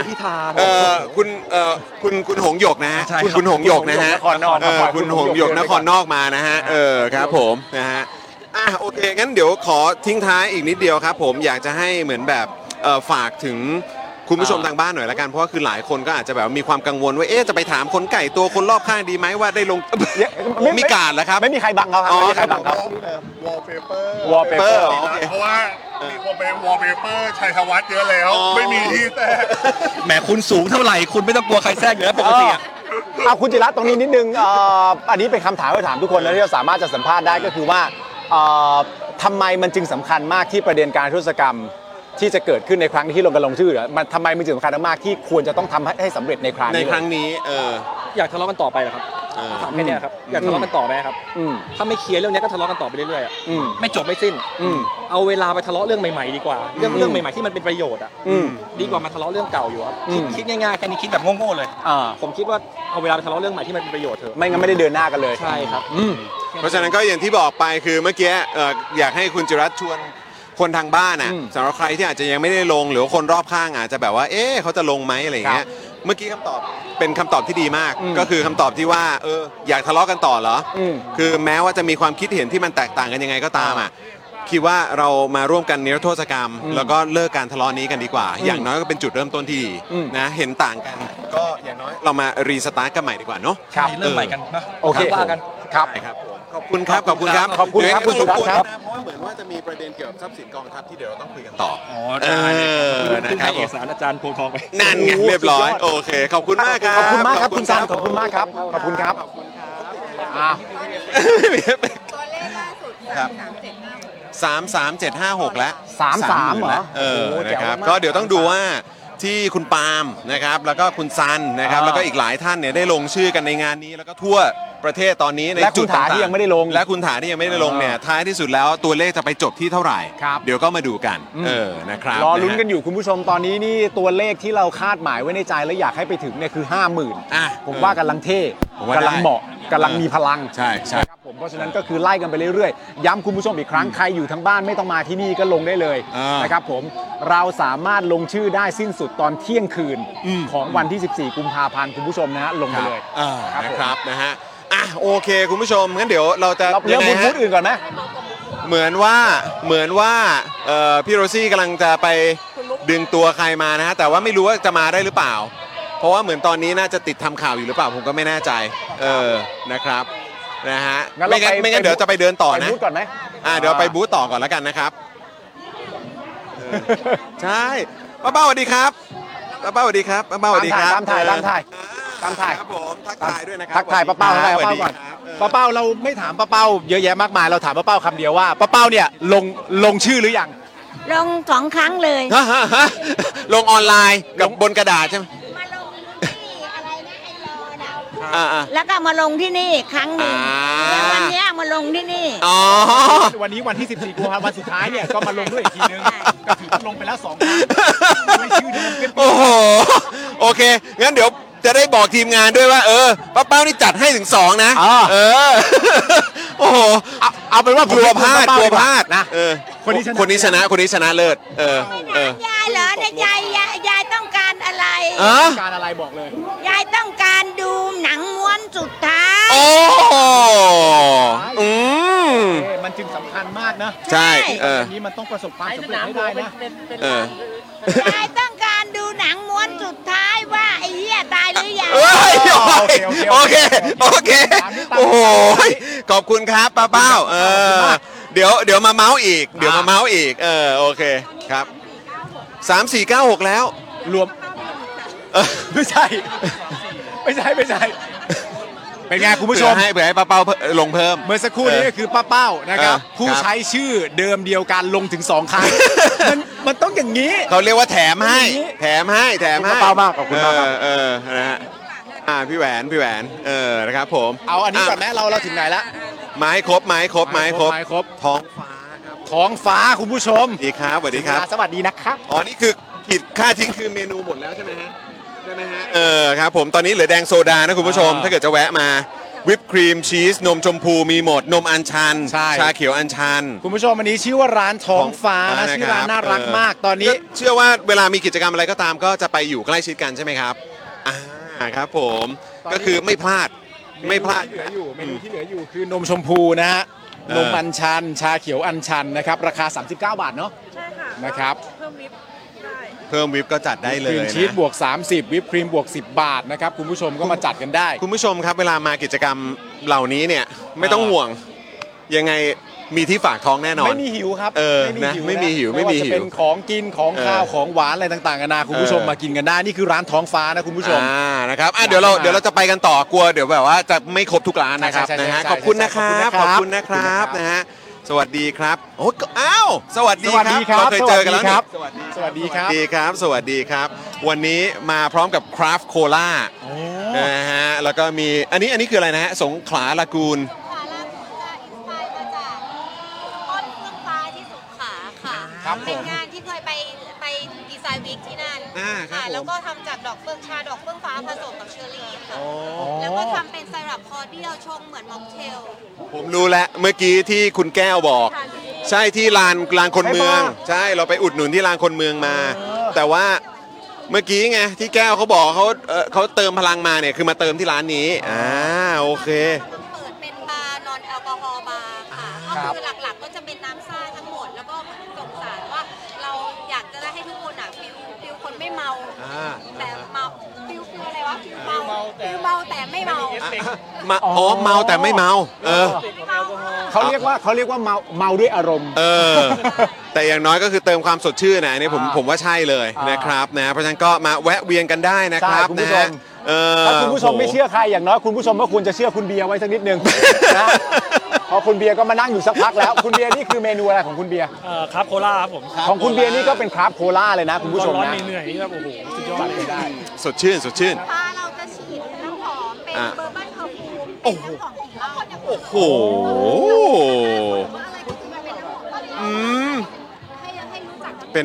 คุณหงหยกนะฮะคุณหงหยกนะฮะคุณหงหยกนครนอกมานะฮะครับผมนะฮะโอเคงั้นเดี๋ยวขอทิ้งท้ายอีกนิดเดียวครับผมอยากจะให้เหมือนแบบฝากถึงคุณผู้ชมทางบ้านหน่อยละกันเพราะว่าคือหลายคนก็อาจจะแบบมีความกังวลว่าจะไปถามคนไก่ตัวคนรอบข้างดีไหมว่าได้ลงมีการแล้วครับไม่มีใครบังเขาครับไม่มีใครบังเขาวอลเปเปอร์เพราะว่ามีคนไปวอลเปเปอร์ชัยธวัฒน์เยอะแล้วไม่มีที่แทรกแหมคุณสูงเท่าไหร่คุณไม่ต้องกลัวใครแทรกอยู่แล้วปกติคุณจิรัตน์ตรงนี้นิดนึงอันนี้เป็นคำถามที่ถามทุกคนแล้วที่เราสามารถจะสัมภาษณ์ได้ก็คือว่าทำไมมันจึงสำคัญมากที่ประเด็นการทุจกรรมที่จะเกิดขึ้นในครั้งที่ลงกันลงชื่อมันทำไมมันจึงสำคัญมากที่ควรจะต้องทำให้สำเร็จในครั้งนี้อยากทะเลาะกันต่อไปเหรอครับถามแค่นี้ครับอยากทะเลาะกันต่อไหมครับถ้าไม่เคลียร์เรื่องนี้ก็ทะเลาะกันต่อไปเรื่อยๆไม่จบไม่สิ้นเอาเวลาไปทะเลาะเรื่องใหม่ๆดีกว่าเรื่องใหม่ๆที่มันเป็นประโยชน์ดีกว่ามาทะเลาะเรื่องเก่าอยู่ครับคิดง่ายๆแค่นี้คิดแบบโง่ๆเลยผมคิดว่าเอาเวลาไปทะเลาะเรื่องใหม่ที่มันเป็นประโยชน์เถอะไม่งั้นไม่ได้เดินหน้ากันเลยใช่ครับเพราะฉะนั้นก็อย่างที่บอกไปคือเมื่อกี้อยากให้คุณจิรัตน์ชวนคนทางบ้านน่ะสำหรับใครที่อาจจะยังไม่ได้ลงหรือคนรอบข้างอาจจะแบบว่าเขาจะลงไหมอะไรอย่างเงี้ยเมื่อกี้คำตอบเป็นคำตอบที่ดีมากก็คือคำตอบที่ว่าอยากทะเลาะกันต่อเหรอคือแม้ว่าจะมีความคิดเห็นที่มันแตกต่างกันยังไงก็ตามคิดว่าเรามาร่วมกันนิรโทษกรรมแล้วก็เลิกการทะเลาะนี้กันดีกว่าอย่างน้อยก็เป็นจุดเริ่มต้นที่ดีนะเห็นต่างกันก็อย่างน้อยเรามารีสตาร์ทกันใหม่ดีกว่าเนาะเริ่มใหม่กันนะโอเคว่ากันครับขอบคุณครับคุณครับคุณสุรัตน์ครับเพราะว่าเหมือนว่าจะมีประเด็นเกี่ยวกับทรัพย์สินกองทัพที่เดี๋ยวเราต้องคุยกันต่อนะครับเอกสารอาจารย์โพทองไปนั่นไงเรียบร้อยโอเคขอบคุณมากครับขอบคุณมากครับคุณซันขอบคุณมากครับขอบคุณครับตัวเลขล่าสุดครับ33756แล้ว 33เหรอนะครับก็เดี๋ยวต้องดูว่าที่คุณปาล์มนะครับแล้วก็คุณซันนะครับแล้วก็อีกหลายท่านเนี่ยได้ลงชื่อกันในงานนี้แล้วก็ทั่วประเทศตอนนี้ในจุดต่างๆที่ยังไม่ได้ลงและคุณถาที่ยังไม่ได้ลงเนี่ยท้ายที่สุดแล้วตัวเลขจะไปจบที่เท่าไหร่เดี๋ยวก็มาดูกันนะครับรอลุ้นกันอยู่คุณผู้ชมตอนนี้นี่ตัวเลขที่เราคาดหมายไว้ในใจและอยากให้ไปถึงเนี่ยคือ 50,000ผมว่ากำลังเท่กำลังเหมาะกำลังมีพลังใช่ครับผมเพราะฉะนั้นก็คือไล่กันไปเรื่อยๆย้ำคุณผู้ชมอีกครั้งใครอยู่ทั้งบ้านไม่ต้องมาที่นี่ก็ลงได้เลยนะครับผมเราสามารถลงชื่อได้สิ้นสุดตอนเที่ยงคืนของวันที่14กุมภาพันธ์คุณผู้ชมนะฮะลงไปเลยนะครับนะฮะโอเคคุณผู้ชมงั้นเดี๋ยวเราจะเริ่มบูธอื่นก่อนไหมเหมือนว่าพี่โรซี่กำลังจะไปดึงตัวใครมานะฮะแต่ว่าไม่รู้ว่าจะมาได้หรือเปล่าเพราะว่าเหมือนตอนนี้น่าจะติดทำข่าวอยู่หรือเปล่าผมก็ไม่แน่ใจนะครับนะฮะไม่งั้นเดี๋ยวจะไปเดินต่อนะไปบูธก่อนไหมเดี๋ยวไปบูธต่อก่อนแล้วกันนะครับใช่ป้าเป้าสวัสดีครับป้าเป้าสวัสดีครับป้าเป้าสวัสดีครับตามถ่ายครับผมทักทายด้วยนะครับทักทายป้าเป้าก่อนป้าเป้าเราไม่ถามป้าเป้าเยอะแยะมากมายเราถามป้าเป้าคำเดียวว่าป้าเป้าเนี่ยลงชื่อหรือยังลง2 ครั้งเลยลงออนไลน์กับบนกระดาษใช่ไหมมาลงที่อะไรนะไอรอนะแล้วก็มาลงที่นี่ครั้งหนึ่งแล้ววันนี้มาลงที่นี่วันนี้วันที่14กุมภาพันธ์วันสุดท้ายเนี่ยก็มาลงด้วยอีกทีนึงก็ถือลงไปแล้ว2 ครั้งด้วยชื่อเดิมโอ้โหโอเคงั้นเดี๋ยวจะได้บอกทีมงานด้วยว่าป้าเป้านี่จัดให้ถึง2นะโอ้โหเอาเป็นว่ากลัวพลาดนะคนนี้ชนะเลิศยายเหรอเนี่ยยายต้องการอะไรการอะไรบอกเลยยายต้องการดูหนังม้วนสุดท้ายโอ้มันจึงสำคัญมากนะใช่วันนี้มันต้องประสบความสำเร็จให้ได้นะยายต้องการดูหนังม้วนสุดท้ายว่าไอ้เหี้ยตายหรือยังโอเคโอ้โหขอบคุณครับป้าเป้าเดี๋ยวมาเมาส์อีกโอเคครับ3496แล้วรวมไม่ใช่เป็นไงคุณผู้ชมเผื่อให้ป้าเป้าลงเพิ่มเมื่อสักครู่นี้ก็คือป้าเป้านะครับผู้ใช้ชื่อเดิมเดียวกันลงถึง2 ครั้งมันต้องอย่างนี้เขาเรียกว่าแถมให้ป้าเป้ามากขอบคุณมากนะฮะพี่แหวนนะครับผมเอาอันนี้ก่อนแม่เราถึงไหนละไม้ครบท้องฟ้าคุณผู้ชมดีครับสวัสดีครับสวัสดีนะครับนี่คือขีดค่าทิ้งคือเมนูหมดแล้วใช่ไหมฮะครับผมตอนนี้เหลือแดงโซดานะคุณผู้ชมถ้าเกิดจะแวะมาวิปครีมชีสนมชมพูมีหมดนมอัญชันชาเขียวอัญชันคุณผู้ชมอันนี้ชื่อว่าร้านท้องฟ้านะชื่อร้านน่ารักมากตอนนี้เชื่อว่าเวลามีกิจกรรมอะไรก็ตามก็จะไปอยู่ใกล้ชิดกันใช่ไหมครับครับผมก็คือไม่พลาดเมนูที่เหลืออยู่คือนมชมพูนะฮะนมอัญชันชาเขียวอัญชันนะครับราคา39 บาทเนาะใช่ค่ะนะครับเพิ่มวิปก็จัดได้เลยนะชีสบวก30วิปครีมบวก10 บาทนะครับคุณผู้ชมก็มาจัดกันได้คุณผู้ชมครับเวลามากิจกรรมเหล่านี้เนี่ยไม่ต้องห่วงยังไงมีที่ฝากท้องแน่นอนไม่มีหิวครับไม่มีหิวจะเป็นของกินของข้าวของหวานอะไรต่างๆกันานาคุณผู้ชมมากินกันได้นี่คือร้านท้องฟ้านะคุณผู้ชมนะครับเดี๋ยวเราจะไปกันต่อกลัวเดี๋ยวแบบว่าจะไม่ครบทุกร้านนะครับนะฮะขอบคุณนะครับนะฮะสวัสดีครับโอ้สวัสดีครับเราเคยเจอกันแล้วนี่สวัสดีครับวันนี้มาพร้อมกับคราฟต์โคลานะฮะแล้วก็มีอันนี้คืออะไรนะฮะสงขลาลากูนเป็นงานที่เคยไปดีไซน์วีคที่นั่นค่ะแล้วก็ทำจากดอกเฟืองชาดอกเฟืองฟ้าผสมกับเชอร์รี่ค่ะแล้วก็ทำเป็นไซรัปคอร์เดียลชงเหมือนม็อกเทลผมรู้แล้วเมื่อกี้ที่คุณแก้วบอกใช่ที่ลานคนเมืองใช่เราไปอุดหนุนที่ลานคนเมืองมาแต่ว่าเมื่อกี้ไงที่แก้วเขาบอกเขาเติมพลังมาเนี่ยคือมาเติมที่ร้านนี้โอเคเปิดเป็นบาร์นอนแอลกอฮอล์บาร์ค่ะก็คือหลักๆก็จะเป็นน้ำซ่าทั้งหมดแล้วก็สงสารว่าเราอยากจะได้ให้ทุกคนฟิลคนไม่เมาแต่เมาฟิลอะไรวะฟิลเมาแต่ไม่เมาเมาแต่ไม่เมาเขาเรียกว่าเมาด้วยอารมณ์แต่อย่างน้อยก็คือเติมความสดชื่นนะนี่ผมว่าใช่เลยนะครับนะเพราะฉะนั้นก็มาแวะเวียนกันได้นะครับคุณผู้ชมถ้าคุณผู้ชมไม่เชื่อใครอย่างน้อยคุณผู้ชมก็ควรจะเชื่อคุณเบียร์ไว้สักนิดนึงนะพอคุณเบียร์ก็มานั่งอยู่สักพักแล้วคุณเบียร์นี่คือเมนูอะไรของคุณเบียร์คราฟโคล่าครับผมของคุณเบียร์นี่ก็เป็นคราฟโคล่าเลยนะคุณผู้ชมนะเหนื่อยนี่ครับโอ้โหสุดยอดได้สดชื่นถ้าเราจะฉีดน้ำหอมเป็นเบอร์เบิ้ลเพอร์ฟูมเป็นน้ำหอมกลิ่นเหล้าโอ้โหเป็น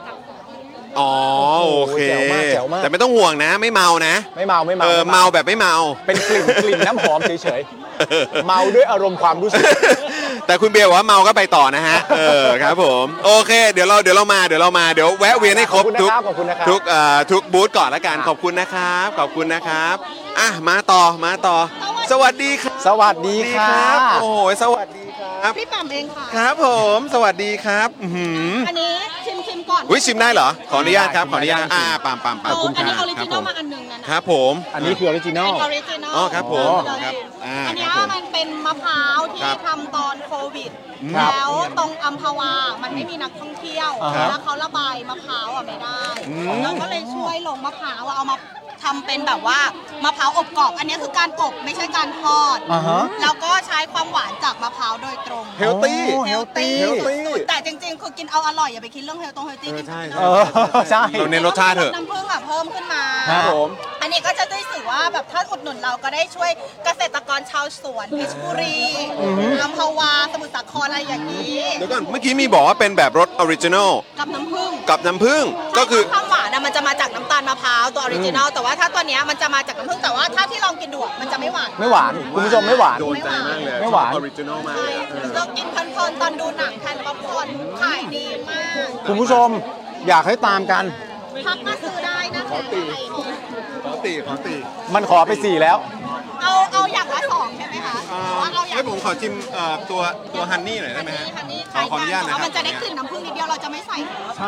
โอเคแต่ไม่ต้องห่วงนะไม่เมานะไม่เมาเมาแบบไม่เมาเป็นกลิ่นน้ำหอมเฉยๆเมาด้วยอารมณ์ความรู้สึกแต่คุณเบียร์ว่าเมาก็ไปต่อนะฮะครับผมโอเคเดี๋ยวเรามาเดี๋ยวแวะเวียนให้ครบทุกบูธก่อนละกันขอบคุณนะครับมาต่อสวัสดีครับสวัสดีครับโอ้โหสวัสดีครับพี่ปั๊มเองค่ะครับผมสวัสดีครับอันนี้ชิมก่ก่อนอุ้ยชิมได้เหรอขออนุญาตครับขออนุญาตปามอันนี้ออริจินอลมาอันหนึงนะครับผมอันนี้คือออริจินอลเป็นออริจินอลอ๋อครับผมครับอันคเนี้รับยผมมันเป็นมะพร้าวที่ครับทำตอนโควิดครับแล้วตรงอัมพวามันไม่มีนักท่องเที่ยวครับแล้วเขาระบายมะพร้าวไม่ได้อืมเราก็เลยช่วยลงมะพร้าวเอามาทำเป็นแบบว่ามะพร้าวอบกรอบอันนี้คือการอบไม่ใช่การทอดอ่าฮะแล้วก็ใช้ความหวานจากมะพร้าวโดยตรงเฮลตี้เฮลตี้ healthy สุดๆแต่จริงๆคือกินเอาอร่อยอย่าไปคิดเรื่องเฮลตี้กินใช่ใช่เราเน้นรสชาติเถอะน้ำผึ้งเพิ่มขึ้นมาครับผมอันนี้ก็จะได้สื่อว่าแบบถ้าอุดหนุนเราก็ได้ช่วยเกษตรกรชาวสวนเพชรบุรีอัมพวาสมุทรสาครอะไรอย่างนี้เดี๋ยวก่อนเมื่อกี้มีบอกว่าเป็นแบบรสออริจินอลกับน้ำผึ้งกับน้ำผึ้งก็คือความหวานมันจะมาจากน้ำตาลมะพร้าวตัวออริจินอลแต่ว่าถ้าตัวเนี้ยมันจะมาจากน้ำผึ้งแต่ว่าถ้าที่ลองกินดูมันจะไม่หวานไม่หวานคุณผู้ชมไม่หวานโดนใจมากเลยไม่หวานออริจินอลมากเลยอะเรากินเพลินๆตอนดูหนังแทนป๊อปคอร์นขายดีมากคุณผู้ชมอยากให้ตามกันทักมาซื้อได้นะคะขอตีมันขอไป 4 แล้วเอาอย่างละ2ใช่ไหมคะเอาอย่างให้ผมขอชิมตัวฮันนี่หน่อยได้ไหมฮะฮันนี่ขออนุญาตนะคแต่รับว่ามันจะได้กลิ่นน้ำผึ้งนิดเดียวเราจะไม่ใส่ใช่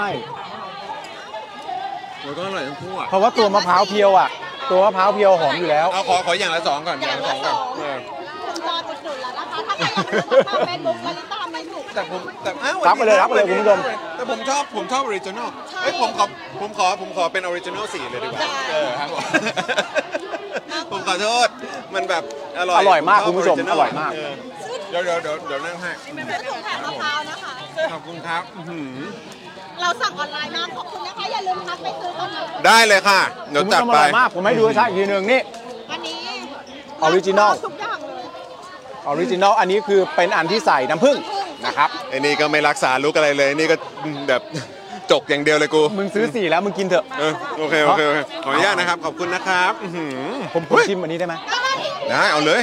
โอ้ยก็อร่อยทั้งคู่อ่ะเพราะว่าตัวมะพร้าวเพียวอ่ะ ตัวมะพร้าวเพียวหอมอยู่แล้วเอาขออย่างละ2ก่อนอย่างละ2ก่อนคุณจออุดหนุนแล้วนะคะถ้าใครอยากซื้อมาเป็นบุ๊กลลิต้าไม่ถูกแต่อ้าวรับไปเลยคุณผู้ชมแต่ผมชอบออริจินอลเฮ้ยผมขอเป็นออริจินอล4เลยดีกว่าครับผมผมขอโทษมันแบบอร่อยอร่อยมากผคุณผู้ชม original อร่อยมากเดี๋ยวนั่งให้ซื้อถุงแถมมะพร้าวนะคะขอบคุณครับอื้อหือเราสั่งออนไลน์นะขอบคุณนะคะอย่าลืมทักไปซื้อกันนะได้เลยค่ะเดี๋ยวคุณจัดผู้ชมอไปร่อยมาก ผมให้ดูชัดอีกทีหนึ่งนี่อันนี้ออริจินอลทุกอย่างเลยออริจินอลอันนี้คือเป็นอันที่ใส่น้ำผึ้งนะครับไอ้นี่ก็ไม่รักษาลุกอะไรเลยนี่ก็แบบจกอย่างเดียวเลยกูมึงซื้อ 4 แล้วมึงกินเถอะโอเคขออนุญาตนะครับขอบคุณนะครับอื้อหือผมชิมอันนี้ได้ไหมได้เอาเลย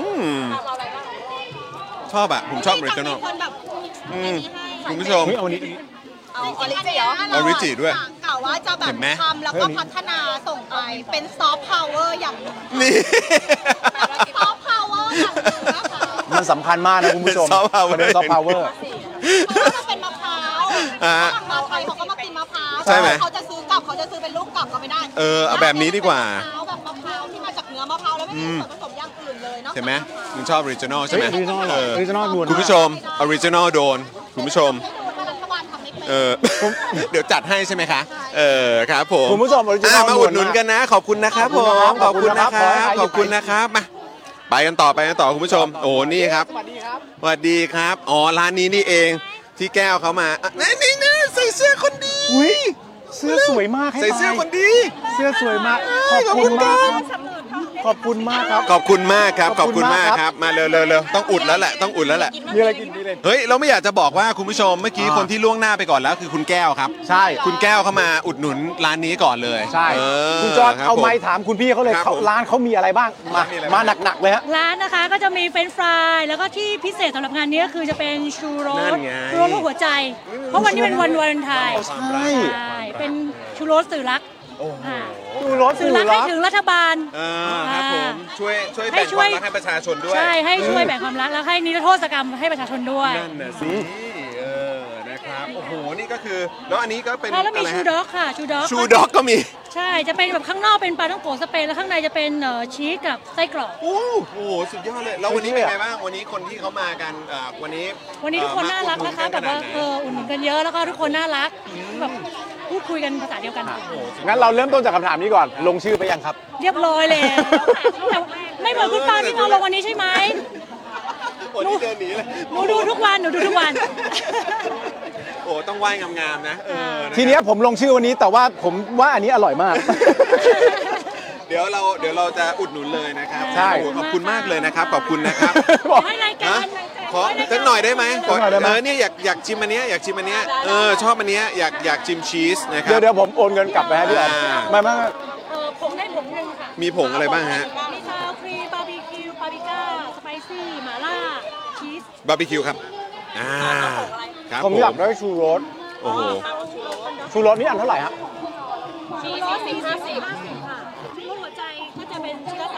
ชอบอ่ะผมชอบออริจินอลคนแบบคุณผู้ชมเอาอันนี้เอาออริจิเหรอออริจิด้วยกล่าวว่าจะแบเห็บนไหมทำแล้วก็พัฒนาส่งไปเป็นซอฟต์พาวเวอร์อย่างหนึ่งนี่ซอฟต์พาวเวอร์อย่างหนึ่งนะคะมันสำคัญมากนะคุณผู้ชมเป็น soft power มันเป็นซอฟต์พาวเวอร์มันเป็นมะพร้าวอ่ามาไทยเขาก็มากินมะพร้าวใช่ไหมเขาจะซื้อกลับเขาจะซื้อเป็นลูกกลับก็ไม่ได้เอาแบบนี้ดีกว่ามะพร้าวแบบมะพร้าวที่มาจากเนื้อมะพร้าวแล้วไม่มีส่วนผสมอย่างอื่นเลยเนาะเห็นไหมมึงชอบออริจินอลใช่ไหมเฮ้ย original เหรอ original โดนคุณผู้ชมออริจินอลโดนคุณผู้ชมเดี๋ยวจัดให้ใช่ไหมคะครับผมคุณผู้ชม original มาอุดหนุนกันนะ ขอบคุณนะครับผมขอบคุณนะครับขอบคุณนะครับมาไปกันต่อคุณผู้ชมโอ้นี่ครับสวัสดีครับอ๋อร้านนี้นี่เองที่แก้วเขามานี่ใส่เสื้อคนดีอุ้ยเสื้อสวยมากให้ใส่เสื้อคนดีเสื้อสวยมากขอบคุณมากครับขอบคุณมากครับขอบคุณมากครับขอบคุณมากครับมาเร็วต้องอุดแล้วแหละมีอะไรกินดีเลยเฮ้ยเราไม่อยากจะบอกว่าคุณผู้ชมเมื่อกี้คนที่ล่วงหน้าไปก่อนแล้วคือคุณแก้วครับใช่คุณแก้วเข้ามาอุดหนุนร้านนี้ก่อนเลยใช่คุณจอร์จครับเอาไม้ผถามคุณพี่เขาเลยครับผมร้านเขามีอะไรบ้างมาหนักๆเลยฮะร้านนะคะก็จะมีเฟรนช์ฟรายแล้วก็ที่พิเศษสำหรับงานนี้ก็คือจะเป็นชูโรนั่สนไงชูโรสรูปหัวใจ เพราะวันนี้เป็นวันวาเลนไทน์ใช่เป็นชูโรสสื่อรักค่ะชูโรสสื่อรักให้ถึงรัฐบาลครับผมช่วยให้แบ่งช่คววาย มรักให้ประชาชนด้วยใช่ให้ช่วยแบ่งความรักแล้วให้นิรโทษกรรมให้ประชาชนด้วยนั่นน่ะสินะครับโอ้โหนี่ก็คือแล้วอันนี้ก็เป็นแล้วมีอะไรชูฮะด็อกค่ะชูด็อกชูด็อกก็มีใช่จะเป็นแบบข้างนอกเป็นปลาท่องโกสเปนแล้วข้างในจะเป็นชีสกับไส้กรอกโอ้โหสุดยอดเลยแล้ววันนี้เป็นไงบ้างวันนี้คนที่เขามากันวันนี้ทุกคนน่ารักนะคะแบบว่าอุ่นหนุนกันเยอะแล้วก็ทุกคนน่ารักแบบพูดคุยกันภาษาเดียวกันงั้นเราเริ่มต้นจากคำถามนี้ก่อนลงชื่อไปยังครับเรียบร้อยเลยแต่ไม่เหมือนคุณปาที่มาลงวันนี้ใช่ไหมวันนี้เดินหนีเลยหนูดูทุกวันหนูดูทุกวันโอ้ต้องไหว้งามๆนะทีเนี้ยผมลงชื่อวันนี้แต่ว่าผมว่าอันนี้อร่อยมากเดี๋ยวเราจะอุดหนุนเลยนะครับใช่โอ้ขอบคุณมากเลยนะครับขอบคุณนะครับให้รายการขอสักหน่อยได้ไหมสักหน่อยได้ไหมเนี่ยอยากชิมอันเนี้ยชอบอันเนี้ยอยากชิมชีสนะครัเดี๋ยวผมโอนเงินกลับไปให้พี่แอนไม่ผมได้ผงหนึ่งค่ะมีผงอะไรบ้างฮะมีซาวครีมบาร์บีคิวปาปริก้าสไปซี่หม่าล่าชีสบาร์บีคิวครับครับผมอยากได้ชูโรสโอ้โหชูโรสนี่อันเท่าไหร่ฮะชีส40ค่ะชีสหัวใจก็จะเป็นชิ้นละ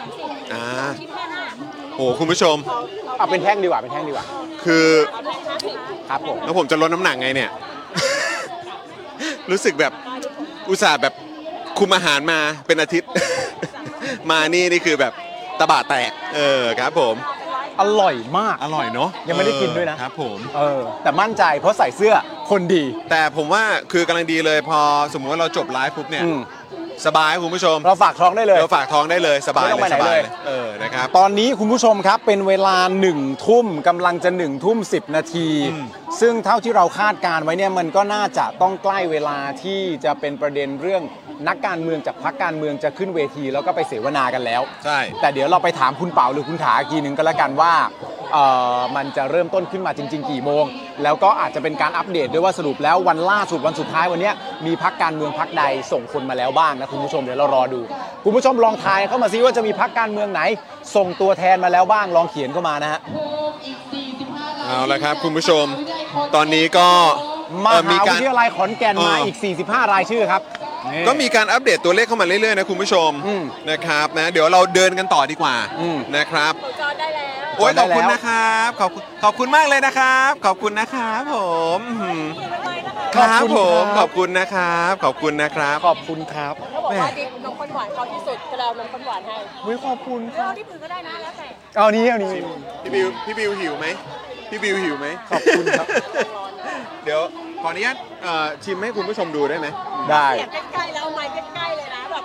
30ชิ้นแค่หน้าโอ้คุณผู้ชมเอาเป็นแท่งดีกว่าคือครับผมแล้วผมจะลดน้ำหนักไงเนี่ยรู้สึกแบบอุตส่าห์แบบคุมอาหารมาเป็นอาทิตย์ มานี่คือแบบตะบะแตกครับผมอร่อยมากอร่อยเนาะยังไม่ได้กินด้วยนะครับผมแต่มั่นใจเพราะใส่เสื้อคนดีแต่ผมว่าคือกำลังดีเลยพอสมมุติว่าเราจบไลฟ์ปุ๊บเนี่ยสบายคุณผู้ชมเราฝากท้องได้เลยเราฝากท้องได้เลยสบายเลยสบายนะครับตอนนี้คุณผู้ชมครับเป็นเวลา1 ทุ่มกำลังจะ1 ทุ่ม 10 นาทีซึ่งเท่าที่เราคาดการไว้เนี่ยมันก็น่าจะต้องใกล้เวลาที่จะเป็นประเด็นเรื่องนักการเมืองจากพรรคการเมืองจะขึ้นเวทีแล้วก็ไปเสวนากันแล้วใช่แต่เดี๋ยวเราไปถามคุณเป๋าหรือคุณถาอีกทีนึงก็แล้วกันว่ามันจะเริ่มต้นขึ้นมาจริงๆกี่โมงแล้วก็อาจจะเป็นการอัปเดตด้วยว่าสรุปแล้ววันล่าสุดวันสุดท้ายวันนี้มีพรรคการเมืองพรรคใดส่งคนมาแล้วบ้างนะคุณผู้ชมเดี๋ยวเรารอดูคุณผู้ชมลองทายเข้ามาซิว่าจะมีพรรคการเมืองไหนส่งตัวแทนมาแล้วบ้างลองเขียนเข้ามานะฮะเอาละครับคุณผู้ชมตอนนี้ก็มหาวิทยาลัยขอนแก่นมาอีก45รายชื่อครับก็มีการอัปเดตตัวเลขเข้ามาเรื่อยๆนะคุณผู้ชมนะครับนะเดี๋ยวเราเดินกันต่อดีกว่านะครับจอได้แล้วโอ้ยขอบคุณนะครับขอบคุณมากเลยนะครับขอบคุณนะครับผมครับผมขอบคุณนะครับขอบคุณนะครับขอบคุณครับเขาบอกว่าดิบนมข้นหวานเขาที่สุดก็เรานมข้นหวานให้ขอบคุณเราที่อื่นก็ได้นะแล้วแต่เอานี้พี่บิวหิวไหมพี่บิวหิวไหมขอบคุณครับเดี๋ยวขออนุญาตชิมให้คุณผู้ชมดูได้ไหมได้ใกล้ๆแล้วไม้ใกล้ๆเลยนะแบบ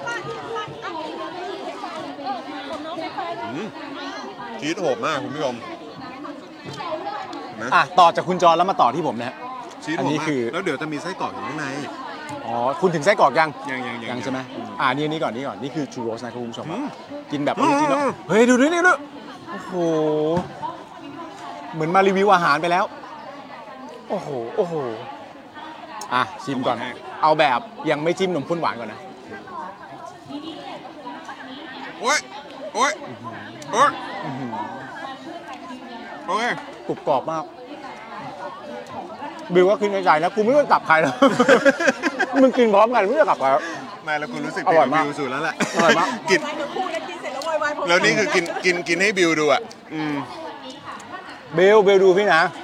ชีสโหดมากคุณผู้ชมต่อจากคุณจรแล้วมาต่อที่ผมนะฮะอันนี้คือแล้วเดี๋ยวจะมีไส้กรอกอยู่ข้างในคุณถึงไส้กรอกยังยังใช่ไหมนี่ก่อนนี่คือชูโรสนะคุณผู้ชมกินแบบออริจินอลเฮ้ยดูนี่โอ้โหเหมือนมารีวิวอาหารไปแล้วโอ้โหชิมก่อนเอาแบบยังไม่จิ้มนมข้นหวานก่อนนะโอ้ยกรุบกรอบมากบิวก็กินในใจนะกูไม่รู้จะกลับใครแล้วมึงกินพร้อมกันไม่รู้จะกลับใครไม่แล้วคุณรู้สึกเป็นบิวสุดแล้วแหละอร่อยมากกินแล้วนี่คือกินให้บิวดูบิวดูพี่นะ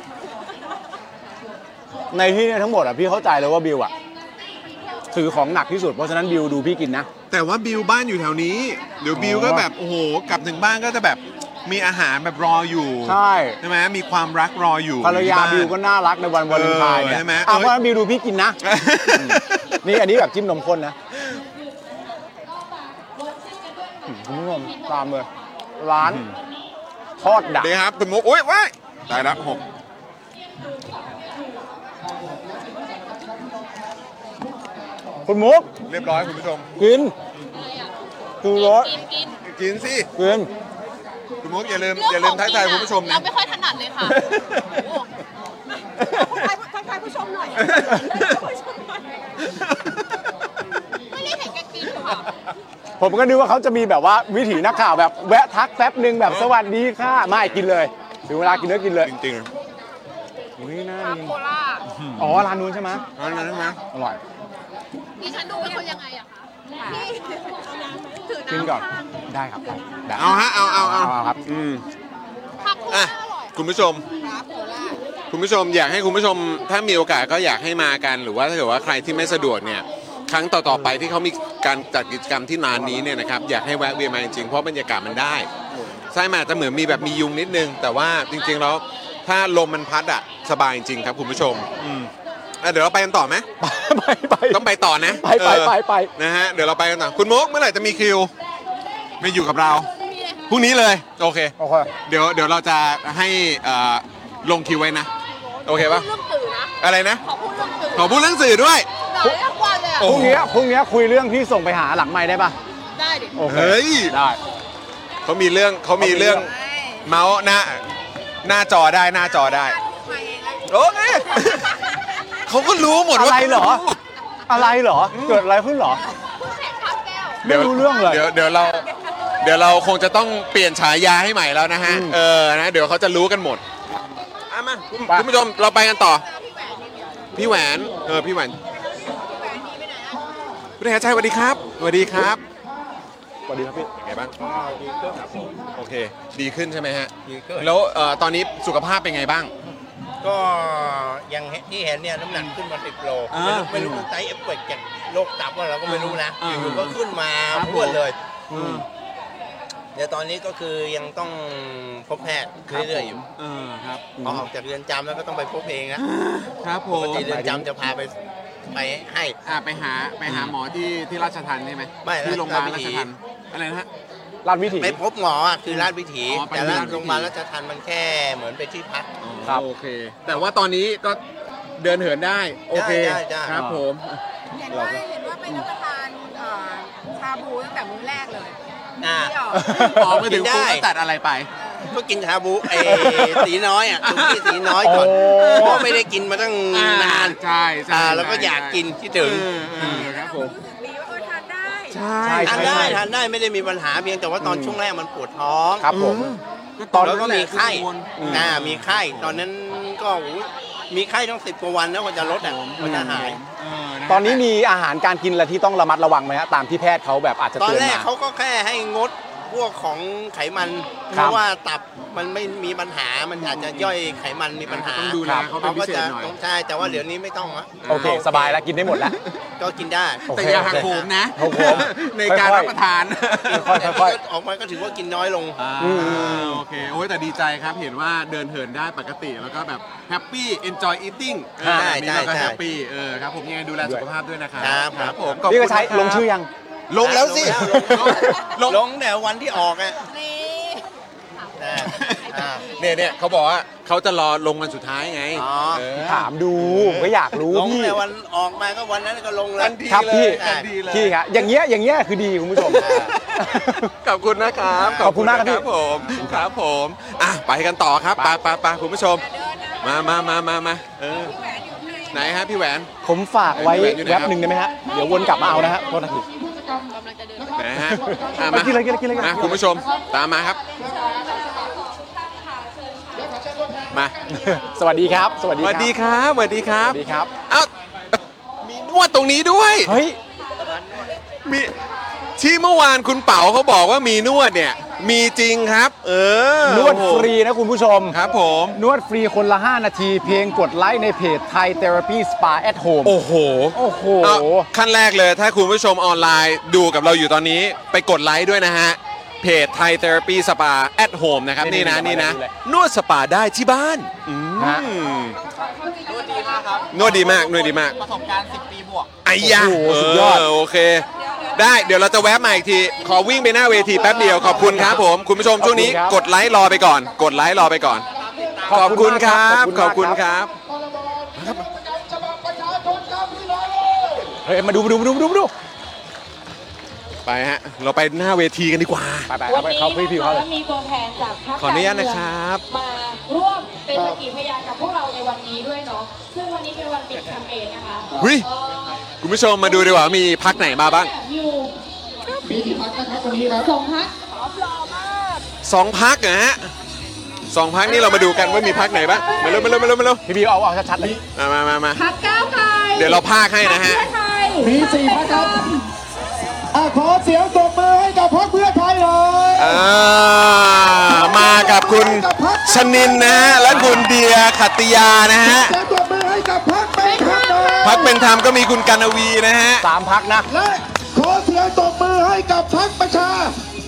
ในที่นี้ทั้งหมดพี่เข้าใจเลยว่าบิวถือของหนักที่สุดเพราะฉะนั้นบิวดูพี่กินนะแต่ว่าบิวบ้านอยู่แถวนี้เดี๋ยวบิวก็แบบโอ้โหกลับถึงบ้านก็จะแบบมีอาหารแบบรออยู่ใช่ไหมมีความรักรออยู่ภรรยาบิวก็น่ารักในวันวาเลนไทน์เนี่ยใช่ไหมเพราะฉะนั้นบิวดูพี่กินนะนี่อันนี้แบบจิ้มนมข้นนะคุณผู้ชมตามเลยร้านทอดดักดีครับคุณมุกโอ้ยว้ายตายละ6 คุณมุกเรียบร้อยคุณผู้ชมกินดูรสกินสิกินคุณมุกอย่าลืมทักทายคุณผู้ชมนะเราไม่ค่อยถนัดเลยค่ะทักทายผู้ชมหน่อยไม่ได้เห็นแกกินค่ะผมก็นึกว่าเขาจะมีแบบว่าวิถีนักข่าวแบบแวะทักแป๊บนึงแบบสวัสดีค่ะไม่กินเลยถึงเวลากินกินเลยจริงๆอุ้ยน่ากินร้านนู้นใช่ไหมร้านนั้นใช่ไหมอร่อยดิฉันดูเป็นคนยังไงอะคะกินก่อนได้ครับเอาฮะเอาครับคุณผู้ชมอยากให้คุณผู้ชมถ้ามีโอกาสก็อยากให้มากันหรือว่าถ้าเกิดว่าใครที่ไม่สะดวกเนี่ยครั้งต่อๆไปที่เขามีการจัดกิจกรรมที่ร้านนี้เนี่ยนะครับอยากให้แวะเวียนมาจริงๆเพราะบรรยากาศมันได้ใช่มาจะเหมือนมีแบบมียุงนิดนึงแต่ว่าจริงๆแล้วถ้าลมมันพัดสบายจริงครับคุณผู้ชมเดี๋ยวเราไปกันต่อไหมต้องไปต่อนะไปนะฮะเดี๋ยวเราไปกันต่อคุณมุกเมื่อไหร่จะมีคิวไม่อยู่กับเราพรุ่งนี้เลยโอเคเดี๋ยวเราจะให้ลงคิวไว้นะโอเคป่ะอะไรนะขอพูดเรื่องสื่อด้วยพรุ่งนี้คุยเรื่องที่ส่งไปหาหลังไมค์ได้ป่ะได้ดิโอเคได้เขามีเรื่องเมาส์หน้าจอได้โอเคเขาก็รู้หมดว่าอะไรเหรอเกิดอะไรขึ้นเหรอไม่รู้เรื่องเลยเดี๋ยวเราคงจะต้องเปลี่ยนฉายาให้ใหม่แล้วนะฮะนะเดี๋ยวเขาจะรู้กันหมดมาคุณผู้ชมเราไปกันต่อพี่แหวนพี่แหวนคุณเอกชัยสวัสดีครับสวัสดีครับพี่เป็นไงบ้างดีขึ้นครับโอเคดีขึ้นใช่ไหมฮะดีขึ้นแล้วตอนนี้สุขภาพเป็นไงบ้างกก็อย่างที่เห็นเนี่ยน้ำหนักขึ้นมา10 โลไม่รู้มันไตเอฟเฟกต์จากโรคตับว่าเราก็ไม่รู้นะอยู่ๆก็ขึ้นมาพรวดเลยเดี๋ยวตอนนี้ก็คือยังต้องพบแพทย์เรื่อยๆอยู่ครับพอออกจากเรือนจำแล้วก็ต้องไปพบเองนะครับปกติเรือนจำจะพาไปให้ไปหาหมอที่ราชทัณฑ์ใช่ไหมไม่ที่โรงพยาบาลราชทัณฑ์อะไรนะฮะราชวิถีไปพบหมอคือราชวิถีแต่โรงพยาบาลราชทัณฑ์มันแค่เหมือนไปที่พักโอเคแต่ว่าตอนนี้ก็เดินเหินได้โอเคครับผมเห็นว่าไปรับประทานชาบูตั้งแต่มื้อแรกเลยออกมาถึงปุ๊บก็ตัดอะไรไปก็กินชาบูสีน้อยสุกี้สีน้อยก่อนเพราะไม่ได้กินมาตั้งนานใช่แล้วก็อยากกินที่ถึงครับผมทานได้ไม่ได้มีปัญหาเพียงแต่ว่าตอนช่วงแรกมันปวดท้องครับผมแล้วก็มีไข้มีไข้ตอนนั้นก็มีไข้ต้อง10 กว่าวันแล้วกว่าจะลดมันจะหายตอนนี้มีอาหารการกินอะไรที่ต้องระมัดระวังไหมฮะตามที่แพทย์เขาแบบอาจจะเตือนมาตอนแรกเขาก็แค่ให้งดพวกของไขมันเพราะว่าตับมันไม่มีปัญหามันอาจจะย่อยไขมันมีปัญหาต้องดูแลเขาเป็นพิเศษหน่อยใช่แต่ว่าเดี๋ยวนี้ไม่ต้องโอเคสบายแล้วกินได้หมดแล้วก็กินได้แต่อย่าหักโหมนะในการรับประทานค่อยๆออกมาก็ถือว่ากินน้อยลงโอเคโอ้ยแต่ดีใจครับเห็นว่าเดินเหินได้ปกติแล้วก็แบบแฮปปี้ enjoy eating นี่เราก็แฮปปี้ครับผมยังไงดูแลสุขภาพด้วยนะครับครับผมพี่ก็ใช้ลงชื่อยังลงแล้วสิลงแต่วันที่ออกเนี่ยเขาบอกว่าเขาจะรอลงวันสุดท้ายไงถามดูก็อยากรู้ลงแต่วันออกมาก็วันนั้นก็ลงเลยครับพี่ครับอย่างเงี้ยคือดีคุณผู้ชมขอบคุณนะครับขอบคุณมากครับผมไปกันต่อครับไปคุณผู้ชมมาไหนฮะพี่แหวนผมฝากไว้แว็บหนึ่งได้ไหมฮะเดี๋ยววนกลับมาเอานะฮะโทษนะพี่นะฮะมากินเลยคุณผู้ชมตามมาครับมาสวัสดีครับสวัสดีครับเอ้ามีนวดตรงนี้ด้วยเฮ้ยมีที่เมื่อวานคุณเป๋าเขาบอกว่ามีนวดเนี่ยมีจริงครับนวดฟรีนะคุณผู้ชมครับผมนวดฟรีคนละ5 นาทีเพียงกดไลค์ในเพจ Thai Therapy Spa at Home โอ้โหขั้นแรกเลยถ้าคุณผู้ชมออนไลน์ดูกับเราอยู่ตอนนี้ไปกดไลค์ด้วยนะฮะเพจ Thai Therapy Spa at Home นะครับนี่นะนวดสปาได้ที่บ้านนวดดีมากครับนวดดีมากประสบการณ์10 ปีบวกไอ้ยาสุดยอดโอเคได้เดี๋ยวเราจะแวะมาอีกทีขอวิ่งไปหน้าเวทีแป๊บเดียวขอบคุณครับผมคุณผู้ชมช่วงนี้กดไลค์รอไปก่อนขอบคุณครับเฮ้ยมาดูไปฮะเราไปหน้าเวทีกันดีกว่าไปเขาพี่เขาเลยมีตัวแทนจากพรรคขออนุญาตนะครับมาร่วมเป็นสักขีพยานกับพวกเราในวันนี้ด้วยเนาะซึ่งวันนี้เป็นวันปิดแคมเปญนะคะคุณผู้ชมมาดูดีกว่ามีพรรคไหนมาบ้างมีกี่พรรคนะครับวันนี้ครับ2 พรรค 2 พรรคนะฮะ2 พรรคนี่เรามาดูกันว่ามีพรรคไหนบ้างมาเร็วพี่เอาชัดๆเลยมาพรรคก้าวไกลเดี๋ยวเราพากให้นะฮะมี4 พรรคครับขอเสียงตบมือให้กับพรรคเพื่อไทยเลยมากับคุณชนินนะฮะและคุณเดียขัตติยานะฮะเสียงตบมือให้กับพรรคเป็นธรรมพรรคเป็นธรรมก็มีคุณกนวีนะฮะ 3 พรรคนะและขอเสียงตบมือให้กับพรรคประชา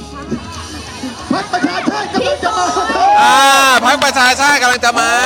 ชาติกำลังจะมาพรรคประชาชาติกำลังจะมา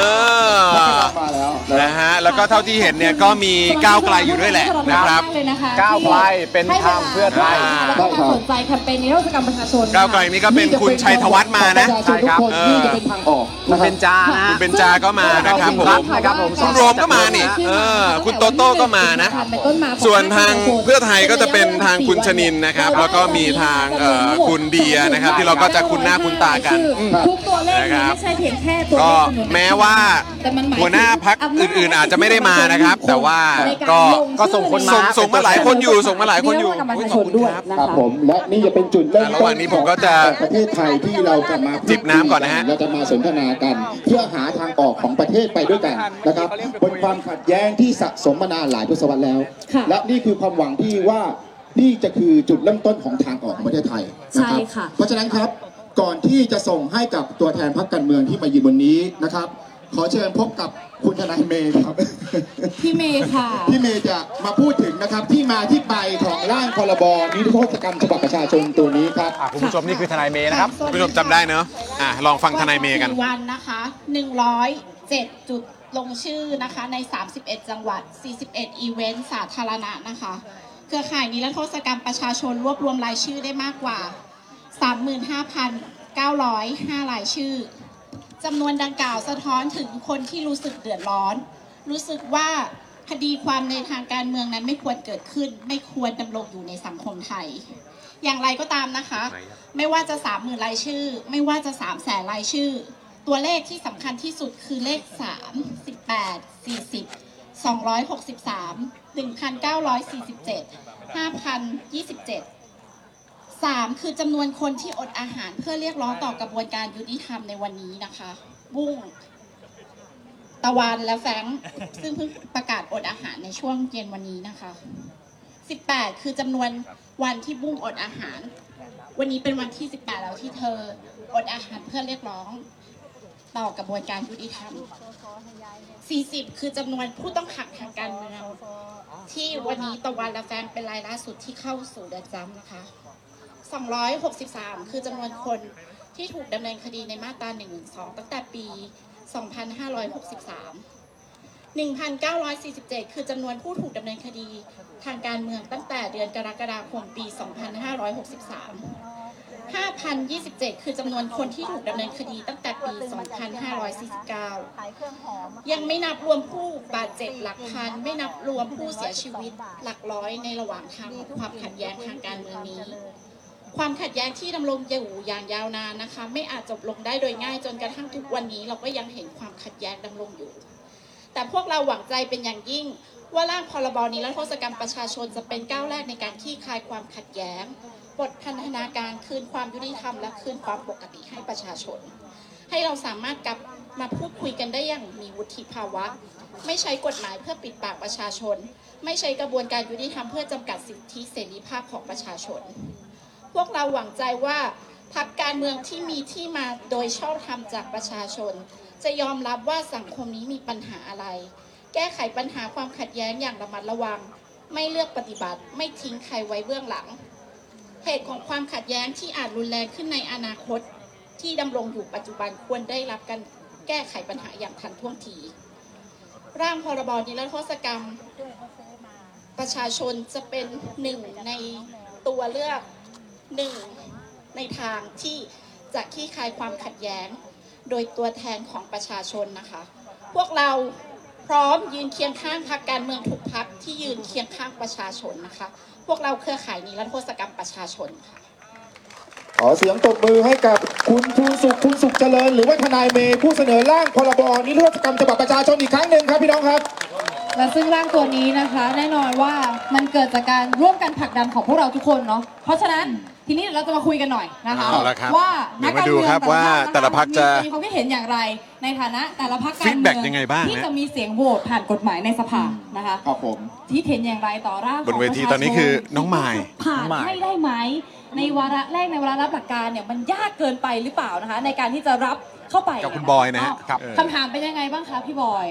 นะฮะแล้วก็เท่าที่เห็นเนี่ยก็มีก้าวไกลอยู่ด้วยแหละนะครับก้าวไกลเป็นธรรมเพื่อไทยแล้วก็สนใจแคมเปญนิรโทษกรรมประชาชนก้าวไกลนี่ก็เป็นคุณชัยธวัฒน์มานะใช่ครับคุณเบญจานะคุณเบญจาก็มานะครับผมคุณรวมก็มานี่คุณโตโต้ก็มานะส่วนทางเพื่อไทยก็จะเป็นทางคุณชนินนะครับแล้วก็มีทางคุณเดียนะครับที่เราก็จะคุ้นหน้าคุ้นตากันนะครับไม่ใช่เพียงแค่ตัวเลขแม้ว่าหัวหน้าพรรคอื่นๆอาจจะไม่ได้มานะครับแต่ว่าก็ส่งคนมาส่งมาหลายคนอยู่ขอบคุณครับผมและนี่จะเป็นจุดเริ่มต้นระหว่างนี้ผมก็จะประเทศไทยที่เราจะมาจิบน้ำก่อนนะฮะเราจะมาสนทนากันเพื่อหาทางออกของประเทศไปด้วยกันนะครับบนความขัดแย้งที่สะสมมานานหลายทศวรรษแล้วและนี่คือความหวังที่ว่านี่จะคือจุดเริ่มต้นของทางออกของประเทศไทยนะครับเพราะฉะนั้นครับก่อนที่จะส่งให้กับตัวแทนพรรคการเมืองที่มายืนบนนี้นะครับขอเชิญพบกับคุณทนายเมย์ครับพี่เมย์ค่ะพี่เมย์จะมาพูดถึงนะครับที่มาที่ไปของร่างพรบนิรโทษกรรมฉบับประชาชนตัวนี้ครับคุณผู้ชมนี่คือทนายเมย์นะครับคุณผู้ชมจำได้เนอะลองฟังทนายเมย์กันวันนะคะ107จุดลงชื่อนะคะใน31จังหวัด41อีเวนต์สาธารณะนะคะเครือข่ายนิรโทษกรรมประชาชนรวบรวมรายชื่อได้มากกว่า 35,905 รายชื่อจำนวนดังกล่าวสะท้อนถึงคนที่รู้สึกเดือดร้อนรู้สึกว่าคดีความในทางการเมืองนั้นไม่ควรเกิดขึ้นไม่ควรดำรงอยู่ในสังคมไทยอย่างไรก็ตามนะคะไม่ว่าจะ 30,000 รายชื่อไม่ว่าจะ 300,000 รายชื่อตัวเลขที่สำคัญที่สุดคือเลข3 18 40 263 1,947 5,027 3คือจำนวนคนที่อดอาหารเพื่อเรียกร้องต่อกระบวนการยุติธรรมในวันนี้นะคะบุ้งตะวันและแฟรงค์ซึ่งเพิ่งประกาศอดอาหารในช่วงเย็นวันนี้นะคะ18คือจำนวนวันที่บุ้งอดอาหารวันนี้เป็นวันที่18แล้วที่เธออดอาหารเพื่อเรียกร้องต่อกระบวนการยุติธรรม40คือจำนวนผู้ต้องขังทางการเมืองที่วันนี้ตะวันและแฟรงค์เป็นรายล่าสุดที่เข้าสู่เรือนจำนะคะ263คือจำนวนคนที่ถูกดำเนินคดีในมาตรา 112 ตั้งแต่ปี 2563 1,947 คือจำนวนผู้ถูกดำเนินคดีทางการเมืองตั้งแต่เดือนกรกฎาคมปี 2563 5,027 คือจำนวนคนที่ถูกดำเนินคดีตั้งแต่ปี 2549 ยังไม่นับรวมผู้บาดเจ็บหลักพันไม่นับรวมผู้เสียชีวิตหลักร้อยในระหว่างทางของความขัดแย้งทางการเมืองนี้ความขัดแย้งที่ดำรงอยู่อย่างยาวนานนะคะไม่อาจจบลงได้โดยง่ายจนกระทั่งทุกวันนี้เราก็ยังเห็นความขัดแย้งดำรงอยู่แต่พวกเราหวังใจเป็นอย่างยิ่งว่าร่างพรบนิรโทษกรรมประชาชนจะเป็นก้าวแรกในการคลี่คลายความขัดแย้งบทพันธนาการคืนความยุติธรรมและคืนความปกติให้ประชาชนให้เราสามารถกลับมาพูดคุยกันได้อย่างมีวุฒิภาวะไม่ใช้กฎหมายเพื่อปิดปากประชาชนไม่ใช้กระบวนการยุติธรรมเพื่อจำกัดสิทธิเสรีภาพของประชาชนพวกเราหวังใจว่าพรรคการเมืองที่มีที่มาโดยชอบธรรมจากประชาชนจะยอมรับว่าสังคมนี้มีปัญหาอะไรแก้ไขปัญหาความขัดแย้งอย่างระมัดระวังไม่เลือกปฏิบัติไม่ทิ้งใครไว้เบื้องหลังเหตุของความขัดแย้งที่อาจรุนแรงขึ้นในอนาคตที่ดำรงอยู่ปัจจุบันควรได้รับการแก้ไขปัญหาอย่างทันท่วงทีร่างพรบนิรโทษกรรมประชาชนจะเป็นหนึ่งในตัวเลือกหนึ่งในทางที่จะคลี่คลายความขัดแย้งโดยตัวแทนของประชาชนนะคะพวกเราพร้อมยืนเคียงข้างพรรคการเมืองทุกพรรคที่ยืนเคียงข้างประชาชนนะคะพวกเราเครือข่ายนิรโทษกรรมประชาชนค่ะขอเสียงตบมือให้กับคุณชูสุขคุณสุขเจริญหรือว่าทนายเมย์ผู้เสนอร่างพรบนิรโทษกรรมฉบับประชาชนอีกครั้งหนึ่งครับพี่น้องครับและซึ่งร่างตัวนี้นะคะแน่นอนว่ามันเกิดจากการร่วมกันผลักดันของพวกเราทุกคนเนาะเพราะฉะนั้นทีนี้เราจะมาคุยกันหน่อยนะคะว่านักการเมืองแต่ละพรรคจะมีความคิดเห็นอย่างไรในฐานะแต่ละพรรคการเมืองที่จะมีเสียงโหวตผ่านกฎหมายในสภานะคะครับผมที่เห็นอย่างไรต่อร่างบนเวทีตอนนี้คือน้องไมล์ผ่านให้ได้ไหมในวาระแรกในวาระรับหลักการเนี่ยมันยากเกินไปหรือเปล่านะคะในการที่จะรับเข้าไปกับคุณบอยนะคคำถามเป็นยังไงบ้างคะพี่บอย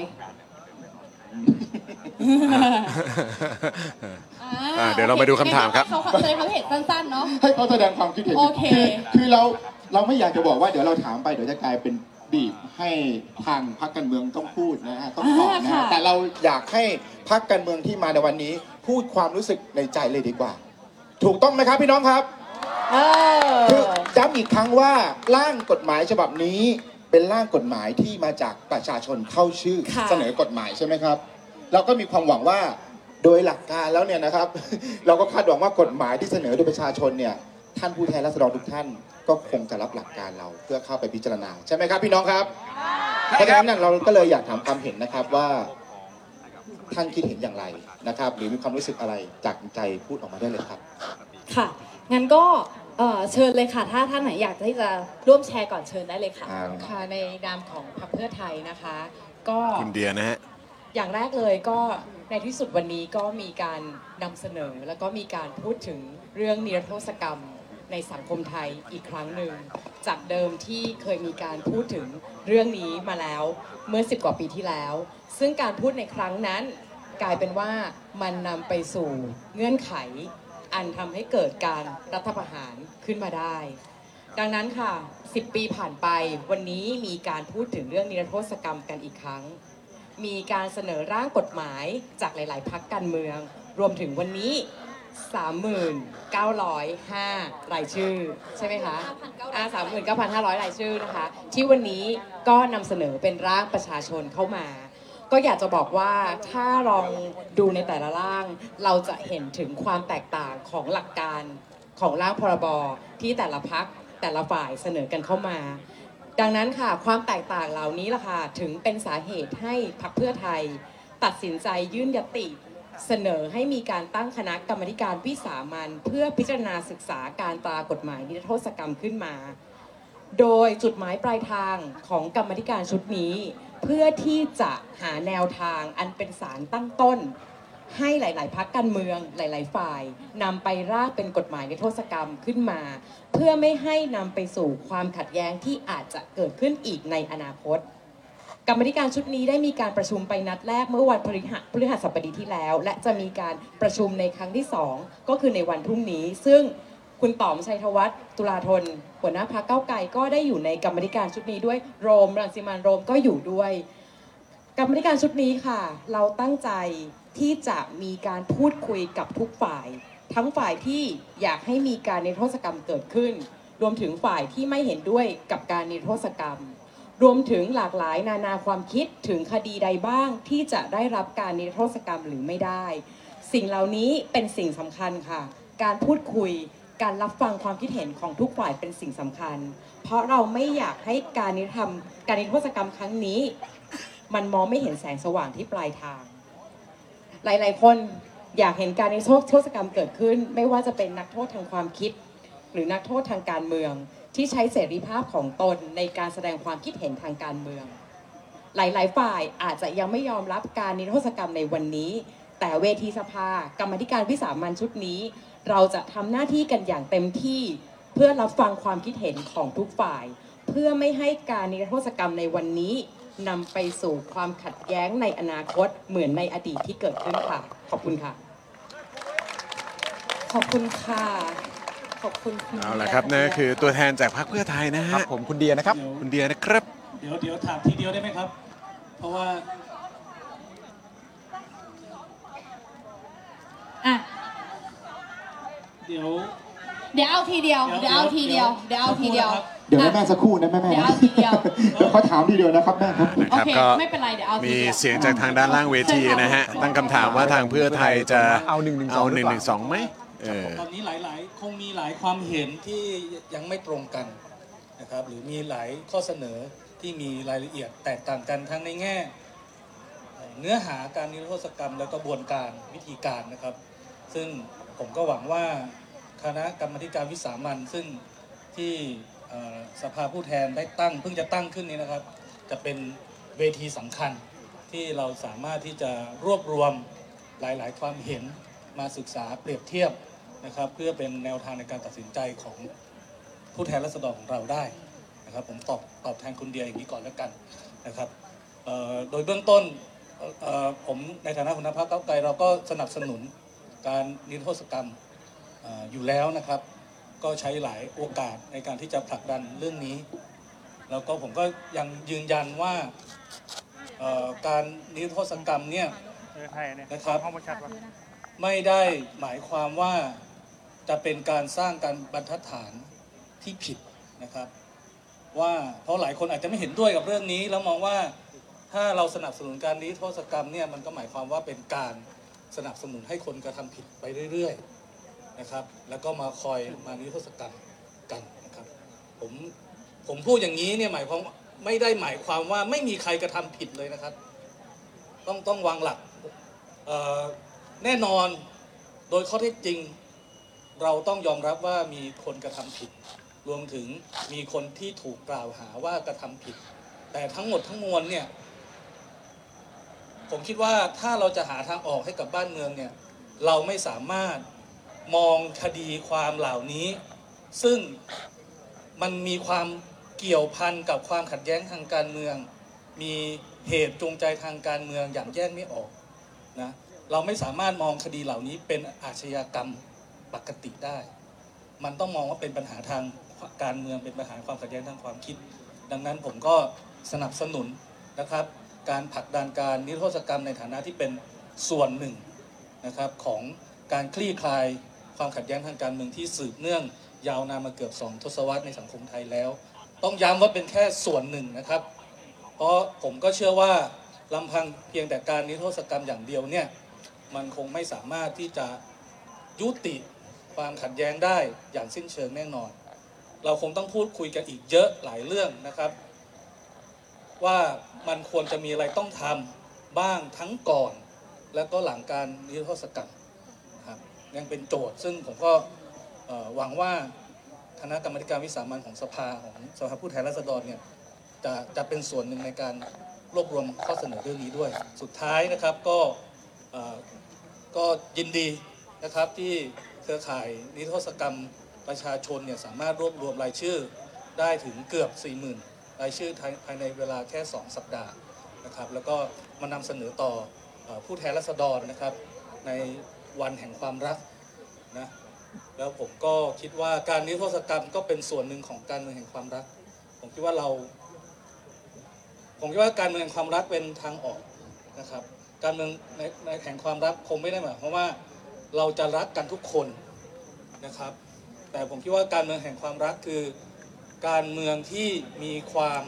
เดี๋ยวเรามาดูคำถามครับเขาแสดงความเห็นสั้นๆเนาะให้เขาแสดงความคิดเห็นโอเคคือเราไม่อยากจะบอกว่าเดี๋ยวเราถามไปเดี๋ยวจะกลายเป็นบีบให้ทางพรรคการเมืองต้องพูดนะฮะต้องตอบนะฮะแต่เราอยากให้พรรคการเมืองที่มาในวันนี้พูดความรู้สึกในใจเลยดีกว่าถูกต้องไหมครับพี่น้องครับคือย้ำอีกครั้งว่าร่างกฎหมายฉบับนี้เป็นร่างกฎหมายที่มาจากประชาชนเข้าชื่อเสนอกฎหมายใช่ไหมครับเราก็มีความหวังว่าโดยหลักการแล้วเนี่ยนะครับ เราก็คาดหวังว่ากฎหมายที่เสนอโดยประชาชนเนี่ยท่านผู้แทนราษฎรทุกท่านก็คงจะรับหลักการเราเพื่อเข้าไปพิจารณาใช่ไหมครับพี่น้องครับเพราะฉะนั้นเราก็เลยอยากถามความเห็นนะครับว่าท่านคิดเห็นอย่างไรนะครับหรือมีความรู้สึกอะไรจากใจพูดออกมาได้เลยครับค่ะงั้นก็เชิญเลยค่ะถ้าท่านไหนอยากที่จะร่วมแชร์ก่อนเชิญได้เลยค่ะค่ะในนามของพรรคเพื่อไทยนะคะก็คุณเดียนะฮะอย่างแรกเลยก็ในที่สุดวันนี้ก็มีการนำเสนอแล้วก็มีการพูดถึงเรื่องนิรโทษกรรมในสังคมไทยอีกครั้งหนึ่งจากเดิมที่เคยมีการพูดถึงเรื่องนี้มาแล้วเมื่อ10 กว่าปีที่แล้วซึ่งการพูดในครั้งนั้นกลายเป็นว่ามันนำไปสู่เงื่อนไขอันทำให้เกิดการรัฐประหารขึ้นมาได้ดังนั้นค่ะ10 ปีผ่านไปวันนี้มีการพูดถึงเรื่องนิรโทษกรรมกันอีกครั้งมีการเสนอร่างกฎหมายจากหลายๆพรรคการเมืองรวมถึงวันนี้ 39,500 รายชื่อใช่ไหมคะ39,500 รายชื่อนะคะที่วันนี้ก็นำเสนอเป็นร่างประชาชนเข้ามาก็อยากจะบอกว่าถ้าลองดูในแต่ละร่างเราจะเห็นถึงความแตกต่างของหลักการของร่างพรบที่แต่ละพรรคแต่ละฝ่ายเสนอกันเข้ามาดังนั้นค่ะความแตกต่างเหล่านี้ล่ะค่ะถึงเป็นสาเหตุให้พรรคเพื่อไทยตัดสินใจยื่นญัตติเสนอให้มีการตั้งคณะกรรมการวิสามัญเพื่อพิจารณาศึกษาการตรากฎหมายนิรโทษกรรมขึ้นมาโดยจุดหมายปลายทางของกรรมการชุดนี้เพื่อที่จะหาแนวทางอันเป็นสารตั้งต้นให้หลายๆพรรคการเมืองหลายๆฝ่ายนำไปร่างเป็นกฎหมายนิรโทษกรรมขึ้นมาเพื่อไม่ให้นำไปสู่ความขัดแย้งที่อาจจะเกิดขึ้นอีกในอนาคตกรรมการชุดนี้ได้มีการประชุมไปนัดแรกเมื่อวันพฤหัสบดีที่แล้วและจะมีการประชุมในครั้งที่2ก็คือในวันพรุ่งนี้ซึ่งคุณต๋อมชัยธวัฒน์ตุลาธนหัวหน้าพรรคก้าวไกลก็ได้อยู่ในกรรมการชุดนี้ด้วยโรมรังสิมันต์โรมก็อยู่ด้วยกรรมการชุดนี้ค่ะเราตั้งใจที่จะมีการพูดคุยกับทุกฝ่ายทั้งฝ่ายที่อยากให้มีการนิรโทษกรรมเกิดขึ้นรวมถึงฝ่ายที่ไม่เห็นด้วยกับการนิรโทษกรรมรวมถึงหลากหลายนานาความคิดถึงคดีใดบ้างที่จะได้รับการนิรโทษกรรมหรือไม่ได้สิ่งเหล่านี้เป็นสิ่งสำคัญค่ะการพูดคุยการรับฟังความคิดเห็นของทุกฝ่ายเป็นสิ่งสำคัญเพราะเราไม่อยากให้การนิรโทษกรรมครั้งนี้มันมองไม่เห็นแสงสว่างที่ปลายทางหลายๆคนอยากเห็นการนิรโทษกรรมเกิดขึ้นไม่ว่าจะเป็นนักโทษทางความคิดหรือนักโทษทางการเมืองที่ใช้เสรีภาพของตนในการแสดงความคิดเห็นทางการเมืองหลายๆฝ่ายอาจจะยังไม่ยอมรับการนิรโทษกรรมในวันนี้แต่เวทีสภากรรมาธิการวิสามัญชุดนี้เราจะทำหน้าที่กันอย่างเต็มที่เพื่อรับฟังความคิดเห็นของทุกฝ่ายเพื่อไม่ให้การนิรโทษกรรมในวันนี้นำไปสู่ความขัดแย้งในอนาคตเหมือนในอดีตที่เกิดขึ้นค่ะขอบคุณค่ะขอบคุณค่ะขอบคุณเอาล่ะครับนั่นคือตัวแทนจากพรรคเพื่อไทยนะฮะผมคุณเดียนะครับคุณเดียนะครับเดี๋ยวถามทีเดียวได้ไหมครับเพราะว่าเดี๋ยวเอาทีเดียวเดี๋ยวแม่สักครู่นะแม่เดี๋ยวเอาทีเดียวเดี๋ยวเขาถามทีเดียวนะครับแม่ครับโอเคไม่เป็นไรเดี๋ยวเอามีเสียงจากทางด้านล่างเวทีนะฮะตั้งคำถามว่าทางเพื่อไทยจะเอา112ไหมตอนนี้คงมีหลายความเห็นที่ยังไม่ตรงกันนะครับหรือมีหลายข้อเสนอที่มีรายละเอียดแตกต่างกันทั้งในแง่เนื้อหาการนิรโทษกรรมและกระบวนการวิธีการนะครับซึ่งผมก็หวังว่าคณะกรรมาธิการวิสามัญซึ่งที่สภาผู้แทนได้เพิ่งจะตั้งขึ้นนี้นะครับจะเป็นเวทีสำคัญที่เราสามารถที่จะรวบรวมหลายๆความเห็นมาศึกษาเปรียบเทียบนะครับเพื่อเป็นแนวทางในการตัดสินใจของผู้แทนราษฎรของเราได้นะครับผมตอบแทนคุณเดียอย่างนี้ก่อนแล้วกันนะครับโดยเบื้องต้นผมในฐานะหัวหน้าพรรคก้าวไกลเราก็สนับสนุนการนิรโทษกรรมอยู่แล้วนะครับก็ใช้หลายโอกาสในการที่จะผลักดันเรื่องนี้แล้วก็ผมก็ยังยืนยันว่าการนิรโทษกรรมเนี่ยนะครับไม่ได้หมายความว่าจะเป็นการสร้างการบรรทัดฐานที่ผิดนะครับว่าเพราะหลายคนอาจจะไม่เห็นด้วยกับเรื่องนี้แล้วมองว่าถ้าเราสนับสนุนการนิรโทษกรรมเนี่ยมันก็หมายความว่าเป็นการสนับสนุนให้คนกระทำผิดไปเรื่อยๆนะครับแล้วก็มาคอยมานิรโทษกรรมกันนะครับผมพูดอย่างนี้เนี่ยไม่ได้หมายความว่าไม่มีใครกระทำผิดเลยนะครับต้องวางหลักแน่นอนโดยข้อเท็จจริงเราต้องยอมรับว่ามีคนกระทำผิดรวมถึงมีคนที่ถูกกล่าวหาว่ากระทำผิดแต่ทั้งหมดทั้งมวลเนี่ยผมคิดว่าถ้าเราจะหาทางออกให้กับบ้านเมืองเนี่ยเราไม่สามารถมองคดีความเหล่านี้ซึ่งมันมีความเกี่ยวพันกับความขัดแย้งทางการเมืองมีเหตุจูงใจทางการเมืองอย่างแยกไม่ออกนะเราไม่สามารถมองคดีเหล่านี้เป็นอาชญากรรมปกติได้มันต้องมองว่าเป็นปัญหาทางการเมืองเป็นปัญหาความขัดแย้งทางความคิดดังนั้นผมก็สนับสนุนนะครับการผลักดันการนิรโทษกรรมในฐานะที่เป็นส่วนหนึ่งนะครับของการคลี่คลายความขัดแย้งทางการเมืองที่สืบเนื่องยาวนานมาเกือบ2 ทศวรรษในสังคมไทยแล้วต้องย้ำว่าเป็นแค่ส่วนหนึ่งนะครับเพราะผมก็เชื่อว่าลำพังเพียงแต่การนิรโทษกรรมอย่างเดียวเนี่ยมันคงไม่สามารถที่จะยุติความขัดแย้งได้อย่างสิ้นเชิงแน่นอนเราคงต้องพูดคุยกันอีกเยอะหลายเรื่องนะครับว่ามันควรจะมีอะไรต้องทำบ้างทั้งก่อนและก็หลังการนิรโทษกรรมครับยังเป็นโจทย์ซึ่งผมก็หวังว่าคณะกรรมการวิสามัญของสภาผู้แทนราษฎรเนี่ยจะเป็นส่วนหนึ่งในการรวบรวมข้อเสนอเรื่องนี้ด้วยสุดท้ายนะครับก็ยินดีนะครับที่เครือข่ายนิรโทษกรรมประชาชนเนี่ยสามารถรวบรวมรายชื่อได้ถึงเกือบ 40,000 รายชื่อภายในเวลาแค่2 สัปดาห์นะครับแล้วก็มานำเสนอต่อผู้แทนราษฎรนะครับในวันแห่งความรักนะแล้วผมก็คิดว่าการนิรโทษกรรมก็เป็นส่วนหนึ่งของการเมืองแห่งความรักผมคิดว่าการเมืองแห่งความรักเป็นทางออกนะครับการเมืองในแห่งความรักคงไม่ได้หมายความว่าเราจะรักกันทุกคนนะครับแต่ผมคิดว่าการเมืองแห่งความรักคือการเมืองที่มีความ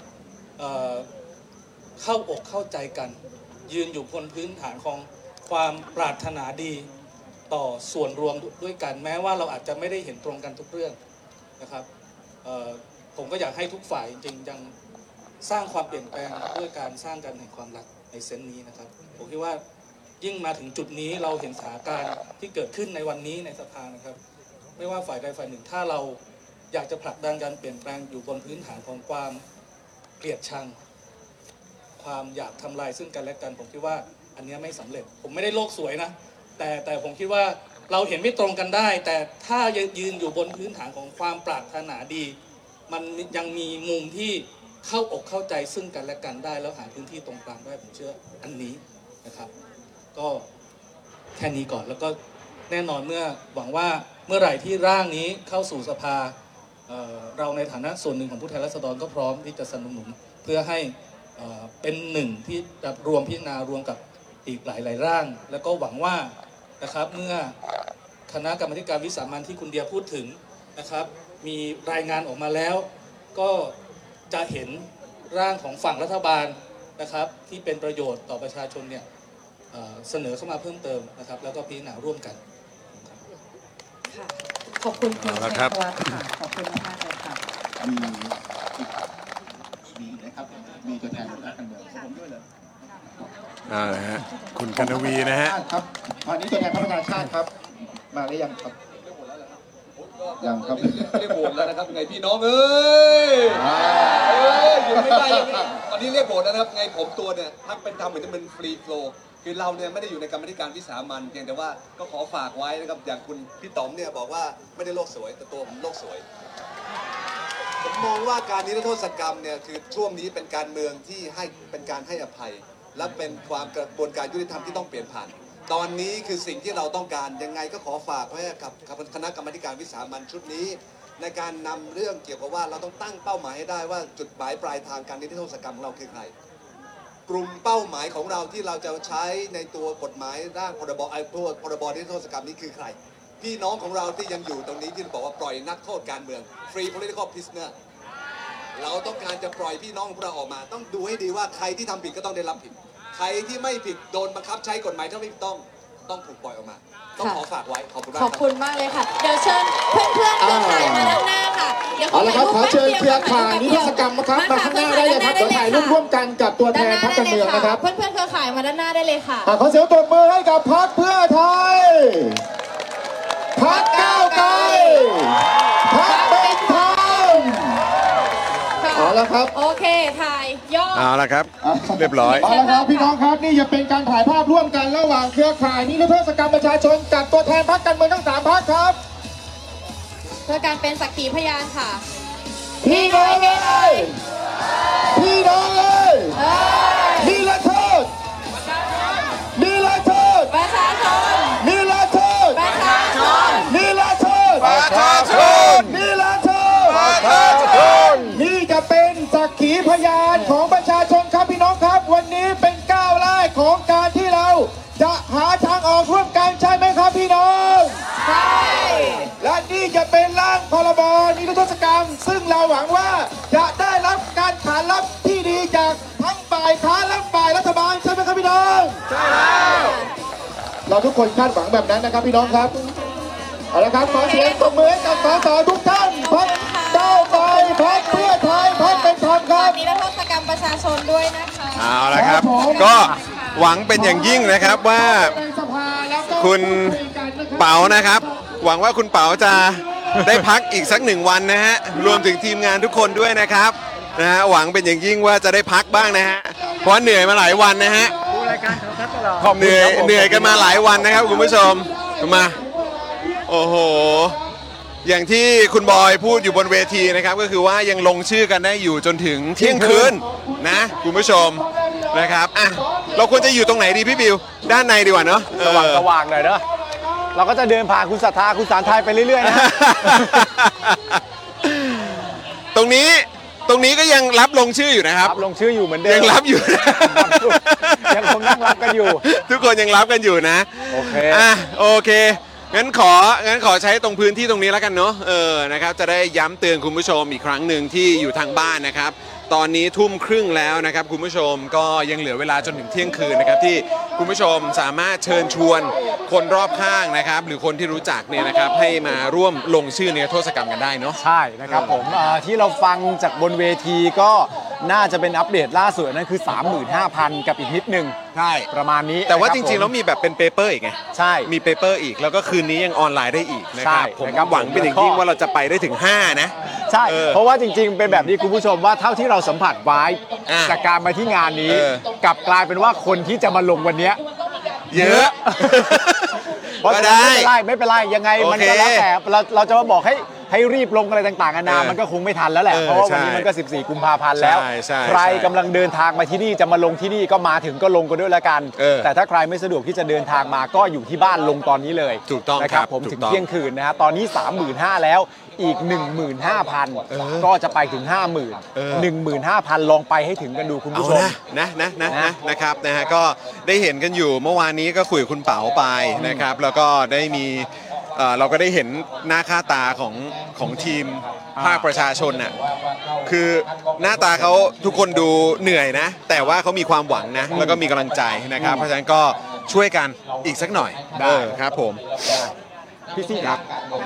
เข้าอกเข้าใจกันยืนอยู่บนพื้นฐานของความปรารถนาดีต่อส่วนรวมด้วยกันแม้ว่าเราอาจจะไม่ได้เห็นตรงกันทุกเรื่องนะครับผมก็อยากให้ทุกฝ่ายจริงๆยังสร้างความเปลี่ยนแปลงด้วยการสร้างกันแห่งความรักในเซนส์นี้นะครับผมคิดว่ายิ่งมาถึงจุดนี้เราเห็นสถานการณ์ที่เกิดขึ้นในวันนี้ในสภานะครับไม่ว่าฝ่ายใดฝ่ายหนึ่งถ้าเราอยากจะผลักดันการเปลี่ยนแปลงอยู่บนพื้นฐานของความเกลียดชังความอยากทำลายซึ่งกันและกันผมคิดว่าอันนี้ไม่สำเร็จผมไม่ได้โลกสวยนะแต่ผมคิดว่าเราเห็นไม่ตรงกันได้แต่ถ้ายืนอยู่บนพื้นฐานของความปรารถนาดีมันยังมีมุมที่เข้าอกเข้าใจซึ่งกันและกันได้แล้วหาพื้นที่ตรงกลางได้ผมเชื่ออันนี้นะครับก็แค่นี้ก่อนแล้วก็แน่นอนหวังว่าเมื่อไหร่ที่ร่างนี้เข้าสู่สภาเราในฐานะส่วนหนึ่งของผู้แทนราษฎรก็พร้อมที่จะสนับสนุนเพื่อให้เป็นหนึ่งที่จะรวมพิจารณารวมกับอีกหลายร่างแล้วก็หวังว่านะครับเมื่อคณะกรรมการวิสามัญที่คุณเดียพูดถึงนะครับมีรายงานออกมาแล้วก็จะเห็นร่างของฝั่งรัฐบาลนะครับที่เป็นประโยชน์ต่อประชาชนเนี่ยเสนอเข้ามาเพิ่มเติมนะครับแล้วก็พิจารณาร่วมกันขอบคุณคุณชัยธวัฒน์ค่ะขอบคุณมากเลยค่ะมีนะครับมีตัวแทนของพรรคการเมืองผมด้วยเลยฮะคุณกนวีนะฮะครับวันนี้ตัวแทนพรรคประชาชาติครับมาหรือยังครับยังครับเรียกโหวตแล้วนะครับไงพี่น้องเอ้ยอยู่ไม่ได้ยังตอนนี้เรียกโหวตแล้วนะครับไงผมตัวเนี่ยพรรคเป็นธรรมเหมือนจะเป็นฟรีโฟลว์คือเราเนี่ยไม่ได้อยู่ในกรรมธิการวิสามัญเพียงแต่ว่าก็ขอฝากไว้นะครับอย่างคุณพี่ต๋อมเนี่ยบอกว่าไม่ได้โลกสวยแต่ตัวผมโลกสวยผมมองว่าการนิรโทษกรรมเนี่ยคือช่วงนี้เป็นการเมืองที่เป็นการให้อภัยและเป็นความกระบวนการยุติธรรมที่ต้องเปลี่ยนผ่านตอนนี้คือสิ่งที่เราต้องการยังไงก็ขอฝากไว้กับคณะกรรมการวิสามัญชุดนี้ในการนำเรื่องเกี่ยวกับว่าเราต้องตั้งเป้าหมายให้ได้ว่าจุดหมายปลายทางการนิรโทษกรรมของเราคือใครกลุ่มเป้าหมายของเราที่เราจะใช้ในตัวกฎหมายร่างพรบนิรโทษกรรมนี้คือใครพี่น้องของเราที่ยังอยู่ตรงนี้ที่บอกว่าปล่อยนักโทษการเมือง Free Political Prisoner เราต้องการจะปล่อยพี่น้องของเราออกมาต้องดูให้ดีว่าใครที่ทำผิดก็ต้องได้รับผิดใครที่ไม่ผิดโดนบังคับใช้กฎหมายถ้าไม่ต้องถูกปล่อยออกมาต้องขอฝากไว้ขอบคุณมากขอบคุณมากเลยค่ะเดี๋ยวเชิญเพื่อนๆเครือข่ายมาด้านหน้าค่ะเอาละครับขอเชิญเครือข่ายนิรโทษกรรมนะครับมาข้างหน้าได้เลยครับเดี๋ยวถ่ายรูปร่วมกันกับตัวแทนพรรคการเมืองนะครับเพื่อนๆเครือข่ายมาด้านหน้าได้เลยค่ะขอเสียงตบมือให้กับพรรคเพื่อไทยพรรคก้าวไกลพรรคเป็นธรรมเอาละครับโอเคถ่ายย่อเอาละครับเรียบร้อยเอาละครับพี่น้องครับนี่จะเป็นการถ่ายภาพร่วมกันระหว่างเครือข่ายนิรโทษกรรมประชาชนกับตัวแทนพรรคการเมืองทั้ง3 พรรคครับเพื่อการเป็นสักขีพยานค่ะพี่น้องเอ้ยพี่น้องเอ้ยนิรโทษนิรโทษประชาชนนิรโทษประชาชนนิรโทษประชาชนนิรโทษประชาชนนี่จะเป็นสักขีพยานของประชาชนครับพี่น้องครับวันนี้เป็นก้าวแรกของการที่เราจะหาทางออกร่วมกันใช่ไหมครับพี่น้องใช่และนี่จะเป็นร่างพรบนิรโทษกรรมซึ่งเราหวังว่าจะได้รับการขานรับที่ดีจากทั้งฝ่ายค้านและฝ่ายรัฐบาลใช่ไหมครับพี่น้องใช่แล้วเราทุกคนคาดหวังแบบนั้นนะครับพี่น้องครับเอาละครับขอเสียงปรบมือให้กับสสทุกท่านพรรคก้าวไกลพรรคเพื่อไทยพรรคเป็นธรรมครับนิรโทษกรรมประชาชนด้วยนะคะเอาละครับก็หวังเป็นอย่างยิ่งนะครับว่าคุณเป๋านะครับหวังว่าคุณเป๋าจะได้พักอีกสัก1 วันนะฮะรวมถึงทีมงานทุกคนด้วยนะครับนะฮะหวังเป็นอย่างยิ่งว่าจะได้พักบ้างนะฮะเพราะเหนื่อยมาหลายวันนะฮะเหนื่อยกันมาหลายวันนะครับคุณผู้ชมมาโอ้โหอย่างที่คุณบอยพูดอยู่บนเวทีนะครับก็คือว่ายังลงชื่อกันได้อยู่จนถึงเที่ยงคืนนะคุณผู้ชมนะครับอ่ะเราควรจะอยู่ตรงไหนดีพี่บิวด้านในดีกว่าเนาะสว่างหน่อยเนาะเราก็จะเดินผ่านคุณศรัทธาคุณสารไทยไปเรื่อยๆนะตรงนี้ก็ยังรับลงชื่ออยู่นะครับลงชื่ออยู่เหมือนเดิมยังรับอยู่ยังคงนั่งรับกันอยู่ทุกคนยังรับกันอยู่นะโอเคโอเคงั้นขอใช้ตรงพื้นที่ตรงนี้แล้วกันเนาะนะครับจะได้ย้ำเตือนคุณผู้ชมอีกครั้งหนึ่งที่อยู่ทางบ้านนะครับตอนนี้20:30แล้วนะครับคุณผู้ชมก็ยังเหลือเวลาจนถึงเที่ยงคืนนะครับที่คุณผู้ชมสามารถเชิญชวนคนรอบข้างนะครับหรือคนที่รู้จักเนี่ยนะครับให้มาร่วมลงชื่อนิรโทษกรรมกันได้เนาะใช่นะครับผมที่เราฟังจากบนเวทีก็น่าจะเป็นอัปเดตล่าสุดนั่นคือ 35,000 กับอีกนิดนึงใช่ประมาณนี้แต่ว่าจริงๆแล้วมีแบบเป็นเปเปอร์อีกไงใช่มีเปเปอร์อีกแล้วก็คืนนี้ยังออนไลน์ได้อีกนะครับผมหวังเป็นอย่างยิ่งว่าเราจะไปได้ถึง5นะใช่เพราะว่าจริงๆเป็นแบบนี้คุณผู้ชมว่าเท่าที่เราสัมผัสไว้จากการมาที่งานนี้กลับกลายเป็นว่าคนที่จะมาลงวันนี้เยอะเพราะฉะนั้นไม่เป็นไรยังไงมันก็แล้วแต่เราจะมาบอกให้รีบลงอะไรต่างๆนานามันก็คงไม่ทันแล้วแหละเพราะว่าวันนี้มันก็14 กุมภาพันธ์แล้วใครกำลังเดินทางมาที่นี่จะมาลงที่นี่ก็มาถึงก็ลงกันด้วยแล้วกันแต่ถ้าใครไม่สะดวกที่จะเดินทางมาก็อยู่ที่บ้านลงตอนนี้เลยถูกต้องนะครับผมถึงเที่ยงคืนนะฮะตอนนี้ 35,000 แล้วอีก 15,000 ก็จะไปถึง 50,000 15,000 ลองไปให้ถึงกันดูคุณผู้ชมนะครับนะฮะก็ได้เห็นกันอยู่เมื่อวานนี้ก็คุยกับคุณเป๋าไปนะครับแล้วก็ได้มีเราก็ได้เห็นหน้าค่าตาของทีมภาคประชาชนน่ะคือหน้าตาเขาทุกคนดูเหนื่อยนะแต่ว่าเขามีความหวังนะแล้วก็มีกำลังใจนะครับเพราะฉะนั้นก็ช่วยกันอีกสักหน่อยครับผมพี่ซี่ครับ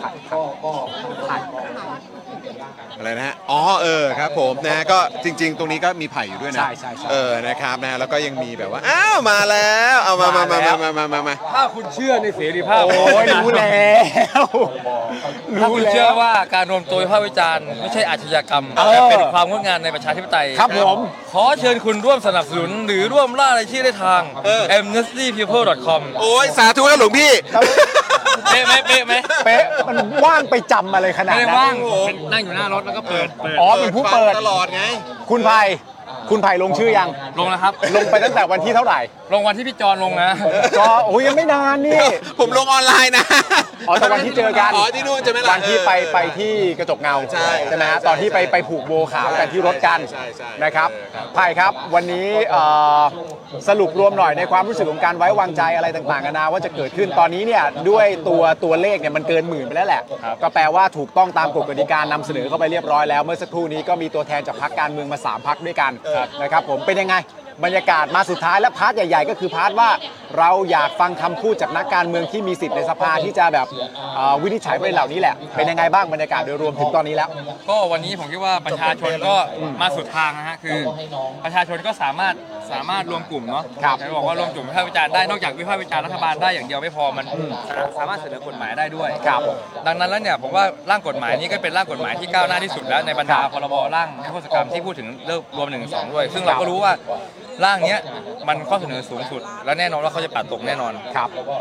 อะไรนะฮะครับผมนะก็จริงๆตรงนี้ก็มีไผ่อยู่ด้วยนะใช่นะครับนะแล้วก็ยังมีแบบว่าอ้าวมาแล้วเอามาถ้าคุณเชื่อในเสรีภาพรู้แล้วถ้าคุณเชื่อว่าการรวมตัววิพากษ์วิจารณ์ไม่ใช่อาชญากรรมแต่เป็นความงดงามในประชาธิปไตยครับผมขอเชิญคุณร่วมสนับสนุนหรือร่วมล่ารายชื่อได้ทาง amnestypeople.com โอ้ยสาธุแล้วหลวงพี่เป๊ะไหมเป๊ะมันว่างไปจำอะไรขนาดนั้นไม่ว่างนั่งอยู่หน้ารถแล้วก็เปิดเป็นผู้เปิดตลอดไงคุณไผ่ลงชื่อยังลงแล้วครับลงไปตั้งแต่วันที่เท่าไหร่ลงวันที่พี่จอนลงนะก็โอ้ยยังไม่นานนี่ผมลงออนไลน์นะแต่วันที่เจอกันที่นู่นใช่ไหมล่ะวันที่ไปที่กระจกเงาใช่ไหมฮะตอนที่ไปผูกโบขาวกันที่รถกันนะครับไผ่ครับวันนี้สรุปรวมหน่อยในความรู้สึกของการไว้วางใจอะไรต่างๆกันาว่าจะเกิดขึ้นตอนนี้เนี่ยด้วยตัวเลขเนี่ยมันเกิน10,000ไปแล้วแหละก็แปลว่าถูกต้องตามกฎกติกานำเสนอเข้าไปเรียบร้อยแล้วเมื่อสักครู่นี้ก็มีตัวแทนจากพรรคการเมืองมา3พรรคด้วยกันนะครับผมเป็นยังไงบรรยากาศมาสุดท้ายและพาร์ทใหญ่ๆก็คือพาร์ทว่าเราอยากฟังคำพูดจากนักการเมืองที่มีสิทธิ์ในสภาที่จะแบบวินิจฉัยประเด็นเหล่านี้แหละเป็นยังไงบ้างบรรยากาศโดยรวมถึงตอนนี้แล้วก็วันนี้ผมคิดว่าประชาชนก็มาสุดทางนะฮะคือประชาชนก็สามารถรวมกลุ่มเนาะจะบอกว่ารวมกลุ่มวิพากษ์วิจารณ์ได้นอกจากวิพากษ์วิจารณ์รัฐบาลได้อย่างเดียวไม่พอมันสามารถเสนอกฎหมายได้ด้วยดังนั้นแล้วเนี่ยผมว่าร่างกฎหมายนี้ก็เป็นร่างกฎหมายที่ก้าวหน้าที่สุดแล้วในบรรดาพรบร่างนิรโทษกรรมที่พูดถึงเรื่องรวม1-2ด้วยซึ่งเราก็รู้ว่าร่างนี้มันข้อเสนอสูงสุดและแน่นอนว่าเขาจะปัดตกแน่นอนครับ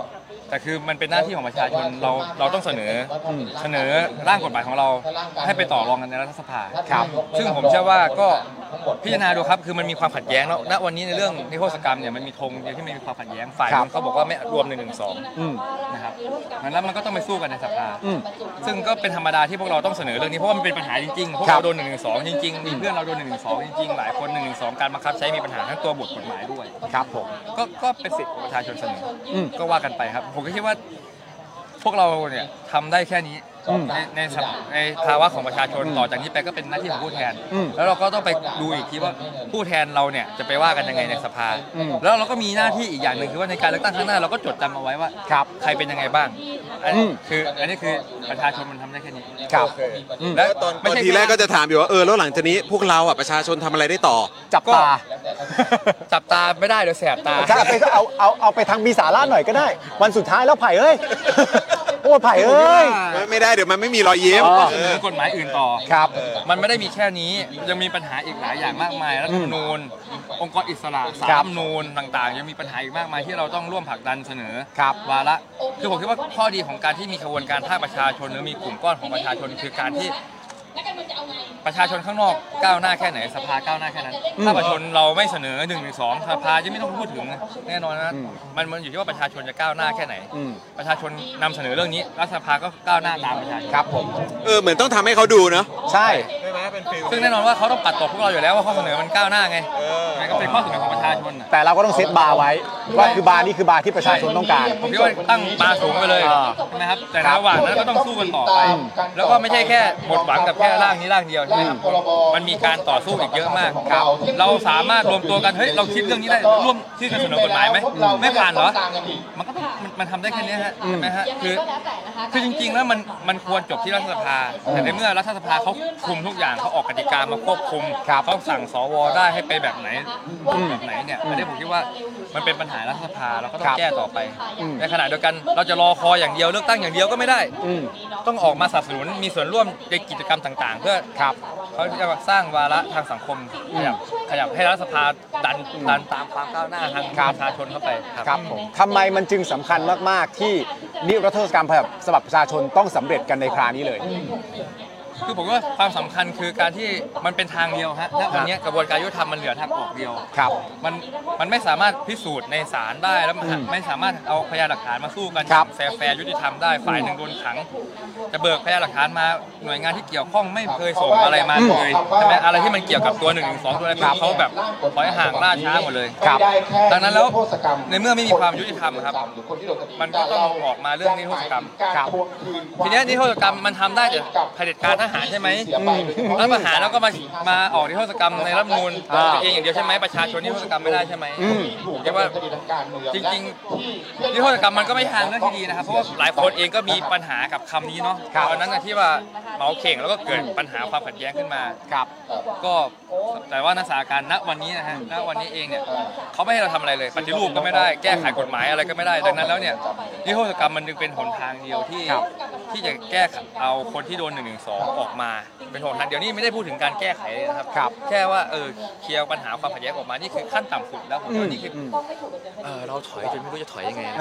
แต่คือมันเป็นหน้าที่ของประชาชนเราต้องเสนอร่างกฎหมายของเราให้ไปต่อรองกันในรัฐสภาครับซึ่งผมเชื่อว่าก็พิจารณาดูครับคือมันมีความขัดแย้งแล้วณวันนี้ในเรื่องนิรโทษกรรมเนี่ยมันมีธงเดียวที่ไม่มีความขัดแย้งฝ่ายนึงเขาบอกว่าไม่รวม112นะครับแล้วมันก็ต้องไปสู้กันในสภาซึ่งก็เป็นธรรมดาที่พวกเราต้องเสนอเรื่องนี้เพราะว่ามันเป็นปัญหาจริงๆพวกเราโดน112จริงๆมีเพื่อนเราโดน112จริงๆหลายคน112การบังคับใช้มีปัญหาทั้งตัวบทกฎหมายด้วยครับผมก็เป็นสิทธิของประชาชนเสนอก็ว่ากันไปครับผมก็คิดว่าพวกเราเนี่ยทำได้แค่นี้ในภาวะของประชาชนต่อจากนี้ไปก็เป็นหน้าที่ของผู้แทนแล้วเราก็ต้องไปดูอีกทีว่าผู้แทนเราเนี่ยจะไปว่ากันยังไงในสภาแล้วเราก็มีหน้าที่อีกอย่างหนึ่งคือว่าในการเลือกตั้งข้างหน้าเราก็จดจำเอาไว้ว่าใครเป็นยังไงบ้างอันนี้คือประชาชนมันทำได้แค่นี้ครับแล้วตอนทีแรกก็จะถามอยู่ว่าแล้วหลังจากนี้พวกเราประชาชนทำอะไรได้ต่อจับตาไม่ได้เดี๋ยวแสบตาเอาไปทางมีสาระหน่อยก็ได้วันสุดท้ายแล้วไผ่เอ้ยโอ้ไผ่เอ้ยไม่ได้เดี๋ยวมันไม่มีรอยยิ้มเสนอกฎหมายอื่นต่อครับมันไม่ได้มีแค่นี้ยังมีปัญหาอีกหลายอย่างมากมายรัฐธรรมนูญองค์กรอิสระศาลรัฐธรรมนูญต่างๆยังมีปัญหาอีกมากมายที่เราต้องร่วมผลักดันเสนอวาระคือผมคิดว่าข้อดีของการที่มีขบวนการภาคประชาชนหรือมีกลุ่มก้อนของประชาชนคือการที่ประชาชนข้างนอกก้าวหน้าแค่ไหนสภาก้าวหน้าแค่นั้นถ้าประชาชนเราไม่เสนอ112สภาจะไม่ต้องพูดถึงแน่นอนนะมันอยู่ที่ว่าประชาชนจะก้าวหน้าแค่ไหนประชาชนนำเสนอเรื่องนี้รัฐสภาก็ก้าวหน้าตามประชาชนครับผมเหมือนต้องทำให้เขาดูเนาะใช่ซึ่งแน่นอนว่าเขาต้องปัดตกพวกเราอยู่แล้วว่าข้อเสนอมันก้าวหน้าไงมันก็เป็นข้อเสนอของประชาชนแต่เราก็ต้องเซตบาร์ไว้ว่าคือบาร์นี้คือบาร์ที่ประชาชนต้องการผมคิดว่าตั้งบาร์สูงไปเลยใช่ไหมครับแต่ระหว่างนั้นก็ต้องสู้กันต่อไปแล้วก็ไม่ใช่แค่หมดหวังกับแค่ร่างนี้ร่างเดียวใช่ไหมครับมันมีการต่อสู้อีกเยอะมากเราสามารถรวมตัวกันเฮ้ยเราคิดเรื่องนี้ได้ร่วมที่จะเสนอกฎหมายไหมไม่ผ่านเหรอมันก็มันทำได้แค่นี้ฮะใช่ไหมฮะคือจริงๆแล้วมันควรจบที่รัฐสภาแต่ในเมื่อรัฐสภาเขาคุมทุกอย่างเขาออกกติกามาควบคุมเขาสั่งสวได้ให้ไปแบบไหนเนี่ยอันนี้ผมคิดว่ามันเป็นปัญหารัฐสภาเราก็ต้องแก้ต่อไปในขณะเดียวกันเราจะรอคอยอย่างเดียวเลือกตั้งอย่างเดียวก็ไม่ได้ต้องออกมาสนับสนุนมีส่วนร่วมในกิจกรรมต่างๆเพื่อเขาจะสร้างวาระทางสังคมขยับให้รัฐสภาดันตามความก้าวหน้าทางประชาชนเข้าไปครับผมทำไมมันจึงสำคัญมากๆที่นิรโทษกรรมฉบับประชาชนต้องสำเร็จกันในคราวนี้เลยคือผมว่าความสำคัญคือการที่มันเป็นทางเดียวฮะณวันนี้กระบวนการยุติธรรมมันเหลือทางออกเดียวครับมันไม่สามารถพิสูจน์ในศาลได้แล้วไม่สามารถเอาพยานหลักฐานมาสู้กันแฟร์ยุติธรรมได้ฝ่ายหนึ่งโดนขังจะเบิกพยานหลักฐานมาหน่วยงานที่เกี่ยวข้องไม่เคยส่งอะไรมาเลยใช่ไหมอะไรที่มันเกี่ยวกับตัว112ตัวอะไรเขาแบบปล่อยห่างล่าช้าหมดเลยดังนั้นแล้วในเมื่อไม่มีความยุติธรรมครับมันก็ต้องออกมาเรื่องนิรโทษกรรมทีนี้นิรโทษกรรมมันทำได้แต่เผด็จการทหารใช่ไหมรัฐประหารแล้วก็มาออกนิรโทษกรรมในรัฐธรรมนูญเองอย่างเดียวใช่ไหมประชาชนนิรโทษกรรมไม่ได้ใช่ไหมเรียกว่าจริงๆนิรโทษกรรมมันก็ไม่ทางเรื่องที่ดีนะครับเพราะว่าหลายคนเองก็มีปัญหากับคำนี้เนาะตอนนั้นที่ว่าเหมาเข่งแล้วก็เกิดปัญหาความขัดแย้งขึ้นมาก็แต่ว่านักสถานการณ์ณวันนี้นะฮะณวันนี้เองเนี่ยเขาไม่ให้เราทำอะไรเลยปฏิรูปก็ไม่ได้แก้ไขกฎหมายอะไรก็ไม่ได้ดังนั้นแล้วเนี่ยนิรโทษกรรมมันจึงเป็นหนทางเดียวที่จะแก้เอาคนที่โดน112ออกมาเป็นหนทางเดียวนี้ไม่ได้พูดถึงการแก้ไขนะครับแค่ว่าเคลียร์ปัญหาความขัดแย้งออกมานี่คือขั้นต่ำสุดแล้วผมว่านี่คือเราถอยจนไม่รู้จะถอยยังไง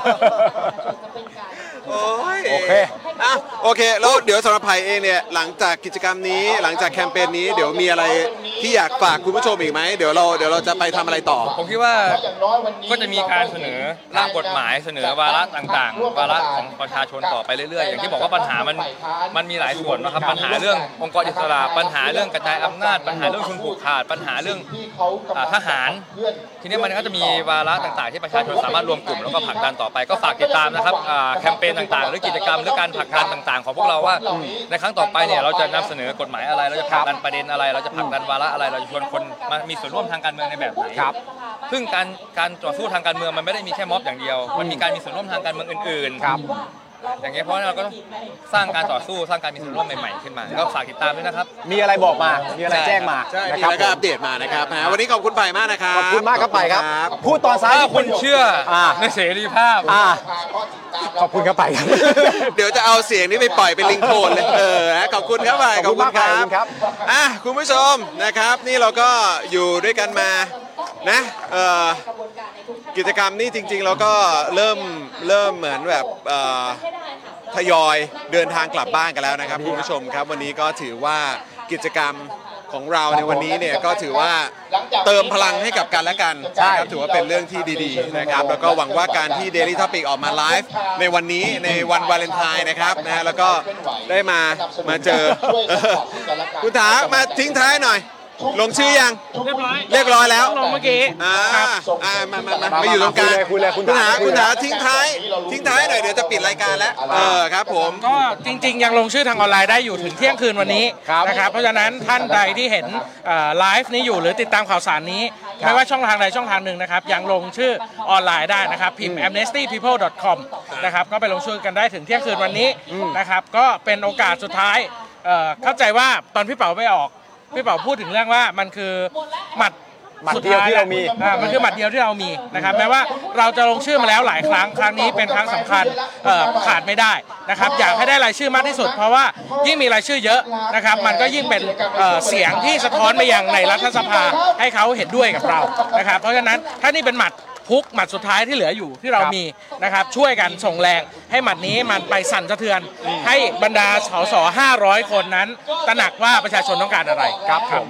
โอเคแล้วเดี๋ยวสำหรับไผ่เองเนี่ยหลังจากกิจกรรมนี้หลังจากแคมเปญนี้เดี๋ยวมีอะไรที่อยากฝากคุณผู้ชมอีกไหมเดี๋ยวเราจะไปทำอะไรต่อผมคิดว่าก็จะมีการเสนอร่างกฎหมายเสนอวาระต่างๆวาระของประชาชนต่อไปเรื่อยๆอย่างที่บอกว่าปัญหามันมีหลายส่วนนะครับปัญหาเรื่ององค์กรอิสระปัญหาเรื่องกระจายอำนาจปัญหาเรื่องทุนผูกขาดปัญหาเรื่องทหารทีนี้มันก็จะมีวาระต่างๆที่ประชาชนสามารถรวมกลุ่มแล้วก็ผลักดันต่อไปก็ฝากติดตามนะครับแคมเปญต่างๆหรือกิจกรรมหรือการผลักดันต่างๆของพวกเราว่าในครั้งต่อไปเนี่ยเราจะนำเสนอกฎหมายอะไรเราจะผลักดันประเด็นอะไรเราจะผลักดันวาระอะไรเราจะชวนคนมามีส่วนร่วมทางการเมืองในแบบไหนซึ่งการต่อสู้ทางการเมืองมันไม่ได้มีแค่ม็อบอย่างเดียวมันมีการมีส่วนร่วมทางการเมืองอื่นๆอย่างเงี้ยเพราะเราก็ต้องสร้างการต่อสู้สร้างการมีส่วนร่วมใหม่ๆขึ้นมาก็ฝากติดตามด้วยนะครับมีอะไรบอกมามีอะไรแจ้งมานะครับแล้วก็อัปเดตมานะครับวันนี้ขอบคุณไผ่มากนะครับขอบคุณมากครับไผ่ครับพูดตอนซ้ายคุณเชื่อในเสรีภาพขอบคุณครับไผ่ครับเดี๋ยวจะเอาเสียงนี้ไปปล่อยเป็นลิงโทนเลยนะขอบคุณครับไผ่ขอบคุณครับคุณผู้ชมนะครับนี่เราก็อยู่ด้วยกันมานะกิจกรรมนี้จริงๆเราก็เริ่มเหมือนแบบทยอยเดินทางกลับบ้านกันแล้วนะครับคุณผู้ชมครับวันนี้ก็ถือว่ากิจกรรมของเราในวันนี้เนี่ยก็ถือว่าเติมพลังให้กับกันและกันนะครับถือว่าเป็นเรื่องที่ดีๆนะครับแล้วก็หวังว่าการที่ Daily Topic ออกมาไลฟ์ในวันนี้ในวันวาเลนไทน์นะครับนะฮะแล้วก็ได้มาเจอคุณถามาทิ้งท้ายหน่อยลงชื่อยังเรียบร้อยแล้วลงเมื่อกี้มาอยู่ตรงกลางคุณถาทิ้งท้ายหน่อยเดี๋ยวจะปิดรายการแล้วครับผมก็จริงๆยังลงชื่อทางออนไลน์ได้อยู่ถึงเที่ยงคืนวันนี้นะครับเพราะฉะนั้นท่านใดที่เห็นไลฟ์นี้อยู่หรือติดตามข่าวสารนี้ไม่ว่าช่องทางใดช่องทางหนึ่งนะครับยังลงชื่อออนไลน์ได้นะครับพิมพ์ amnestypeople.com นะครับก็ไปลงชื่อกันได้ถึงเที่ยงคืนวันนี้นะครับก็เป็นโอกาสสุดท้ายเข้าใจว่าตอนพี่เป๋าไปออกพี่เป๋าพูดถึงเรื่องว่ามันคือหมัดเดียวที่เรามีมันคือหมัดเดียวที่เรามีนะครับแม้ว่าเราจะลงชื่อมาแล้วหลายครั้งนี้เป็นครั้งสำคัญขาดไม่ได้นะครับอยากให้ได้รายชื่อมากที่สุดเพราะว่ายิ่งมีรายชื่อเยอะนะครับมันก็ยิ่งเป็นเสียงที่สะท้อนไปยังในรัฐสภาให้เขาเห็นด้วยกับเรานะครับเพราะฉะนั้นถ้านี่เป็นหมัดพุกหมัดสุดท้ายที่เหลืออยู่ที่เรามีนะครับช่วยกันส่งแรงให้หมัดนี้มันไปสั่นสะเทือนให้บรรดาสส500 คนนั้นตระหนักว่าประชาชนต้องการอะไรครับผม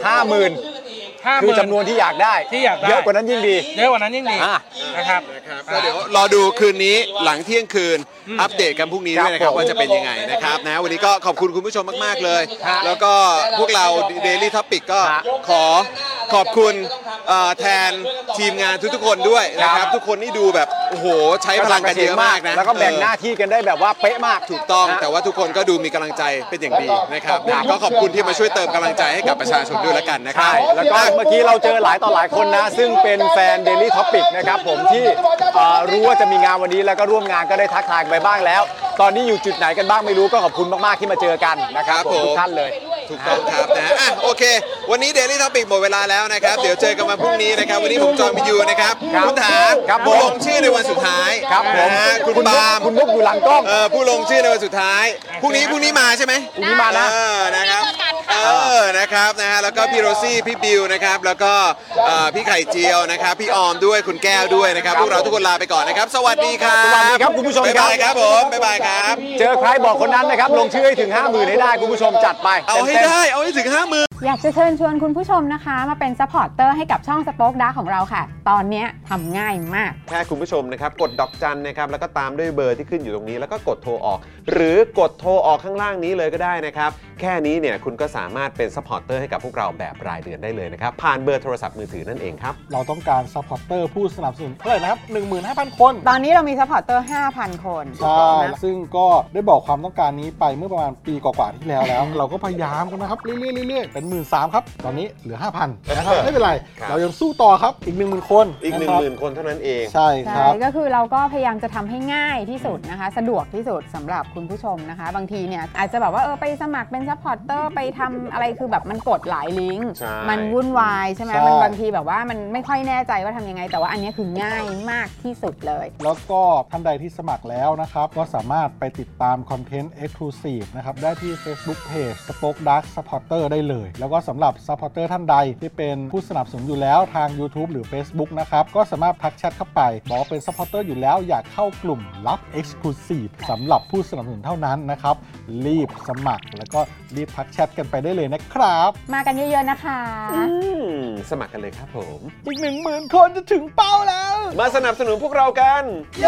50,000คือจำนวนที่อยากได้เยอะกว่านั้นยิ่งดีนะครับก็เดี๋ยวรอดูคืนนี้หลังเที่ยงคืนอัปเดตกันพรุ่งนี้ด้วยนะครับว่าจะเป็นยังไงนะครับนะวันนี้ก็ขอบคุณคุณผู้ชมมากๆเลยแล้วก็พวกเรา Daily Topic ก็ขอบคุณแทนทีมงานทุกๆคนด้วยนะครับทุกคนนี่ดูแบบโอ้โหใช้พลังกันเยอะมากนะแล้วก็แบ่งหน้าที่กันได้แบบว่าเป๊ะมากถูกต้องแต่ว่าทุกคนก็ดูมีกำลังใจเป็นอย่างดีนะครับก็ขอบคุณที่มาช่วยเติมกำลังใจให้กับประชาชนด้วยแล้วกันนะครับแล้วก็เมื่อกี้เราเจอหลายต่อหลายคนนะซึ่งเป็นแฟน Daily Topic นะครับผมที่รู้ว่าจะมีงานวันนี้แล้วก็ร่วมงานก็ได้ทักทายไปบ้างแล้วตอนนี้อยู่จุดไหนกันบ้างไม่รู้ก็ขอบคุณมากๆที่มาเจอกันนะครับทุกท่านเลยถูกต้องครับนะโอเควันนี้ Daily Topic หมดเวลาแล้วนะครับเดี๋ยวเจอกันมาพรุ่งนี้นะครับวันนี้ผมจอห์นวินยูนะครับคุณถาผู้ลงชื่อในวันสุดท้ายนะฮะคุณปาล์มคุณมุกอยู่หลังกล้องผู้ลงชื่อในวันสุดท้ายพรุ่งนี้มาใช่ไหมพรุ่งนี้มานะนะครับนะครับนะฮะแล้วก็พี่โรซี่พี่บิวนะครับแล้วก็พี่ไข่เจียวนะครับพี่ออมด้วยคุณแก้วด้วยนะครับพวกเราทุกคนลาไปก่อนนะครับสวัสดีครับสวัสดีครับคุณผู้ชมบ๊ายบายครับผมบ๊ายบายครับเจอใครบอกคนนั้นนะครับลงชื่อให้ถึง 50,000 ให้ได้คุณผู้ชมจัดไปเอาให้ถึง 50,000 อยากจะเชิญชวนคุณผู้ชมนะคะมาเป็นซัพพอร์ตเตอร์ให้กับช่องสป็อคดาร์กของเราค่ะตอนนี้ทำง่ายมากแค่คุณผู้ชมนะครับกดดอกจันนะครับแล้วก็ตามด้วยเบอร์ที่ขึ้นอยู่ตรงนี้แล้วก็กดโทรออกหรือกดโทรออกข้างล่างนี้เลยก็ได้นะครับแค่นี้เนี่ยคุณก็สามารถเป็นซัพพอร์ตเตอร์ให้กับพวกเราแบบรายเดือนได้เลยนะครับผ่านเบอร์โทรศัพท์มือถือนั่นเองครับเราต้องการซัพพอร์ตเตอร์ผู้สนับสนุนเท่าไหร่นะครับ 15,000 คนตอนนี้เรามีซัพพอร์ตเตอร์ 5,000 คนใช่ซึ่งก็ได้บอกความต้องการนี้ไปเมื่อประมาณปีกว่าๆที่แล้วเราก็พยายามกันนะครับเรื่อยๆเป็น 13,000 ครับตอนนี้เหลือ 5,000 นะครับไม่เป็นไรเรายังสู้ต่อครับอีก 10,000 คนอีก 10,000 คนเท่านั้นเองใช่ครับก็คือเราก็พยายามจะทำให้ง่ายที่สุดนะคะสะดวกที่สุดสำหรับคุณผู้ชมนะคะบางทีเนี่ยอาจจะแบบว่าไปสมัครเป็นซัพพอร์ตเตอร์ไปทำอะไรคือแบบมันกดหลายลิงก์มันวุ่นวายใช่ไหมมันบางทีแบบว่ามันไม่ค่อยแน่ใจว่าทำยังไงแต่ว่าอันนี้คือง่ายมากที่สุดเลยแล้วก็ท่านใดที่สมัครแล้วนะครับก็สามารถไปติดตามคอนเทนต์ Exclusive นะครับได้ที่ Facebook Page Spoke Dark Supporter ได้เลยแล้วก็สำหรับ Supporter ท่านใดที่เป็นผู้สนับสนุนอยู่แล้วทาง YouTube หรือ Facebook นะครับก็สามารถทักแชทเข้าไปบอกว่าเป็น Supporter อยู่แล้วอยากเข้ากลุ่มลับ Exclusive สำหรับผู้สนับสนุนเท่านั้นนะครับรีบสมัครแล้วก็รีบทักแชทกันไปได้เลยนะครับมากันเยอะๆนะคะสมัครกันเลยครับผมอีก 10,000 คนจะถึงเป้าแล้วมาสนับสนุนพวกเรากันเย้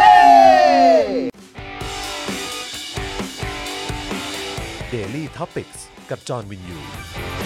Daily Topics กับจอห์นวินยู